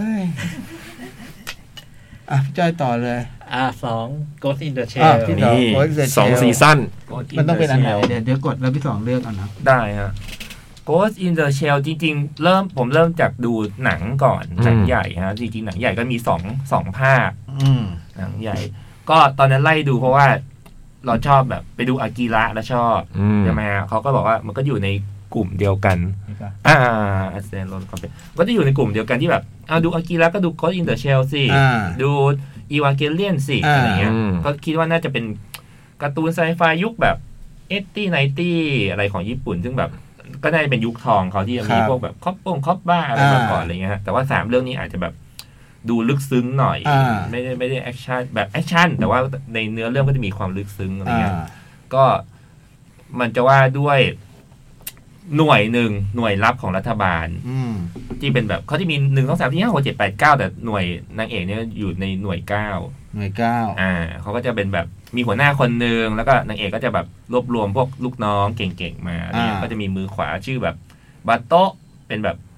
พี่จ้อยต่อเลย 2 Ghost in the Shell นี่2ซีซั่นมันต้องเป็นอันไหนเดี๋ยวกดแล้วพี่2เลือกเอานะได้ฮะ Ghost in the Shell จริงๆผมเริ่มจากดูหนังก่อนหนังใหญ่ฮะจริงๆหนังใหญ่ก็มี2ภาคหนังใหญ่ก็ตอนนั้นไล่ดูเพราะว่าเราชอบแบบไปดูอากิระแล้วชอบใช่ไหมฮะเขาก็บอกว่ามันก็อยู่ในกลุ่มเดียวกันแสดงก็จะอยู่ในกลุ่มเดียวกันที่แบบดูอากิระก็ดู Ghost in the Shell สิดูอีวาเกเลียนสิอะไรเงี้ยก็คิดว่าน่าจะเป็นการ์ตูนไซไฟยุคแบบ80 90อะไรของญี่ปุ่นซึ่งแบบก็ได้เป็นยุคทองเขาที่มีพวกแบบคอปบ้าอะไรมาก่อนอะไรเงี้ยแต่ว่า3เรื่องนี้อาจจะแบบดูลึกซึ้งหน่อยไม่ได้แอคชั่นแบบแอคชั่นแต่ว่าในเนื้อเรื่องก็จะมีความลึกซึ้งอะไรเงี้ยก็มันจะว่าด้วยหน่วยลับของรัฐบาลที่เป็นแบบเขาจะมี1 2 3 4 5 6 7 8 9แต่หน่วยนางเอกเนี่ยอยู่ในหน่วย9เขาก็จะเป็นแบบมีหัวหน้าคนนึงแล้วก็นางเอกก็จะแบบรวบรวมพวกลูกน้องเก่งๆมาเนี่ยก็จะมีมือขวาชื่อแบบบาโตะเป็นแบบ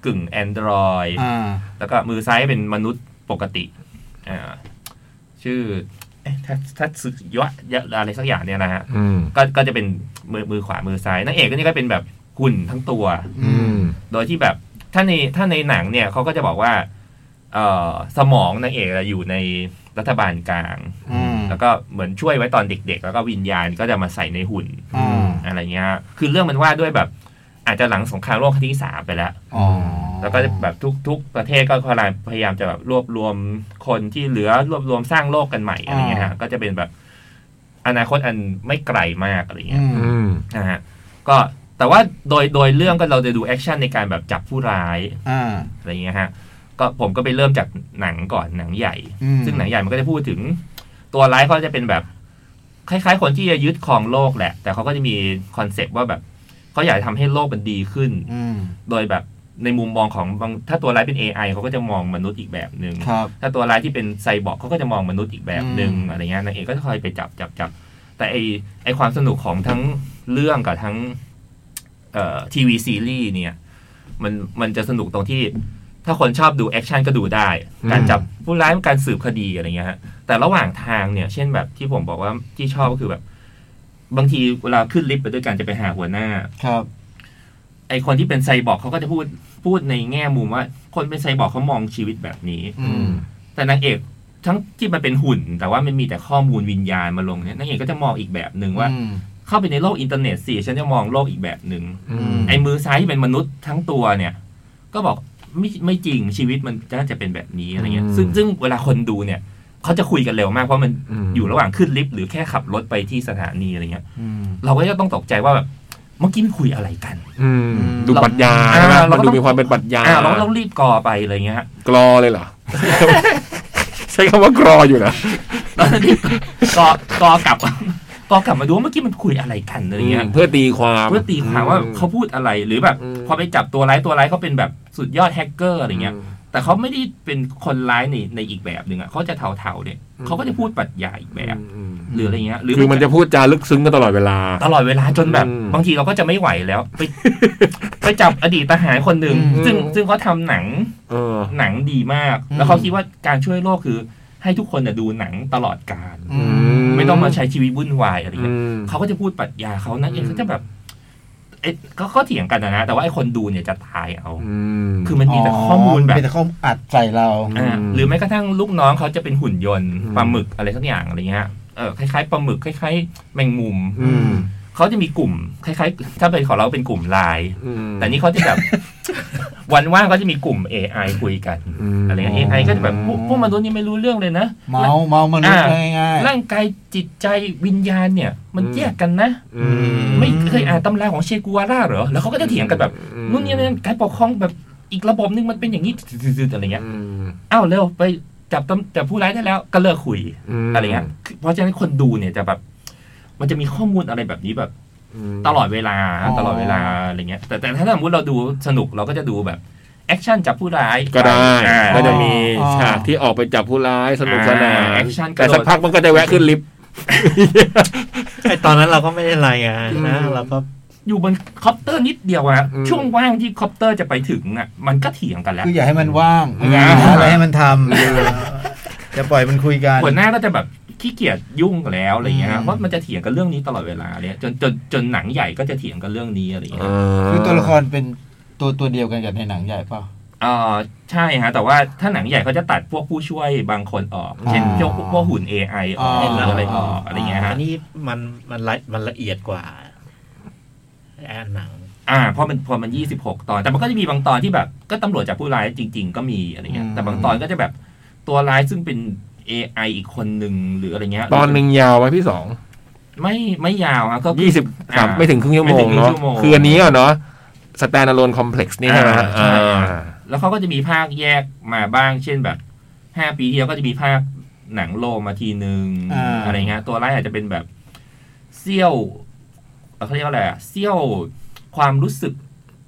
กึ่ง Android แล้วก็มือซ้ายเป็นมนุษย์ปกติชื่อถ้าสึกยะอะไรสักอย่างเนี่ยนะฮะก็จะเป็นมือขวามือซ้ายนางเอกก็นี่ก็เป็นแบบหุ่นทั้งตัวโดยที่แบบถ้าในหนังเนี่ยเขาก็จะบอกว่าสมองนางเอกอยู่ในรัฐบาลกลางแล้วก็เหมือนช่วยไว้ตอนเด็กๆแล้วก็วิญญาณก็จะมาใส่ในหุ่นอะไรเงี้ยคือเรื่องมันว่าด้วยแบบอาจจะหลังสงครามโลกครั้งที่3ไปแล้วแล้วก็แบบทุกประเทศก็พยายามจะแบบรวบรวมคนที่เหลือรวบรวมสร้างโลกกันใหม่อะไรเงี้ยฮะก็จะเป็นแบบอนาคตอันไม่ไกลมากอะไรเงี้ยนะฮะก็แต่ว่าโดยเรื่องก็เราจะดูแอคชั่นในการแบบจับผู้ร้ายอะไรเงี้ยฮะก็ผมก็ไปเริ่มจากหนังก่อนหนังใหญ่ซึ่งหนังใหญ่มันก็จะพูดถึงตัวร้ายเขาจะเป็นแบบคล้ายๆคนที่จะยึดครองโลกแหละแต่เขาก็จะมีคอนเซ็ปต์ว่าแบบเขาอยากทำให้โลกมันดีขึ้นโดยแบบในมุมมองของบางถ้าตัวร้ายเป็น AI เขาก็จะมองมนุษย์อีกแบบนึงถ้าตัวร้ายที่เป็นไซบอร์กเขาก็จะมองมนุษย์อีกแบบนึงอะไรเงี้ยนางเอกก็จะคอยไปจับแต่ไอความสนุกของทั้งเรื่องกับทั้งทีวีซีรีส์เนี่ยมันจะสนุกตรงที่ถ้าคนชอบดูแอคชั่นก็ดูได้การจับผู้ร้ายการสืบคดีอะไรเงี้ยฮะแต่ระหว่างทางเนี่ยเช่นแบบที่ผมบอกว่าที่ชอบก็คือแบบบางทีเวลาขึ้นลิฟต์ไปด้วยกันจะไปหาหัวหน้าครับไอคนที่เป็นไซบอร์กเขาก็จะพูดในแง่มุมว่าคนเป็นไซบอร์กเขามองชีวิตแบบนี้แต่นางเอกทั้งที่มันเป็นหุ่นแต่ว่ามันมีแต่ข้อมูลวิญญาณมาลงเนี่ยนางเอกก็จะมองอีกแบบนึงว่าเข้าไปในโลกอินเทอร์เน็ตสิฉันจะมองโลกอีกแบบนึงไอมือซ้ายที่เป็นมนุษย์ทั้งตัวเนี่ยก็บอกไม่จริงชีวิตมันน่าจะเป็นแบบนี้อะไรเงี้ยซึ่งเวลาคนดูเนี่ยเขาจะคุยกันเร็วมากเพราะมันอยู่ระหว่างขึ้นลิฟต์หรือแค่ขับรถไปที่สถานีอะไรเงี้ยเราก็จะต้องตกใจว่าแบบเมื่อกี้มันคุยอะไรกันดูปรัชญาเราดูมีความเป็นปรัชญาเราต้องรีบกรอไปอะไรเงี้ยกรอเลยเหรอ ใช้คำว่ากรออยู่นะตอนนี้กรอกลับมาดูว่าเมื่อกี้มันคุยอะไรกันอะไรเงี้ยเพื่อตีความว่าเขาพูดอะไรหรือแบบพอไปจับตัวร้ายเขาเป็นแบบสุดยอดแฮกเกอร์อะไรเงี้ยแต่เขาไม่ได้เป็นคนร้ายในอีกแบบหนึ่งอ่ะเขาจะเทาๆเนี่ยเขาก็จะพูดปรัชญาอีกแบบหรืออะไรเงี้ยหรือคือมันจะพูดจาลึกซึ้งกันตลอดเวลาจนแบบบางทีเราก็จะไม่ไหวแล้วไปจับอดีตทหารคนหนึ่งซึ่งเขาทำหนังดีมากแล้วเขาคิดว่าการช่วยโลกคือให้ทุกคนดูหนังตลอดกาลไม่ต้องมาใช้ชีวิตวุ่นวายอะไรเงี้ยเขาก็จะพูดปรัชญาเขานั่นเองเขาจะแบบก็เถียงกันนะแต่ว่าไอ้คนดูเนี่ยจะตายเอาคือมันมีแต่ข้อมูลแบบมีแต่ข้อมูลอัดใส่เราหรือแม้กระทั่งลูกน้องเขาจะเป็นหุ่นยนต์ปลาหมึกอะไรสักอย่างอะไรเงี้ยคล้ายๆปลาหมึกคล้ายๆแมงมุมเขาจะมีกลุ่มคล้ายๆถ้าเป็นของเราเป็นกลุ่มไลน์แต่นี่เขาจะแบบวันว่างก็จะมีกลุ่ม AI คุยกันอะไรเงี้ย AI ก็จะแบบพวกมนุษย์นี่ไม่รู้เรื่องเลยนะเมามนุษย์ง่ายๆร่างกายจิตใจวิญญาณเนี่ยมันแยกกันนะไม่เคยอ่านตำราของเชกูวาร่าเหรอแล้วเขาก็จะเถียงกันแบบนู่นนี่นั่นการปกครองแบบอีกระบบนึงมันเป็นอย่างนี้อะไรเงี้ยอ้าวเร็วไปจับผู้ร้ายได้แล้วก็เลิกคุยอะไรเงี้ยเพราะฉะนั้นคนดูเนี่ยจะแบบมันจะมีข้อมูลอะไรแบบนี้แบบตลอดเวลาอะไรเงี้ยแต่ถ้าสมมติเราดูสนุกเราก็จะดูแบบแอคชั่นจับผู้ร้ายก็ได้ก็จะมีฉากที่ออกไปจับผู้ร้ายสนุกสนานแต่สักพักมันก็จะแวะขึ้นลิฟต์ไอตอนนั้นเราก็ไม่ได้อะไรนะเราก็อยู่บนคอปเตอร์นิดเดียวอะช่วงว่างที่คอปเตอร์จะไปถึงอะมันก็เถียงกันแล้วคืออย่าให้มันว่างอะไรให้มันทำจะปล่อยมันคุยกันหัวหน้าก็จะแบบขี้เกียจยุ่งแล้วอะไรเงี้ยเพราะมันจะเถียงกันเรื่องนี้ตลอดเวลาเนี่ยจนหนังใหญ่ก็จะเถียงกันเรื่องนี้อะไรเงี้ยคือตัวละครเป็นตัวเดียวกันกับในหนังใหญ่ป่ะใช่ฮะแต่ว่าถ้าหนังใหญ่เขาจะตัดพวกผู้ช่วยบางคนออกเช่นพวกหุ่น AI ออกหรืออะไรออกอะไรเงี้ยฮะอันนี้มันละเอียดกว่าหนังเพราะมัน26ตอนแต่มันก็จะมีบางตอนที่แบบก็ตำรวจจับผู้ร้ายจริงๆก็มีอะไรเงี้ยแต่บางตอนก็จะแบบตัวร้ายซึ่งเป็นAI อีกคนหนึ่งหรืออะไรเงี้ยตอนหนึ่งยาวไหมพี่สองไม่ยาวก็ 20ไม่ถึงครึ่งชั่วโมงเนาะคืออันนี้เนาะ Standalone Complex นี่ใช่ไหมแล้วเขาก็จะมีภาคแยกมาบ้างเช่นแบบ5 ปีที่แล้วก็จะมีภาคหนังโลมาทีนึงอะไรเงี้ยตัวร้ายอาจจะเป็นแบบเซี่ยวเขาเรียกว่าอะไรเซี่ยวความรู้สึก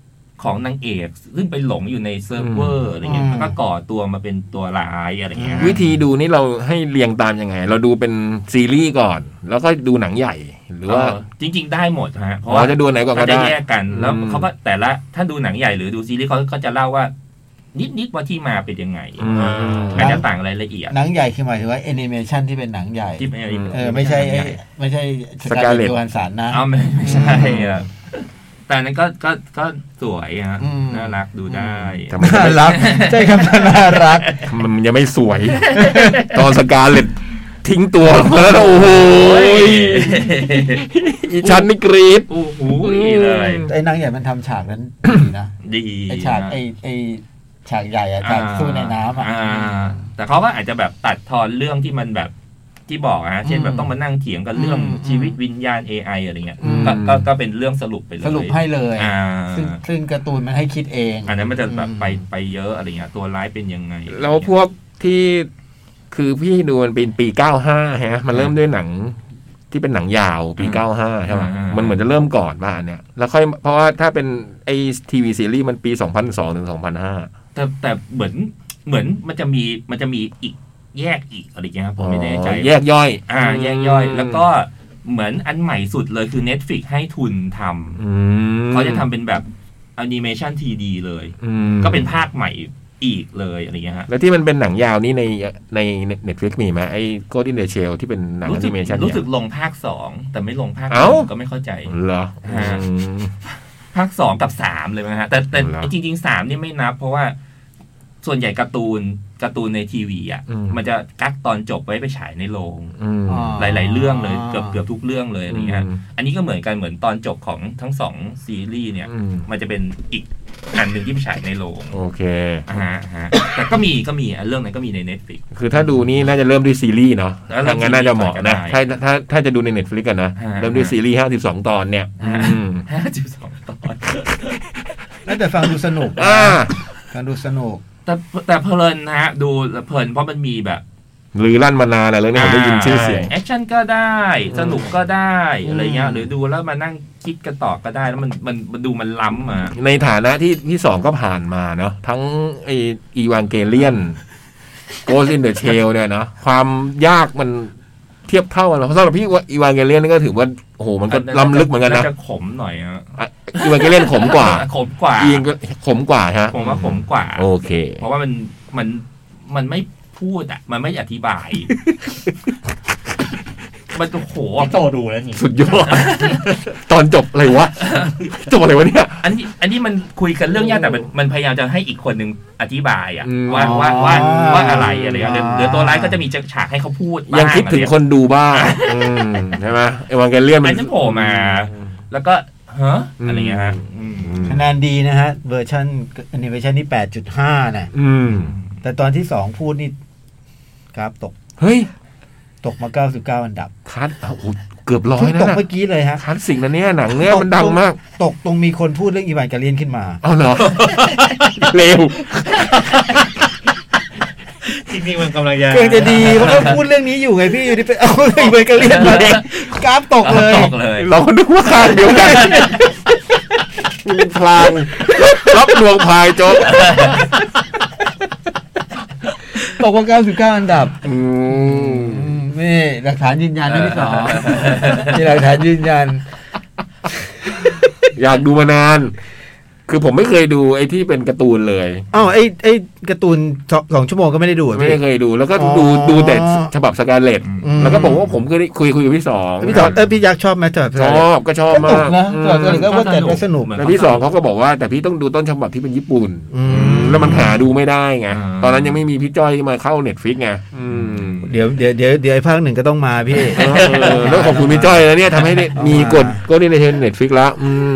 ของนางเอกซึ่งไปหลงอยู่ในเซิร์ฟเวอร์อะไรเงี้ยแล้วก็ก่อตัวมาเป็นตัวร้ายอะไรเงี้ยวิธีดูนี่เราให้เรียงตามยังไงเราดูเป็นซีรีส์ก่อนแล้วก็ดูหนังใหญ่หรือว่าจริงๆได้หมดฮะเพราะว่าจะดูไหนก่อนก็ได้แยกกันแล้วเขาก็แต่ละถ้าดูหนังใหญ่หรือดูซีรีส์เขาก็จะเล่าว่านิดว่าที่มาเป็นยังไงอาจจะต่างรายละเอียดหนังใหญ่คือหมายถึงว่าแอนิเมชันที่เป็นหนังใหญ่ไม่ใช่สกาเลต โจฮันสันนะไม่ใช่แต่นั้นก็สวยฮะน่ารักดูได้น่ารักใช่คำน่ารักมันยังไม่สวยตอนสกาเลตทิ้งตัวแล้วโอ้โหอีชันนี่กรี๊ดโอ้โหเลยไอ้หนังใหญ่มันทำฉากนั้นดีนะดีไอ้ฉากไอ้ฉากใหญ่อะฉากสู้ในน้ำแต่เขาก็อาจจะแบบตัดทอนเรื่องที่มันแบบที่บอกเช่นแบบต้องมานั่งเถียงกันเรื่องชีวิตวิญญาณ AI อะไรเงี้ยก็เป็นเรื่องสรุปไปเลยสรุปให้เลยซึ่งการ์ตูนมันให้คิดเองอันนั้นมันจะแบบไปเยอะอะไรเงี้ยตัวร้ายเป็นยังไงแล้วพวกที่คือพี่ดูมันเป็นปี95ฮะมันเริ่มด้วยหนังที่เป็นหนังยาวปี95ใช่ไหมมันเหมือนจะเริ่มก่อนบ้านเนี่ยแล้วค่อยเพราะว่าถ้าเป็นไอทีวีซีรีส์มันปี2002ถึง2005 แต่เหมือนมันจะมีอีกแยกอีกอะไรเงี้ยครับผมไม่แน่ใจแยกย่อยแยกย่อยแล้วก็เหมือนอันใหม่สุดเลยคือ Netflix ให้ทุนทำเขาจะทำเป็นแบบแอนิเมชัน 3D เลยก็เป็นภาคใหม่อีกเลยอะไรเงี้ยฮะแล้วที่มันเป็นหนังยาวนี่ใน Netflix มีไหมไอ้ Ghost in the Shell ที่เป็นหนังแอนิเมชันรู้สึกลงภาค2แต่ไม่ลงภาค1ก็ไม่เข้าใจเหรอภาค2กับ3เลยมั้ยฮะแต่จริงๆ3นี่ไม่นับเพราะว่าส่วนใหญ่การ์ตูนในทีวีมันจะกักตอนจบไว้ไปฉายในโรงหลายๆเรื่องเลยเกือบทุกเรื่องเลยอะไรเงี้ยอันนี้ก็เหมือนกันเหมือนตอนจบของทั้ง2ซีรีส์เนี่ยมันจะเป็นอีกอันนึงที่ไปฉายในโรงโอเคแต่ก็มีเรื่องนั้นก็มีใน Netflix คือถ้าดูนี่น่าจะเริ่มด้วยซีรีส์เนาะทางงั้นน่าจะเหมาะนะถ้าจะดูใน Netflix กันนะเริ่มด้วยซีรีส์52ตอนเนี่ย 52ตอนน่าจะฟังดูสนุกฟังดูสนุกแต่เพลินนะฮะดูเพลินเพราะมันมีแบบหรือลั่นมานานแล้วเนี่ยผมได้ยินชื่อเสียงแอคชั่นก็ได้สนุกก็ได้อะไรเงี้ยหรือดูแล้วมานั่งคิดกันต่อก็ได้แล้วมันดูมันล้ำอ่ะในฐานะที่สองก็ผ่านมาเนาะทั้งไออีวานเกเลียนโกสอินเดอะเชลเนี่ยเนาะความยากมันเทียบเท่ากันแล้วสำหรับพี่ว่าอีวานเกเลียนนี่ก็ถือว่าโอ้โหมันก็ล้ำลึกเหมือนกันนะจะขมหน่อยอ่ะอีวานเกเลียนขมกว่าอีก็ขมกว่าฮะผมว่าขมกว่าโอเคเพราะว่ามันไม่พูดอ่ะมันไม่อธิบายมันโอ้โหโตดูแล้วนี่สุดยอดตอนจบอะไรวะจบอะไรวะเนี่ยอันนี้มันคุยกันเรื่องยากแต่มันพยายามจะให้อีกคนนึงอธิบายอ่ะว่าอะไรอะไรอย่างเงี้ยหรือตัวร้ายก็จะมีฉากให้เขาพูดบ้างยังคิดถึงคนดูบ้างใช่ไหมไอ้วางแกเลียนมันจะโผล่มาแล้วก็อะไรเงี้ยฮะคะแนนดีนะฮะเวอร์ชันแอนิเมชันนี่ 8.5 นะแต่ตอนที่2พูดนี่กราฟตกเฮ้ยตกมา99อันดับคัดเกือบ100นะตกเมื่อกี้เลยฮะคัดสิ่งนั้นเนี่ยหนังเนี่ยมันดังมากตกตรงมีคนพูดเรื่องอีวานกาเลียนขึ้นมาเอาเหรอเร็วจริงๆมันกำลังจะดีเพราะว่าพูดเรื่องนี้อยู่ไงพี่อยู่ที่ไปเอาอีวานกาเลียนมากราฟตกเลยเราก็นึกว่าข้างเดียวกันมีพลางรับดวงพายโจ๊กตกมา99อันดับนี่หลักฐานยืนยันนะพี่สอนี่หลักฐานยืนยันอยากดูมานานคือผมไม่เคยดูไอ้ที่เป็นการ์ตูนเลยอ้าวไอ้การ์ตูน2 ชั่วโมงก็ไม่ได้ดูไม่เคยดูแล้วก็ดูแต่ฉบับสกาเลตแล้วก็บอกว่าผมเคยคุยกับพี่สองพี่ยักษ์ชอบไหมชอบก็ชอบมากนะก็ว่าแต่สนุกแล้วพี่สองเขาก็บอกว่าแต่พี่ต้องดูต้นฉบับที่เป็นญี่ปุ่นแล้วมันหาดูไม่ได้ไงตอนนั้นยังไม่มีพี่จ้อยมาเข้า Netflix ไงเดี๋ยวไอ้ภาค1ก็ต้องมาพี่แล้วขอบคุณพี่จ้อยนะเนี่ยทำให้มีกดก็นี่ในNetflix แล้ว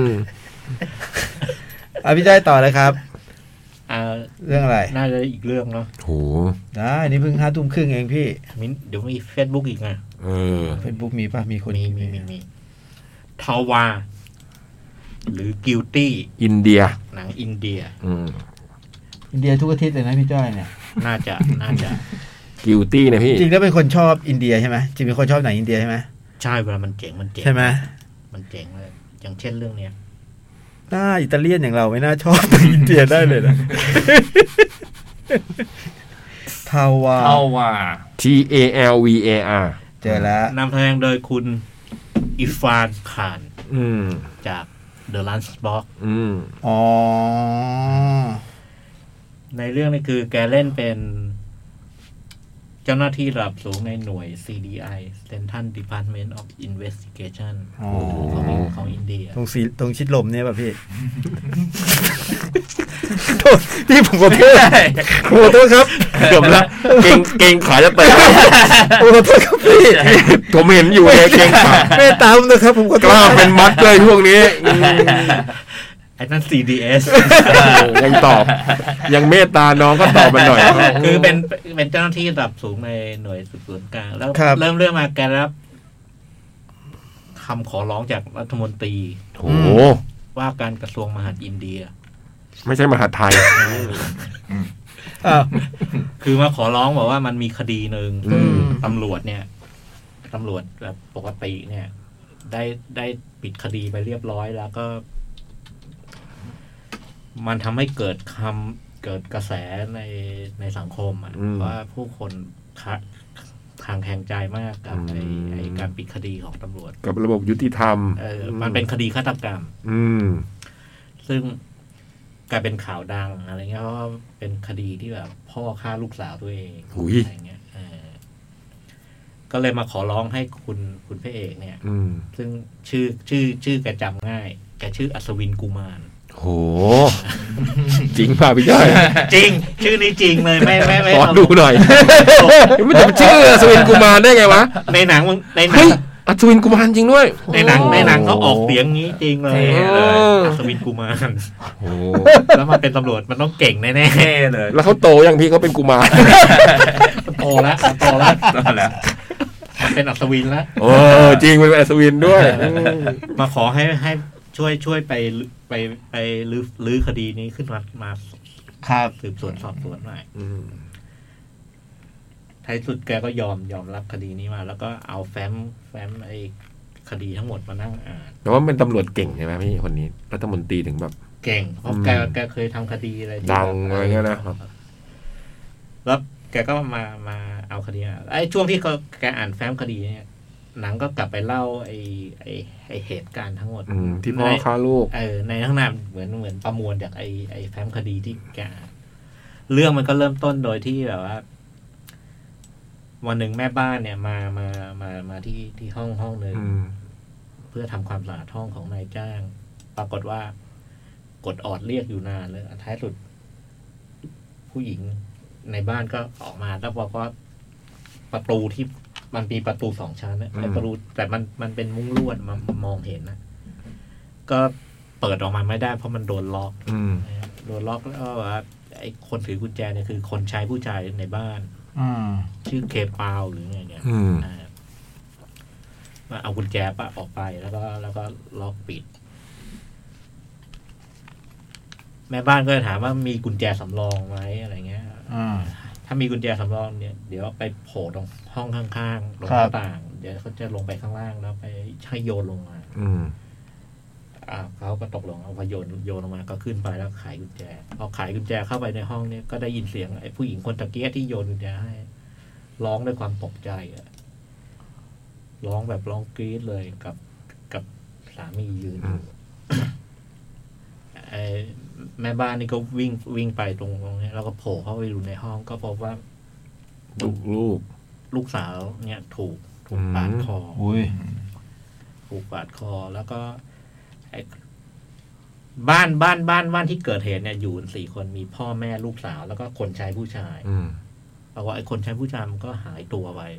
พี่จ้อยต่อเลยครับเรื่องอะไรน่าจะอีกเรื่องเนาะโหได้นี่เพิ่ง 5 ทุ่มครึ่งเองพี่เดี๋ยวมี Facebook อีกไง Facebook มีป่ะมีคนมีทาวาหรือ Guilty อินเดียหนังอินเดียทุกอาทิตย์เลยนะพี่จ้อยเนี่ยน่าจะ Guilty นะพี่จริงแล้วเป็นคนชอบอินเดียใช่ไหมจริงเป็นคนชอบหนังอินเดียใช่ไหมใช่เวลามันเจ๋งใช่ไหมมันเจ๋งเลยอย่างเช่นเรื่องเนี้ยหน้าอิตาเลียนอย่างเราไม่น่าชอบอินเดียได้เลยนะทาวา TALVAR เจอแล้วนำแสดงโดยคุณอิฟานคานจาก The Lunchbox อ๋อในเรื่องนี้คือแกเล่นเป็นเจ้าหน้าที่ระดับสูงในหน่วย CDI Central Department of Investigation ของอินเดียตรงชิดลมเนี่ยป่ะพี่ นี่ผมขอโทษครับเกือบแล้วเก่งขาจะเตะผมขอโทษครับพี่ผมเห็นอยู่เก่งขาเมตตาผมนะครับผมก็กล้าเป็นมัดเลยพวกนี้ไอ้นั่น CDS ยังตอบยังเมตตาน้องก็ตอบมาหน่อยคือเป็นเจ้าหน้าที่ระดับสูงในหน่วยสืบสวนกลางแล้วเริ่มเรื่องมาแกรับคำขอร้องจากรัฐมนตรีว่าการกระทรวงมหาดอินเดียไม่ใช่มหาดไทยคือมาขอร้องบอกว่ามันมีคดีหนึ่งตำรวจแบบปกติเนี่ยได้ปิดคดีไปเรียบร้อยแล้วก็มันทำให้เกิดกระแสในสังคมว่าผู้คนทางแข่งใจมากกับไอ้การปิดคดีของตำรวจกับระบบยุติธรรมมันเป็นคดีฆาตกรรมซึ่งกลายเป็นข่าวดังอะไรเงี้ยเพราะว่าเป็นคดีที่แบบพ่อฆ่าลูกสาวตัวเองอะไรเงี้ยก็เลยมาขอร้องให้คุณพระเอกเนี่ยซึ่งชื่อแกจำง่ายแกชื่ออัศวินกุมารโหจริงป่ะพี่จ้อยจริงชื่อนี้จริงเลยไม่ขอดูหน่อยมันจะชื่ออัศวินกุมารได้ไงวะในหนังอัศวินกุมารจริงด้วยในหนังเขาออกเสียงงี้จริงเลยอัศวินกุมารแล้วมาเป็นตำรวจมันต้องเก่งแน่ๆเลยแล้วเขาโตยังพี่เขาเป็นกุมารโตแล้วเป็นอัศวินแล้วจริงเป็นอัศวินด้วยมาขอให้ช่วยไปลื้อคดีนี้ขึ้นมาสืบสวนสอบสวนหน่อยท้ายสุดแกก็ยอมรับคดีนี้มาแล้วก็เอาแฟ้มไอ้คดีทั้งหมดมานั่งอ่านแต่ว่าเป็นตำรวจเก่งใช่ไหมพี่คนนี้รัฐมนตรีถึงแบบเก่งเพราะแกเคยทำคดีอะไรดังอะไรเงี้ยนะแล้วแกก็มาเอาคดีไอ้ช่วงที่แกอ่านแฟ้มคดีเนี่ยหนังก็กลับไปเล่าไอ้เหตุการณ์ทั้งหมดที่พ่อฆ่าลูกในข้างหน้าเหมือนประมวลจากไอ้แฟ้มคดีที่แกเรื่องมันก็เริ่มต้นโดยที่แบบว่าวันหนึ่งแม่บ้านเนี่ยมาที่ห้องนึงเพื่อทำความสะอาดห้องของนายจ้างปรากฏว่ากดออดเรียกอยู่นานเลยท้ายสุดผู้หญิงในบ้านก็ออกมาแล้วบอกว่าประตูที่มันมีประตู2 ชั้นนะไอ้ประตูแต่มันเป็นมุ้งลวดมองเห็นนะก็เปิดออกมาไม่ได้เพราะมันโดนล็อกแล้วว่าไอ้คนถือกุญแจเนี่ยคือคนใช้ผู้ชายในบ้านชื่อเคปาวหรือไงเนี่ยมาเอากุญแจปะออกไปแล้วก็ล็อกปิดแม่บ้านก็ถามว่ามีกุญแจสำรองไหมอะไรเงี้ยถ้ามีกุญแจสำรองเนี่ยเดี๋ยวไปโผล่ตรงห้องข้างๆตรงหน้าต่างเดี๋ยวเขาจะลงไปข้างล่างแล้วไปให้โยนลงมาเขาก็ตกลงเอาพโยนลงมาก็ขึ้นไปแล้วไขกุญแจพอไขกุญแจเข้าไปในห้องนี้ก็ได้ยินเสียงไอ้ผู้หญิงคนตะเกียที่โยนกุญแจให้ร้องด้วยความตกใจร้องแบบร้องกรี๊ดเลยกับสามียืนไอ้แม่บ้านนี่ก็วิ่งไปตรงนี้แล้วก็โผล่เข้าไปดูในห้องก็พบว่าลูกสาวเนี่ยถูกปาดคอถูกปาดคอแล้วก็บ้านที่เกิดเหตุเนี่ยอยู่4 คนมีพ่อแม่ลูกสาวแล้วก็คนใช้ผู้ชายเพราะว่าไอ้คนใช้ผู้ชายมันก็หายตัวไป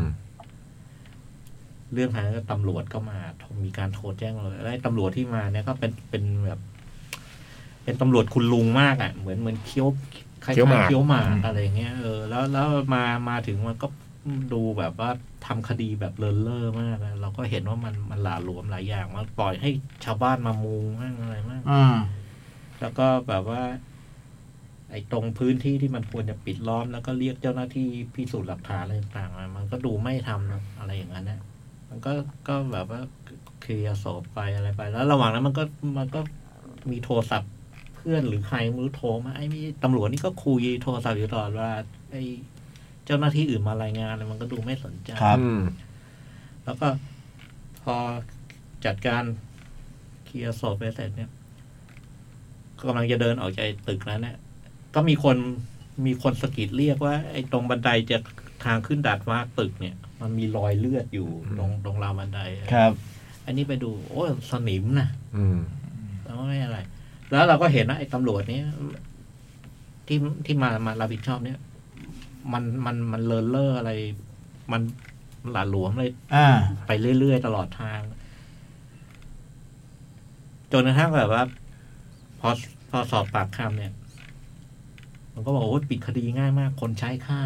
เรื่องนั้นก็ตำรวจก็มามีการโทรแจ้งเลยแล้วตำรวจที่มาเนี่ยก็เป็นแบบเป็นตำรวจคุณลุงมากอ่ะเหมือนเคี้ยวหมากอะไรเงี้ยแล้วมาถึงมันก็ดูแบบว่าทำคดีแบบเลินเล่อมากนะเราก็เห็นว่ามันหลาหลวมหลายอย่างมันปล่อยให้ชาวบ้านมามุงมากอะไรมากแล้วก็แบบว่าไอ้ตรงพื้นที่ที่มันควรจะปิดล้อมแล้วก็เรียกเจ้าหน้าที่พิสูจน์หลักฐานอะไรต่างๆมันก็ดูไม่ทำอะไรอย่างนั้นนะมันก็แบบว่าเคลียร์ศพไปอะไรไปแล้วระหว่างนั้นมันก็มีโทรศัพท์เพื่อนหรือใครไม่รู้โทรมาไอ้มีตำรวจนี่ก็คุยโทรศัพท์อยู่ตลอดว่าไอ้เจ้าหน้าที่อื่นมารายงานอะไรมันก็ดูไม่สนใจแล้วก็พอจัดการเคลียร์ศพไปเสร็จเนี่ยกำลังจะเดินออกจากตึกนั้นเนี่ยก็มีคนสะกิดเรียกว่าไอ้ตรงบันไดจะทางขึ้นดาดฟ้าตึกเนี่ยมันมีรอยเลือดอยู่ตรงราวบันไดครับอันนี้ไปดูโอ้สนิมนะแล้วไม่อะไรแล้วเราก็เห็นนะไอ้ตำรวจนี้ที่มารับผิดชอบเนี่ยมันเลินเล่ออะไรมันหลาหลวมเลยไปเรื่อยๆตลอดทางจนกระทั่งแบบว่าพอสอบปากคำเนี่ยมันก็บอกโอ้ปิดคดีง่ายมากคนใช้ฆ่า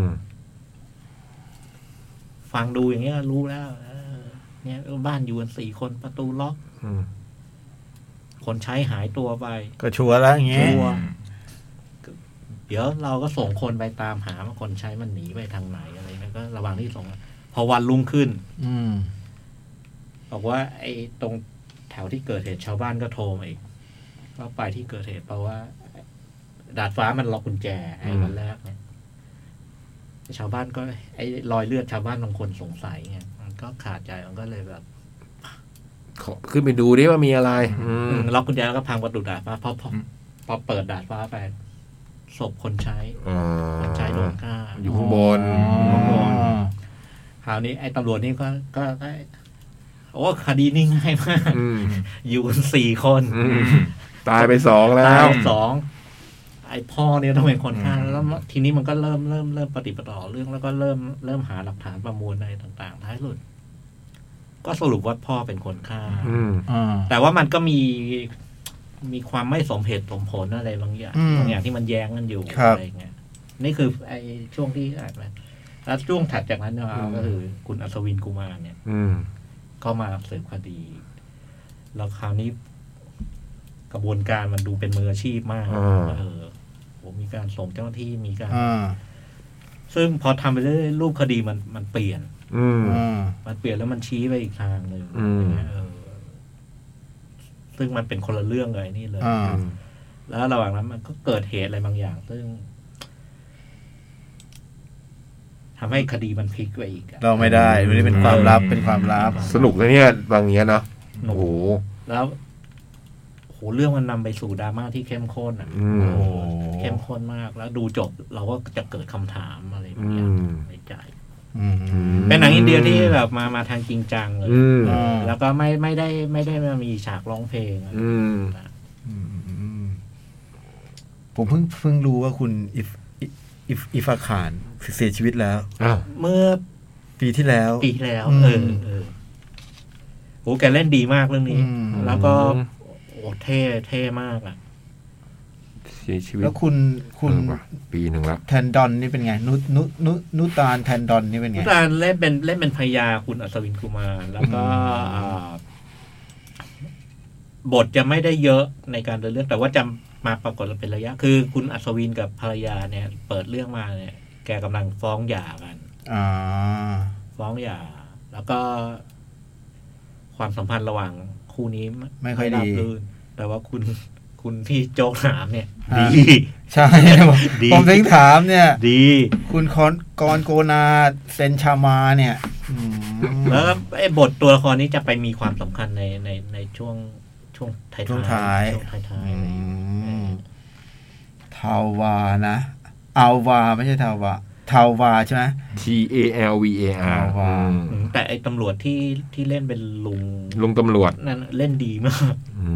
ฟังดูอย่างเงี้ยรู้แล้วเนี่ยบ้านอยู่กัน4 คนประตูล็อกคนใช้หายตัวไปก็ชัวร์แล้วอย่างเงี้ยเดี๋ยวเราก็ส่งคนไปตามหาว่าคนใช้มันหนีไปทางไหนอะไรแล้วก็ระหว่างที่ส่งพอวันรุ่งขึ้นบอกว่าไอ้ตรงแถวที่เกิดเหตุชาวบ้านก็โทรมาอีกก็ไปที่เกิดเหตุเพราะว่าดาดฟ้ามันล็อกกุญแจไอ้วันแรกเนี่ยชาวบ้านก็ไอ้รอยเลือดชาวบ้านบางคนสงสัยไงมันก็ขาดใจมันก็เลยแบบขอขึ้นไปดูดิว่ามีอะไรล็อกกุญแจแล้วก็พังประตูดาดฟ้าพอเปิดดาดฟ้าไปศพคนใช้โดนฆ่าอยู่ข้างบนคราวนี้ไอ้ตำรวจนี่ก็โอ้คดีนี่ง่ายมากอยู่กัน4 คนตายไป2แล้ว 2ไอ้พ่อเนี่ยต้องเป็นคนฆ่าแล้วทีนี้มันก็เริ่มปฏิบัติต่อเรื่องแล้วก็เริ่มหาหลักฐานประมวลอะไรต่างๆท้ายสุดก็สรุปว่าพ่อเป็นคนฆ่าแต่ว่ามันก็มีความไม่สมเหตุสมผลอะไรบางอย่างที่มันแย้งกันอยู่อะไรเงี้ยนี่คือไอ้ช่วงที่อ่านมาแล้วช่วงถัดจากนั้นก็คือคุณอัศวินกุมารเนี่ยก็มาสืบคดีแล้วคราวนี้กระบวนการมันดูเป็นมืออาชีพมากมีการส่งเจ้าหน้าที่มีการซึ่งพอทำไปเรื่อยรูปคดีมันเปลี่ยนมันเปลี่ยนแล้วมันชี้ไปอีกทางหนึ่งซึ่งมันเป็นคนละเรื่องเลยนี่เลยแล้วระหว่างนั้นมันก็เกิดเหตุอะไรบางอย่างซึ่งทำให้คดีมันพลิกไปอีกเราไม่ได้วันนี้เป็นความลับสนุกนะเนี่ยบางอย่างเนาะโอ้โหแล้วเรื่องมันนำไปสู่ดราม่าที่เข้มข้นเข้มข้นมากแล้วดูจบเราก็จะเกิดคำถามอะไรบางอย่างในใจเป็นหนังอินเดียที่แบบมาทางจริงจังเลยแล้วก็ไม่ได้มามีฉากร้องเพลงผมเพิ่งรู้ว่าคุณอิฟาขานเสียชีวิตแล้วเมื่อปีที่แล้วโอ้แกเล่นดีมากเรื่องนี้แล้วก็โอ้เท่มากอ่ะเสียชีวิตแล้วคุณปีหนึ่งแล้วแทนดอนนี่เป็นไงนุตานแทนดอนนี่เป็นไงนุตานเล่นเป็นภรรยาคุณอัศวินกุมารแล้วก็บทจะไม่ได้เยอะในการเดินเรื่องแต่ว่าจะมาปรากฏเป็นระยะคือคุณอัศวินกับภรรยาเนี่ยเปิดเรื่องมาเนี่ยแกกำลังฟ้องหย่ากันฟ้องหย่าแล้วก็ความสัมพันธ์ระหว่างคู่นี้ไม่ค่อยดีแต่ว่าคุณพี่โจ๊กถามเนี่ยดีใช่ผมถึงถามเนี่ยดีคุณกรโกนาเซนชามาเนี่ยแล้วไอ้บทตัวละครนี้จะไปมีความสำคัญในช่วงท้ายทาวานะอัลวาไม่ใช่ทาวาใช่ไหม TALVAR แต่ไอ้ตำรวจที่เล่นเป็นลุงตำรวจนั่นเล่นดีมาก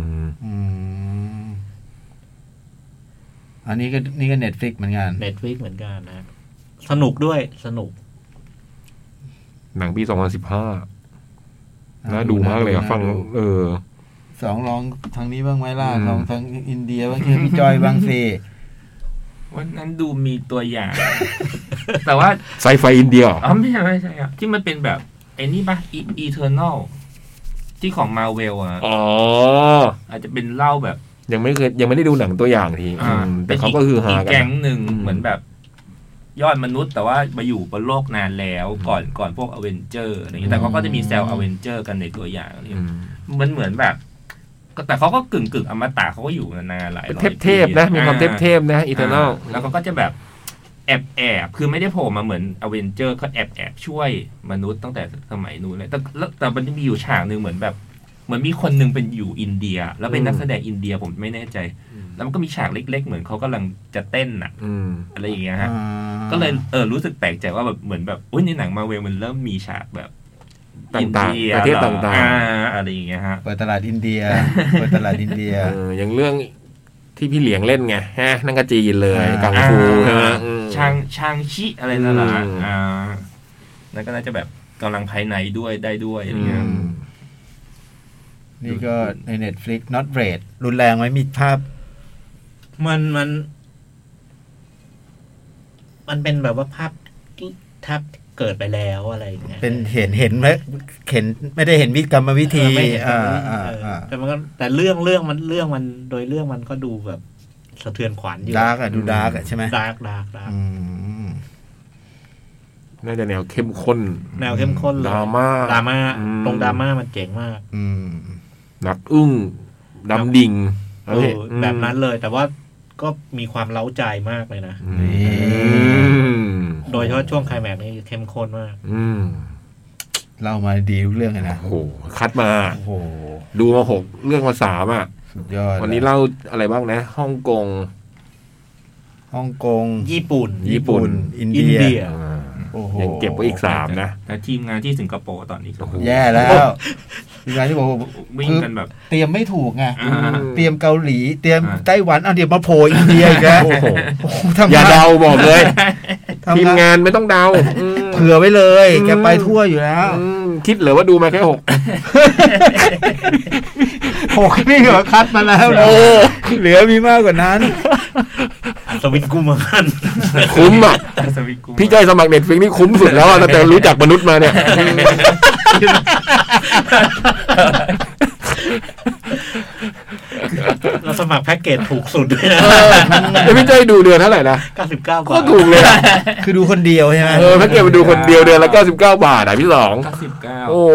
อันนี้ก็ Netflix เหมือนกัน Netflix เหมือนกันนะสนุกด้วยสนุกหนังปี2015น่าดูมากเลยฟังสองลองทางนี้บ้างไหมล่ะลองทางอินเดียบ้างพี่จอยบ้างสิวันนั้นดูมีตัวอย่างแต่ว่าไซไฟอินเดียไม่ใช่ครับที่มันเป็นแบบไอ้นี่ป่ะ Eternal ที่ของ Marvel อาจจะเป็นเล่าแบบยังไม่ได้ดูหนังตัวอย่างทีแต่เขาก็คือหากันแก๊งหนึ่งเหมือนแบบยอดมนุษย์แต่ว่ามาอยู่บนโลกนานแล้วก่อนพวกอเวนเจอร์อะไรอย่างเงี้ยแต่เขาก็จะมีเซลล์อเวนเจอร์กันในตัวอย่างนี่มันเหมือนแบบแต่เขาก็กึ่งอมตะเขาก็อยู่นานๆหลายร้อยเทพนะมีความเทพนะอีเทอร์นอลแล้วเขาก็จะแบบแอบคือไม่ได้โผล่มาเหมือนอเวนเจอร์เขาแอบช่วยมนุษย์ตั้งแต่สมัยนู้นเลยแต่มันจะมีอยู่ฉากนึงเหมือนมีคนนึงเป็นอยู่อินเดียแล้วเป็นนักแสดงอินเดียผมไม่แน่ใจแล้วมันก็มีฉากเล็กๆเหมือนเขากำลังจะเต้นอ่ะอะไรอย่างเงี้ยฮะก็เลยรู้สึกแปลกใจว่าแบบเหมือนแบบอุ้ยในหนังมาเวลมันเริ่มมีฉากแบบต่างๆประเทศต่างๆอะไรอย่างเงี้ยฮะเปิดตลาดอินเดียอย่างเรื่องที่พี่เหลียงเล่นไงฮะนั่นก็จีนเลยกังฟูใช่ไหมชางชิอะไรนั่นแหละนั่นก็น่าจะแบบกำลังภายในด้วยได้ด้วยอะไรเงี้ยนี่ก็ใน Netflix Not Red รุนแรงไหมมีภาพมันเป็นแบบว่าภาพถ้าเกิดไปแล้วอะไรอย่างเงี้ยเป็นเห็นไหมไม่ได้เห็นกรรมวิธีแต่มันก็แต่เรื่องมันโดยเรื่องมันก็ดูแบบสะเทือนขวัญอยู่ดาร์กดูดาร์กใช่ไหมดาร์กน่าจะแนวเข้มข้นดราม่าตรงดราม่ามันเจ๋งมากหนักอึ้งดำดิ่งแบบนั้นเลยแต่ว่าก็มีความเล้าใจมากเลยนะโดยเฉพาะช่วงไคลแม็กซ์นี่เข้มข้นมากเล่ามาดีทุกเรื่องเลยนะโอ้โหคัดมาโอ้โหดูมา6เรื่องมา3อ่ะสุดยอดวันนี้เล่าอะไรบ้างนะฮ่องกงญี่ปุ่นอินเดียยังเก็บไว้อีก3นะแต่ทีมงานที่สิงคโปร์ตอนนี้แย่แล้วทีมงานที่บอกวิ่งกันแบบเตรียมไม่ถูกไงเตรียมเกาหลีเตรียมไต้หวันเดี๋ยวมาโผล่อินเดียอีกแล้วอย่าเดาบอกเลยทีมงานไม่ต้องเดาเผื่อไว้เลยแกไปทั่วอยู่แล้วคิดเหรอว่าดูมาแค่6 นี่เหรอคัดมาแล้วเหลือมีมากกว่านั้นสวิตกุ้มมันคุ้มอ่ะพี่จ้อยสมัคร Netflix นี่คุ้มสุดแล้วแต่รู้จักมนุษย์มาเนี่ยเราสมัครแพ็กเกจถูกสุดด้วยนะพี่จ้อยดูเดือนเท่าไหร่นะ 99 บาทก็ถูกเลยคือดูคนเดียวใช่ไหมแพ็กเกจมาดูคนเดียวเดือนละ99 บาทอ่ะพี่ 299โอ้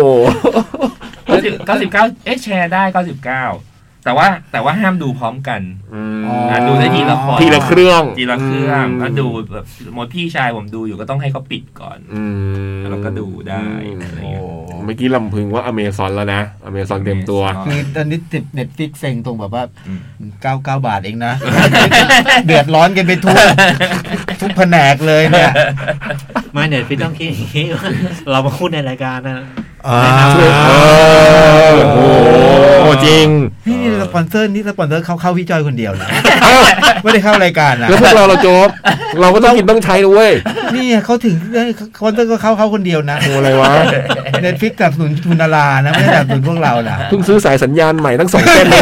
99แชร์ได้99แต่ว่าห้ามดูพร้อมกันดูได้ทีละเครื่องก็ดูแบบหมดพี่ชายผมดูอยู่ก็ต้องให้เขาปิดก่อนแล้วก็ดูได้อะไรเงี้ยเมื่อกี้ลำพึงว่า Amazon แล้วนะ Amazon เต็มตัวคือตอนนี้ติด Netflix เซ็งตรงแบบว่า99 บาทเองนะเดือดร้อนกันไปทุกแผนกเลยเนี่ยไม่ Netflix ต้องคิดอย่างนี้เรามาพูดในรายการนะโอ้จริงนี่สปอนเซอร์เข้าพี่จอยคนเดียวนะไม่ได้เข้ารายการนะแล้วพวกเราโจ๊กเราก็ต้องกินต้องใช้ด้วยนี่เขาถึงสปอนเซอร์ก็เข้าคนเดียวนะโอ้อะไรวะ Netflix สนับสนุนทุนดารานะไม่ได้สนับสนุนพวกเรานะเพิ่งซื้อสายสัญญาณใหม่ทั้ง2เส้น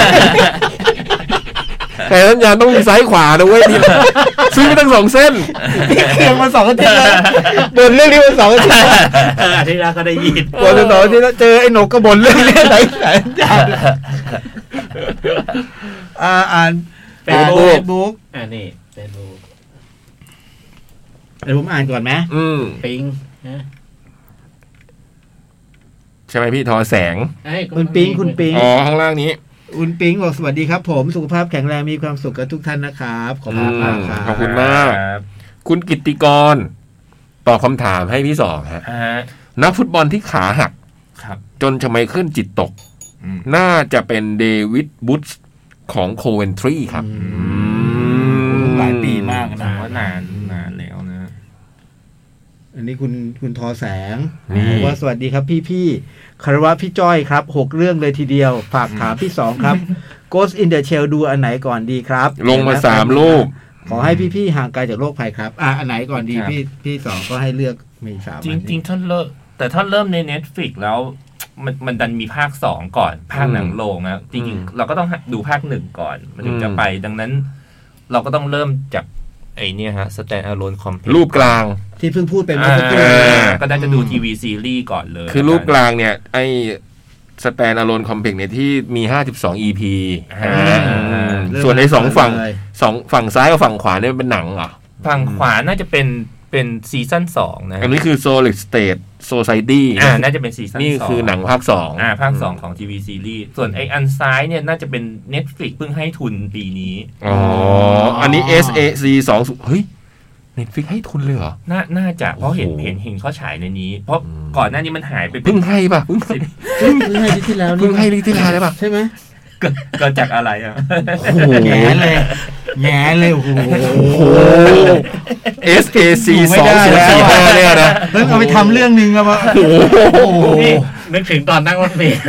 แต่สัญญาณต้องมีซ้ายขวานะเว้ยซื้อไปทั้ง2เส้นเครื่องมา2อาทิตย์แล้วเดินเรื่องนี้มา2อาทิตย์อาทิตย์แล้วก็ได้ยินวันที่2อาทิตย์แล้วเจอไอ้หนกกระบ่นเรื่องนี้ไหนสัญญาณอ่านFacebook นี่ Facebook เดี๋ยวผมอ่านก่อนไหมปิงใช่ไหมพี่ทอแสงคุณปิงข้างล่างนี้คุณปิงบอกสวัสดีครับผมสุขภาพแข็งแรงมีความสุขกับทุกท่านนะครับขอบคุณมากครับขอบคุณมากคุณกิตติกรตอบคำถามให้พี่สองฮะนักฟุตบอลที่ขาหักจนไมเคิลจิตตกน่าจะเป็นเดวิดบุชของโคเวนทรีครับหลายปีมากนะว่านานแล้วนะอันนี้คุณทอแสงบอกว่าสวัสดีครับพี่คารวะพี่จ้อยครับ6เรื่องเลยทีเดียวฝากถามพี่2ครับ Ghost in the Shell ดูอันไหนก่อนดีครับลงมา3รูปขอให้พี่ห่างไกลจากโรคภัยครับอันไหนก่อนดีพี่2ก็ให้เลือกมี3 จริงๆถ้าเริ่มใน Netflix แล้วมันดันมีภาค2ก่อนภาคหนังโรงนะจริงๆเราก็ต้องดูภาค1ก่อนมันถึงจะไปดังนั้นเราก็ต้องเริ่มจากไอ้นี่ฮะ Stand Alone Complex รูปกลางที่เพิ่งพูดไปเมื่อสักครู่ก็ได้จะดูทีวีซีรีส์ก่อนเลยคือรูปกลางเนี่ยไอ้ Stand Alone Complex เนี่ยที่มี52 EP ส่วนใน2ฝั่งซ้ายกับฝั่งขวาเนี่ยเป็นหนังเหรอฝั่งขวาน่าจะเป็นเป็นซีซั่น2นะอันนี้คือ Solid State Society น่าจะเป็นซีซั่น2 นี่คือหนังภาค2 ภาค2ของทีวีซีรีส์ส่วนไอ้อันซ้ายเนี่ยน่าจะเป็น Netflix เพิ่งให้ทุนปีนี้อันนี้ SAC 20เฮ้ย Netflix ให้ทุนเลยเหรอน่าจะเพราะเห็นเขาฉายในนี้เพราะก่อนหน้านี้มันหายไปเพิ่งให้ป่ะเพิ่งให้ที่แล้วเพิ่งให้ที่แล้วได้ป่ะใช่ไหมเกิดจากอะไรอ่ะแง่เลยโอ้โห SAC 2045เนี่ยนะเอาไปทำเรื่องนึงอะวะโอ้โหนึกถึงตอนนั่งรถเมล์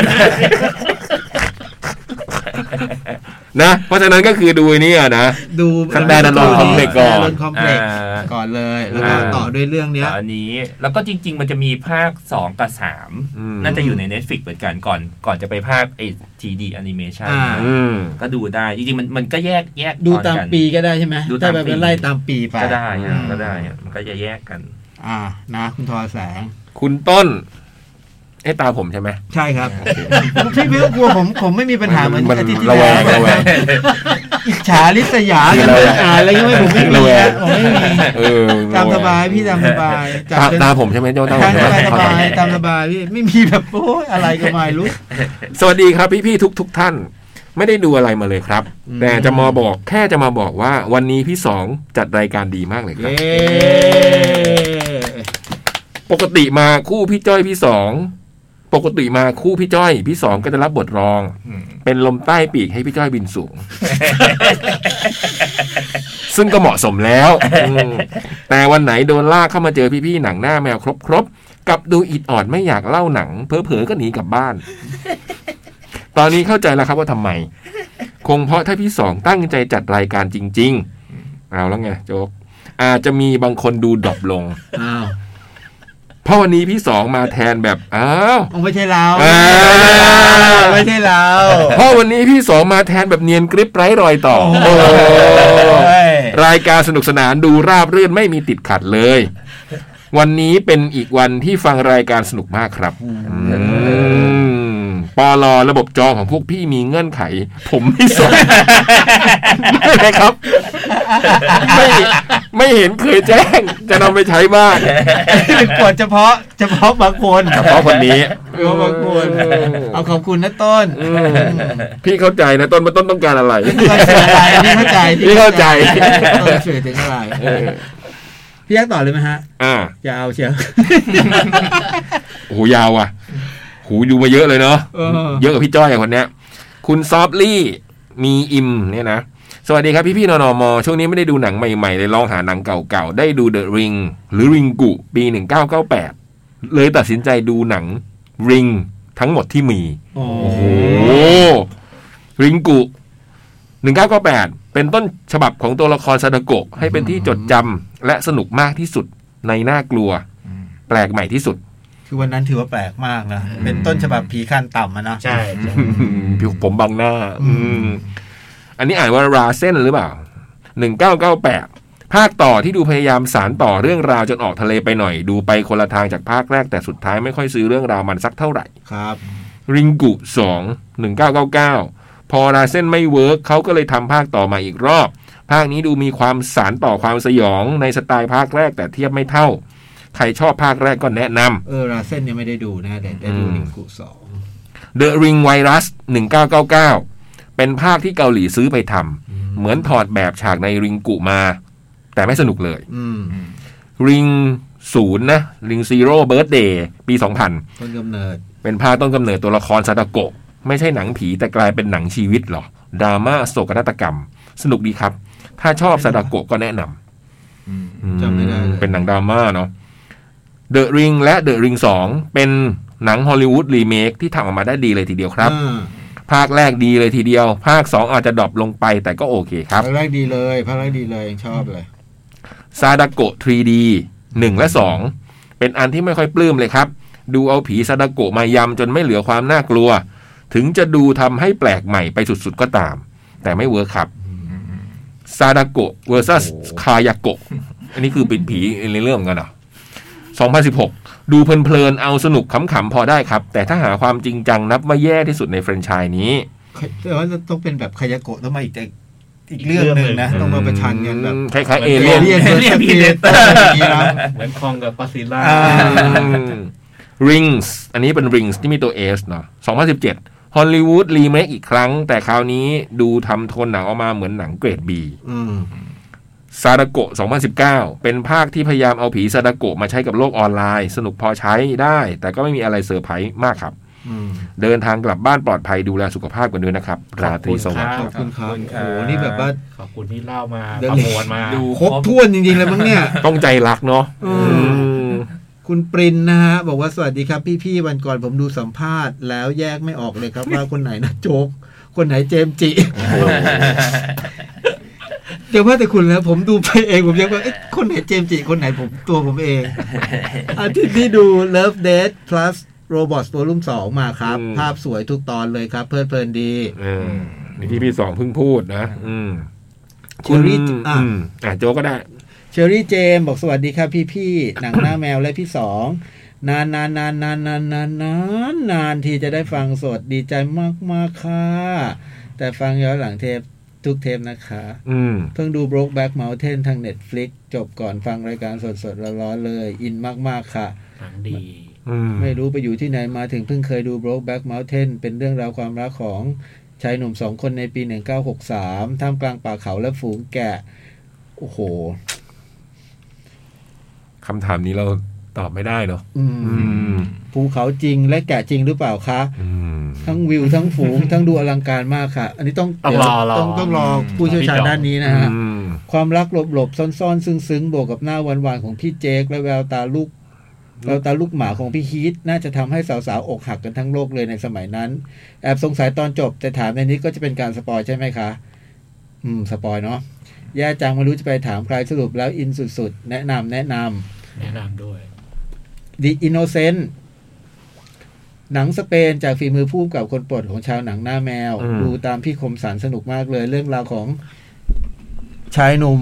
นะเพราะฉะนั้นก็คือดูนี่อ่ะนะดูคันแดนนนท์คอมเพล็กซ์ก่อนเลยแล้วก็ต่อด้วยเรื่องนี้อันนี้แล้วก็จริงๆมันจะมีภาค2กับ3น่าจะอยู่ใน Netflix เหมือนกันก่อนจะไปภาคไอ้ 3D animation ก็ดูได้จริงๆมันก็แยกดูตามปีก็ได้ใช่ไหมถ้าแบบไล่ตามปีไปก็ได้มันก็จะแยกกันนะคุณทอแสงคุณต้นตาผมใช่ไหมใช่ครับพี่ไม่ต้องกลัวผมไม่มีปัญหาเหมือนอาทิตย์ที่แล้วอิจฉาริษยากันอะไรก็ไม่ผมไม่มีตามสบายพี่ตามสบายตาผมใช่ไหมเจ้าตาผมตามสบายพี่ไม่มีแบบโอ้อะไรก็ไม่รู้สวัสดีครับพี่ทุกท่านไม่ได้ดูอะไรมาเลยครับแต่จะมาบอกแค่จะมาบอกว่าวันนี้พี่2จัดรายการดีมากเลยครับปกติมาคู่พี่จ้อยพี่2ปกติมาคู่พี่จ้อยพี่2ก็จะรับบทรองเป็นลมใต้ปีกให้พี่จ้อยบินสูง ซึ่งก็เหมาะสมแล้วแต่วันไหนโดนลากเข้ามาเจอพี่ๆหนังหน้าแมวครบกับดูอิดออดไม่อยากเล่าหนังเผลอๆก็หนีกลับบ้านตอนนี้เข้าใจแล้วครับว่าทำไมคงเพราะถ้าพี่2ตั้งใจจัดรายการจริงๆเอาแล้วไงโจ๊กอาจจะมีบางคนดูดรอปลงเพราะวันนี้พี่2มาแทนแบบไม่ใช่เราไม่ใช่เราเพราะวันนี้พี่2มาแทนแบบเนียนกริบไร้รอยต่อรายการสนุกสนานดูราบรื่นไม่มีติดขัดเลยวันนี้เป็นอีกวันที่ฟังรายการสนุกมากครับปลอระบบจองของพวกพี่มีเงื่อนไขผมไม่สนไม่เลยครับไม่เห็นเคยแจ้งจะนำไปใช้บ้างเป็นกฎเฉพาะบางคนเฉพาะคนนี้บางคนเอาขอบคุณนะต้นพี่เข้าใจนะต้นว่าต้นต้องการอะไรพี่เข้าใจต้นสื่อถึงอะไรพี่ยักต่อเลยไหมฮะจะเอาเชียวโอ้โหยาวอ่ะหูดูมาเยอะเลยเนาะเยอะกว่าพี่จ้อยอย่างคนเนี้ยคุณซอฟลี่มีอิมเนี่ยนะสวัสดีครับพี่ๆนนม.ช่วงนี้ไม่ได้ดูหนังใหม่ๆเลยลองหาหนังเก่าๆได้ดูเดอะริงหรือริงกุปี1998เลยตัดสินใจดูหนังริงทั้งหมดที่มีโอ้โหริงกุ1998เป็นต้นฉบับของตัวละครซาดาโกะให้เป็นที่จดจำและสนุกมากที่สุดในน่ากลัวแปลกใหม่ที่สุดคือวันนั้นถือว่าแปลกมากนะเป็นต้นฉบับผีคานต่ำนะใช่ผิวผมบังหน้าอันนี้อ่านว่าราเซนหรือเปล่า1998ภาคต่อที่ดูพยายามสานต่อเรื่องราวจนออกทะเลไปหน่อยดูไปคนละทางจากภาคแรกแต่สุดท้ายไม่ค่อยซื้อเรื่องราวมันสักเท่าไหร่ครับริงกุ2 1999พอราเซนไม่เวิร์กเขาก็เลยทำภาคต่อมาอีกรอบภาคนี้ดูมีความสานต่อความสยองในสไตล์ภาคแรกแต่เทียบไม่เท่าใครชอบภาคแรกก็แนะนำราเซนยังไม่ได้ดูนะแต่ได้ดูริงกุ 2 The Ring Virus 1999เป็นภาคที่เกาหลีซื้อไปทำเหมือนถอดแบบฉากในริงกุมาแต่ไม่สนุกเลยริง0นะริง0 Birthday ปี2000 ต้นกำเนิดเป็นภาคต้นกำเนิดตัวละครซาดาโกะไม่ใช่หนังผีแต่กลายเป็นหนังชีวิตหรอดราม่าโศกนาฏกรรมสนุกดีครับถ้าชอบซาดาโกะก็แนะนำจำไม่ได้เป็นหนังดราม่าเนาะ The Ring และ The Ring 2เป็นหนังฮอลลีวูดรีเมคที่ทำออกมาได้ดีเลยทีเดียวครับภาคแรกดีเลยทีเดียวภาค2อาจจะดรอปลงไปแต่ก็โอเคครับภาคแรกดีเลยยังชอบเลยซาดาโกะ 3D 1 และ 2เป็นอันที่ไม่ค่อยปลื้มเลยครับดูเอาผีซาดาโกะมายำจนไม่เหลือความน่ากลัวถึงจะดูทำให้แปลกใหม่ไปสุดๆก็ตามแต่ไม่เวิร์คครับซาดาโกะ vs คายาโกะอันนี้คือเป็นผีในเรื่องกันเหรอ2016ดูเพลินๆเอาสนุกขำๆพอได้ครับแต่ถ้าหาความจริงจังนับว่าแย่ที่สุดในแฟรนไชส์นี้แต่ว่าต้องเป็นแบบคายาโกะต้องมาอีกอีกเรื่องนึงนะต้องมาประชันกันแบบคล้ายๆเอเลี่ยนพีเดเตอร์เหมือนคองกับปาซิล่า Rings อันนี้เป็น Rings ที่มีตัว S เนาะ2017ฮอลลีวูดรีเมคอีกครั้งแต่คราวนี้ดูทำโทนหนังออกมาเหมือนหนังเกรด B ซาดาโกะ2019เป็นภาคที่พยายามเอาผีซาดาโกะมาใช้กับโลกออนไลน์สนุกพอใช้ได้แต่ก็ไม่มีอะไรเซอร์ไพรส์มากครับเดินทางกลับบ้านปลอดภัยดูแลสุขภาพกันด้วยนะครับราตรีสวัสดิ์ขอบคุณครับโอ้นี่แบบว่าขอบคุณที่เล่ามาประมวลมาดูครบถ้วนจริงๆเลยมั้งเนี่ยต้องใจรักเนาะคุณปรินนะฮะบอกว่าสวัสดีครับพี่ๆวันก่อนผมดูสัมภาษณ์แล้วแยกไม่ออกเลยครับว่าคนไหนนะโจ๊กคนไหนเจมจิเดี๋ยวว่าแต่คุณแล้วผมดูไปเองผมยังว่าคนไหนเจมจิคนไหนผมเองอาทิตย์นี้ดู Love Death Plus Robots ตัวรุ่ม2มาครับภาพสวยทุกตอนเลยครับเพลินดีนี่ที่พี่2เพิ่งพูดนะคุณโจก็ได้เชอรี่เจมบอกสวัสดีครับพี่ๆหนังหน้าแมวและพี่2นานที่จะได้ฟังสดดีใจมากๆค่ะแต่ฟังย้อนหลังเทปทุกเทปนะคะเพิ่งดู Brokeback Mountain ทาง Netflix จบก่อนฟังรายการสดๆร้อนๆเลยอินมากๆค่ะหนังดีไม่รู้ไปอยู่ที่ไหนมาถึงเพิ่งเคยดู Brokeback Mountain เป็นเรื่องราวความรักของชายหนุ่ม2คนในปี1963ท่ามกลางป่าเขาและฝูงแกะโอ้โหคำถามนี้เราตอบไม่ได้เนาะภูเขาจริงและแกะจริงหรือเปล่าคะทั้งวิวทั้งฝูง ทั้งดูอลังการมากค่ะอันนี้ต้องรอผู้เชี่ยวชาญด้านนี้นะฮะความรักหลบซ่อนซึ้งบวกกับหน้าหวานๆของพี่เจคและแววตาลูกหมาของพี่ฮีทน่าจะทำให้สาวๆอกหักกันทั้งโลกเลยในสมัยนั้นแอบสงสัยตอนจบแต่ถามในนี้ก็จะเป็นการสปอยใช่ไหมคะสปอยเนาะแย่จังไม่รู้จะไปถามใครสรุปแล้วอินสุดๆแนะนำด้วย The Innocent หนังสเปนจากฝีมือผู้กำกับคนโปรดของชาวหนังหน้าแมวดูตามพี่คมสันสนุกมากเลยเรื่องราวของชายหนุ่ม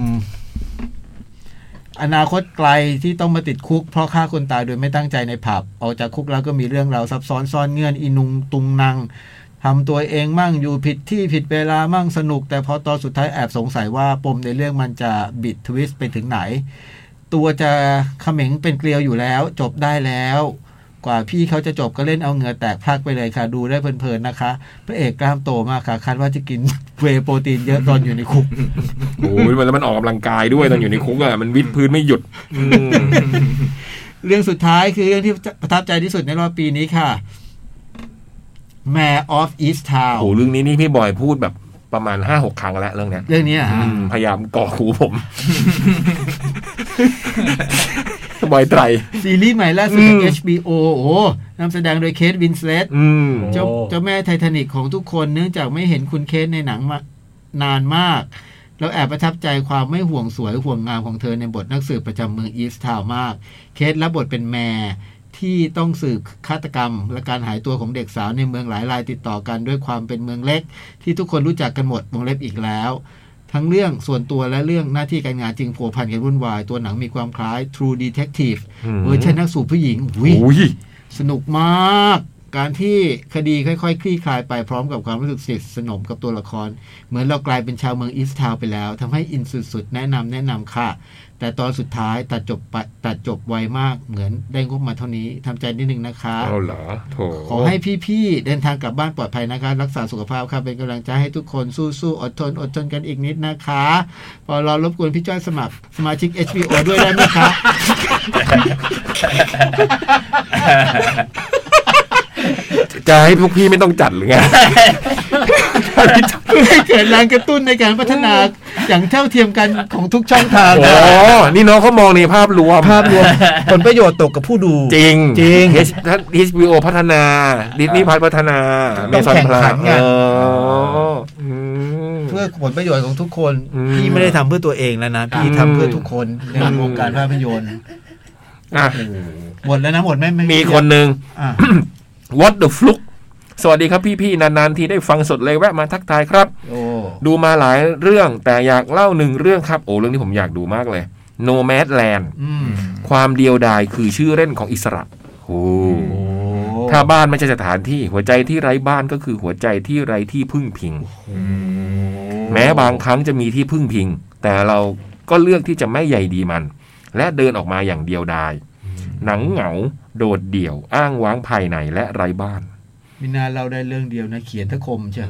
อนาคตไกลที่ต้องมาติดคุกเพราะฆ่าคนตายโดยไม่ตั้งใจในผับออกจากคุกแล้วก็มีเรื่องราวซับซ้อนซ่อนเงื่อนอินุงตุงนางทำตัวเองมั่งอยู่ผิดที่ผิดเวลามั่งสนุกแต่พอตอนสุดท้ายแอบสงสัยว่าปมในเรื่องมันจะบิดทวิสต์ไปถึงไหนตัวจะเขม็งเป็นเกลียวอยู่แล้วจบได้แล้วกว่าพี่เขาจะจบก็เล่นเอาเหงื่อแตกพลักไปเลยค่ะดูได้เพลินๆนะคะพระเอกกล้ามโตมากค่ะคาดว่าจะกินเวย์โปรตีนเยอะตอนอยู่ในคุกโอ้ยแล้วมันออกกำลังกายด้วยตอนอยู่ในคุกอ่ะมันวิดพื้นไม่หยุดเรื่องสุดท้ายคือเรื่องที่ประทับใจที่สุดในรอบปีนี้ค่ะ Mayor of Easttown โอ้เรื่องนี้นี่พี่บอยพูดแบบประมาณ 5-6 ครั้งแล้วเรื่องนี้พยายามก่อหูผมบอยไตรซีรีส์ใหม่ล่าสุดจาก HBO โอ้นำแสดงโดยเคทวินสเลตเจ้าแม่ไททานิคของทุกคนเนื่องจากไม่เห็นคุณเคทในหนังมานานมากแล้วแอบประทับใจความไม่ห่วงสวยห่วงงามของเธอในบทนักสืบประจำเมืองอีสต์ทาวน์มากเคทรับบทเป็นแม่ที่ต้องสืบฆาตกรรมและการหายตัวของเด็กสาวในเมืองหลายรายติดต่อกันด้วยความเป็นเมืองเล็กที่ทุกคนรู้จักกันหมดวงเล็บอีกแล้วทั้งเรื่องส่วนตัวและเรื่องหน้าที่การงานจึงผัวพันกันวุ่นวายตัวหนังมีความคล้าย True Detective เวอร์ชันนักสืบผู้หญิงสนุกมากการที่คดีค่อยๆคลี่คลายไปพร้อมกับความรู้สึกสนิทสนมกับตัวละครเหมือนเรากลายเป็นชาวเมืองอีสต์ทาวน์ไปแล้วทำให้อินสุดๆแนะนำค่ะแต่ตอนสุดท้ายตัดจบไวมากเหมือนได้งบมาเท่านี้ทำใจนิดนึงนะคะเอาเหรอโถขอให้พี่ๆเดินทางกลับบ้านปลอดภัยนะคะรักษาสุขภาพครับเป็นกำลังใจให้ทุกคนสู้ๆอดทนกันอีกนิดนะคะพอรอรบกวนพี่จ้อยสมัครสมาชิก HBO ด้วยได้ไหมคะจะให้พวกพี่ไม่ต้องจัดหรือไงเพื่อให้เกิดแรงกระตุ้นในการพัฒนาอย่างเท่าเทียมกันของทุกช่องทางนี่น้องเขามองในภาพรวมผลประโยชน์ตกกับผู้ดูจริง HBO พัฒนาดิสนีย์พัฒนาต้องแข่งขันกันเพื่อผลประโยชน์ของทุกคนพี่ไม่ได้ทำเพื่อตัวเองแล้วนะพี่ทำเพื่อทุกคนในวงการภาพยนตร์หมดแล้วนะหมดไม่มีคนหนึ่งWhat the Fluke สวัสดีครับพี่ๆนานๆที่ได้ฟังสดเลยแวะมาทักทายครับดูมาหลายเรื่องแต่อยากเล่า1เรื่องครับโอ้เรื่องที่ผมอยากดูมากเลย Nomadland ความเดียวดายคือชื่อเล่นของอิสระโอ้ถ้าบ้านไม่ใช่สถานที่หัวใจที่ไร้บ้านก็คือหัวใจที่ไร้ที่พึ่งพิงแม้บางครั้งจะมีที่พึ่งพิงแต่เราก็เลือกที่จะไม่ใยดีมันและเดินออกมาอย่างเดียวดายหนังเหงาโดดเดี่ยวอ้างว้างภายในและไร้บ้านมีนาเราได้เรื่องเดียวนะเขียนทะคมใช่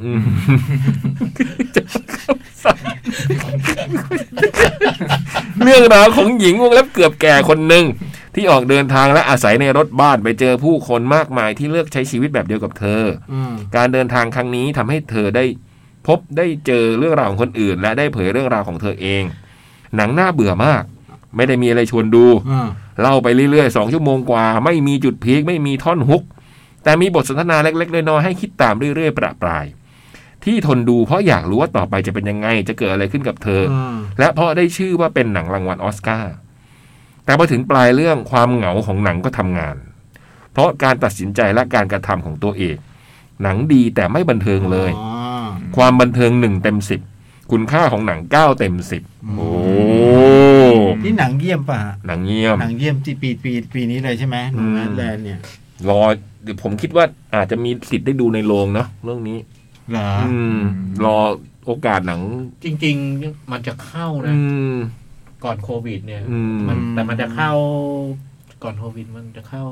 เรื่องราวของหญิงวงเล็บเกือบแก่คนหนึ่งที่ออกเดินทางและอาศัยในรถบ้านไปเจอผู้คนมากมายที่เลือกใช้ชีวิตแบบเดียวกับเธอการเดินทางครั้งนี้ทำให้เธอได้พบได้เจอเรื่องราวของคนอื่นและได้เผยเรื่องราวของเธอเองหนังน่าเบื่อมากไม่ได้มีอะไรชวนดูเล่าไปเรื่อยๆ2 ชั่วโมงกว่าไม่มีจุดพีคไม่มีท่อนฮุกแต่มีบทสนทนาเล็กๆน้อยๆให้คิดตามเรื่อยๆประปรายที่ทนดูเพราะอยากรู้ว่าต่อไปจะเป็นยังไงจะเกิดอะไรขึ้นกับเธอและเพราะได้ชื่อว่าเป็นหนังรางวัลออสการ์แต่พอถึงปลายเรื่องความเหงาของหนังก็ทำงานเพราะการตัดสินใจและการกระทำของตัวเอกหนังดีแต่ไม่บันเทิงเลยความบันเทิง1 เต็ม 10คุณค่าของหนัง9 เต็ม 10โอ้นี่หนังเยี่ยมป่ะหนังเยี่ยมที่ปีนี้เลยใช่ไหมหนังแมนแลนด์เนี่ยรอเดี๋ยวผมคิดว่าอาจจะมีสิทธิ์ได้ดูในโรงเนาะเรื่องนี้เหรอรอโอกาสหนังจริงๆมันจะเข้านะก่อนโควิดเนี่ยแต่มันจะเข้าก่อนโควิดมันจะเข้า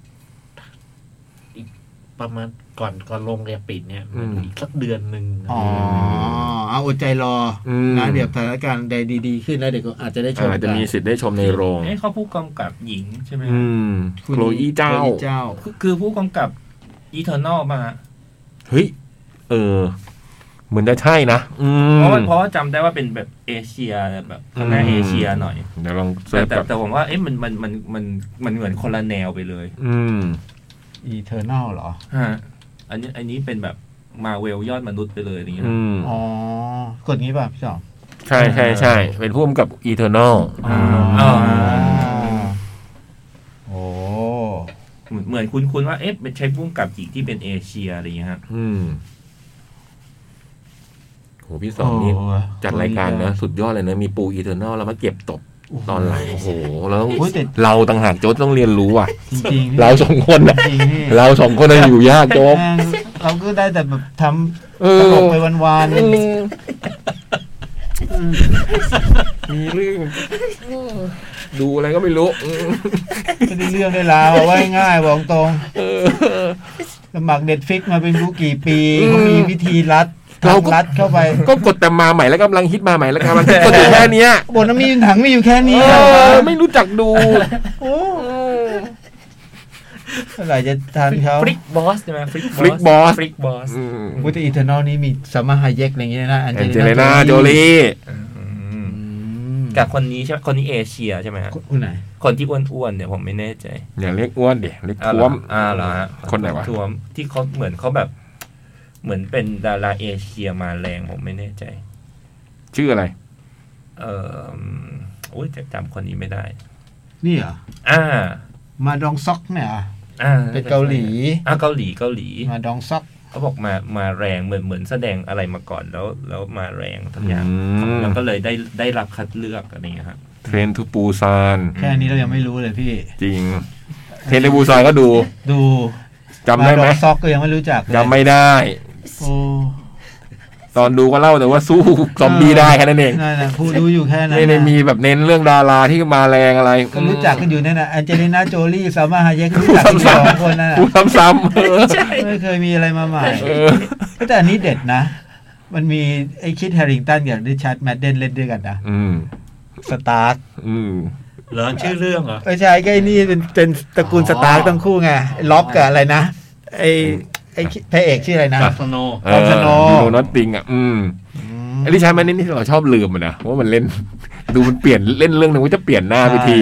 อีกประมาณก่อนโรงเรียนปิดเนี่ยอีกสักเดือนนึงเอาอดใจรอนะเดี๋ยวสถานการณ์ใดดีๆขึ้นแล้วเดี๋ยวก็อาจจะได้ชมอาจจะมีสิทธิ์ได้ชมในโรงเขาผู้กำกับหญิงใช่ไหมโคลอีเจ้าคือผู้กำกับอีเทอร์นอลมาเฮ้ยเหมือนจะใช่นะเพราะว่าจำได้ว่าเป็นแบบเอเชียแบบคณะเอเชียหน่อยเดี๋ยวลองแต่ผมว่ามันเหมือนคนละแนวไปเลย Eternal เหรอฮะอันนี้เป็นแบบมาเวลยอดมนุษย์ไปเลยอย่างเงี้ยอ๋อกดงี้ป่ะพี่จอมใช่เป็นผู้กำกับ Eternal โอ้เหมือนคุ้นว่าเป็นใช้ผู้กำกับหญิงที่เป็นเอเชียอะไรอย่างเงี้ยฮะโหพี่สองนี่จัดรายการนะสุดยอดเลยนะมีปู Eternal แล้วมาเก็บตกตอนหลังโอ้โหแล้วเราต่างหากโจ๊กต้องเรียนรู้อ่ะจริงเรา2 คนนะเรา2 คนอยู่ยากโจ๊กเราก็ได้แต่แบบทำตลกไปวันๆมีเรื่องดูอะไรก็ไม่รู้ไม่ได้เรื่องได้ราวไว้ง่ายบอกตรงสมัคร Netflix มาเป็นรู้กี่ปีเขามีวิธีรัดเข้าไปก็กดแต่มาใหม่แล้วกำลังฮิตมาใหม่แล้วกำลังกดอยู่แค่นี้บทมีหนังมีอยู่แค่นี้ไม่รู้จักดูอะไรจะทันเขาฟลิกบอสใช่ไหมฟลิกบอสวุฒิอีเทอร์นอลนี้มีสมาฮายกอะไรอย่างเงี้ยนะแอนเจลิน่าโจลีกับคนนี้ใช่ไหมคนนี้เอเชียใช่ไหมครับคนไหนคนที่อ้วนๆเนี่ยผมไม่แน่ใจอย่าเรียกอ้วนเดี๋ยวเรียกท้วมเหรอฮะคนไหนวะท้วมที่เขาเหมือนเขาแบบเหมือนเป็นดาราเอเชียมาแรงผมไม่แน่ใจชื่ออะไรโอ้ยจำคนนี้ไม่ได้นี่เหรอมาดองซอกเนี่ยเป็นเกาหลีเกาหลีมาดองซอกเขาบอกมาแรงเหมือนแสดงอะไรมาก่อนแล้วมาแรงทุกอย่างแล้วก็เลยได้รับคัดเลือกอะไรอย่างเงี้ยครับเทรนทูปูซานแค่นี้เรายังไม่รู้เลยพี่จริงเทรนทูปูซานก็ดูจำได้ไหมซอกก็ยังไม่รู้จักจำไม่ได้ตอนดูก็เล่าแต่ว่าสู้ซอมบี้ได้แค่นั้นเองนั่นนะผู้ดูอยู่แค่นั้นไม่ได้มีแบบเน้นเรื่องดาราที่มาแรงอะไรก็รู้จักกันอยู่นั่นน่ะแอนเจลิน่าโจลี่ซามาฮายกรู้จักกัน2 คนนั่นน่ะซ้ำไม่เคยมีอะไรมาใหม่แต่อันนี้เด็ดนะมันมีไอ้คิดแฮร์ริงตันกับริชาร์ดแมดเดนเล่นด้วยกันนะสตาร์คเหรอชื่อเรื่องเหรอไม่ใช่ก็ไอ้นี่เป็นตระกูลสตาร์คทั้งคู่ไงล็อกกับอะไรนะไอ้พระเอกชื่ออะไรนะสโนดูน็อตติงไอ้ริชาร์ดแมดเดนนี่เราชอบลืมนะว่ามันเล่นดูมันเปลี่ยนเล่นเรื่องนึงก็จะเปลี่ยนหน้าไปที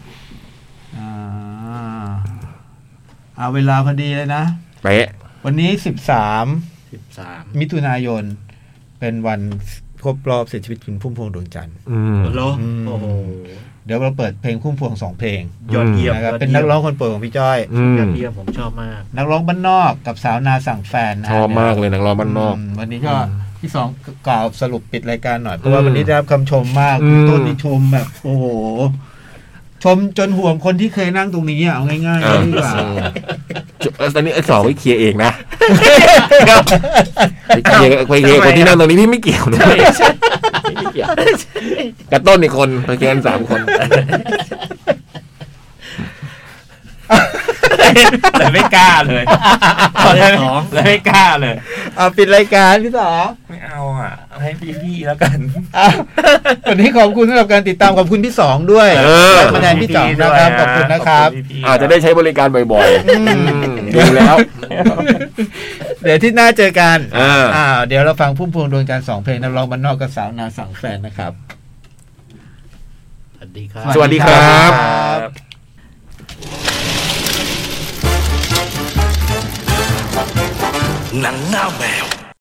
เวลาพอดีเลยนะเป๊ะวันนี้13มิถุนายนเป็นวันครบรอบเสียชีวิตคุณพุ่มพวงดวงจันทร์โอ้โหเดี๋ยวเราเปิดเพลงพุ่มพวง2 เพลงยอดเยี่ยมนะครับเป็นนักร้องคนโปรดของพี่จ้อยยอดเยี่ยมผมชอบมากนักร้องบ้านนอกกับสาวนาสั่งแฟนชอบมากเลยนักร้องบ้านนอกวันนี้ก็ที่2กล่าวสรุปปิดรายการหน่อยเพราะว่าวันนี้ได้รับคำชมมากต้นนี่ชมแบบโอ้โหชมจนห่วงคนที่เคยนั่งตรงนี้เอาง่ายๆดีกว่าตอนนี้ไอ้สองไปเคลียร์เองนะไปเคลียร์คนที่นั่งตรงนี้พี่ไม่เกี่ยวนะไม่เกี่ยวกระต้นอีกคนไปเคลียร์กัน3 คนเลยไม่กล้าเลยเลยไม่กล้าเลยเอาปิดรายการพี่สองไม่เอาอ่ะให้พี่แล้วกันวันนี้ขอบคุณสำหรับการติดตามขอบคุณพี่สองด้วยมาแทนพี่จ่องนะครับขอบคุณนะครับอาจจะได้ใช้บริการบ่อยๆดูแล้วเดี๋ยวที่หน้าเจอกันเดี๋ยวเราฟังพุ่มพวงดวงจันทร์2 เพลงนักร้องบ้านนอกกับสาวนาสั่งแฟนนะครับสวัสดีครับสวัสดีครับหนังหน้าแมว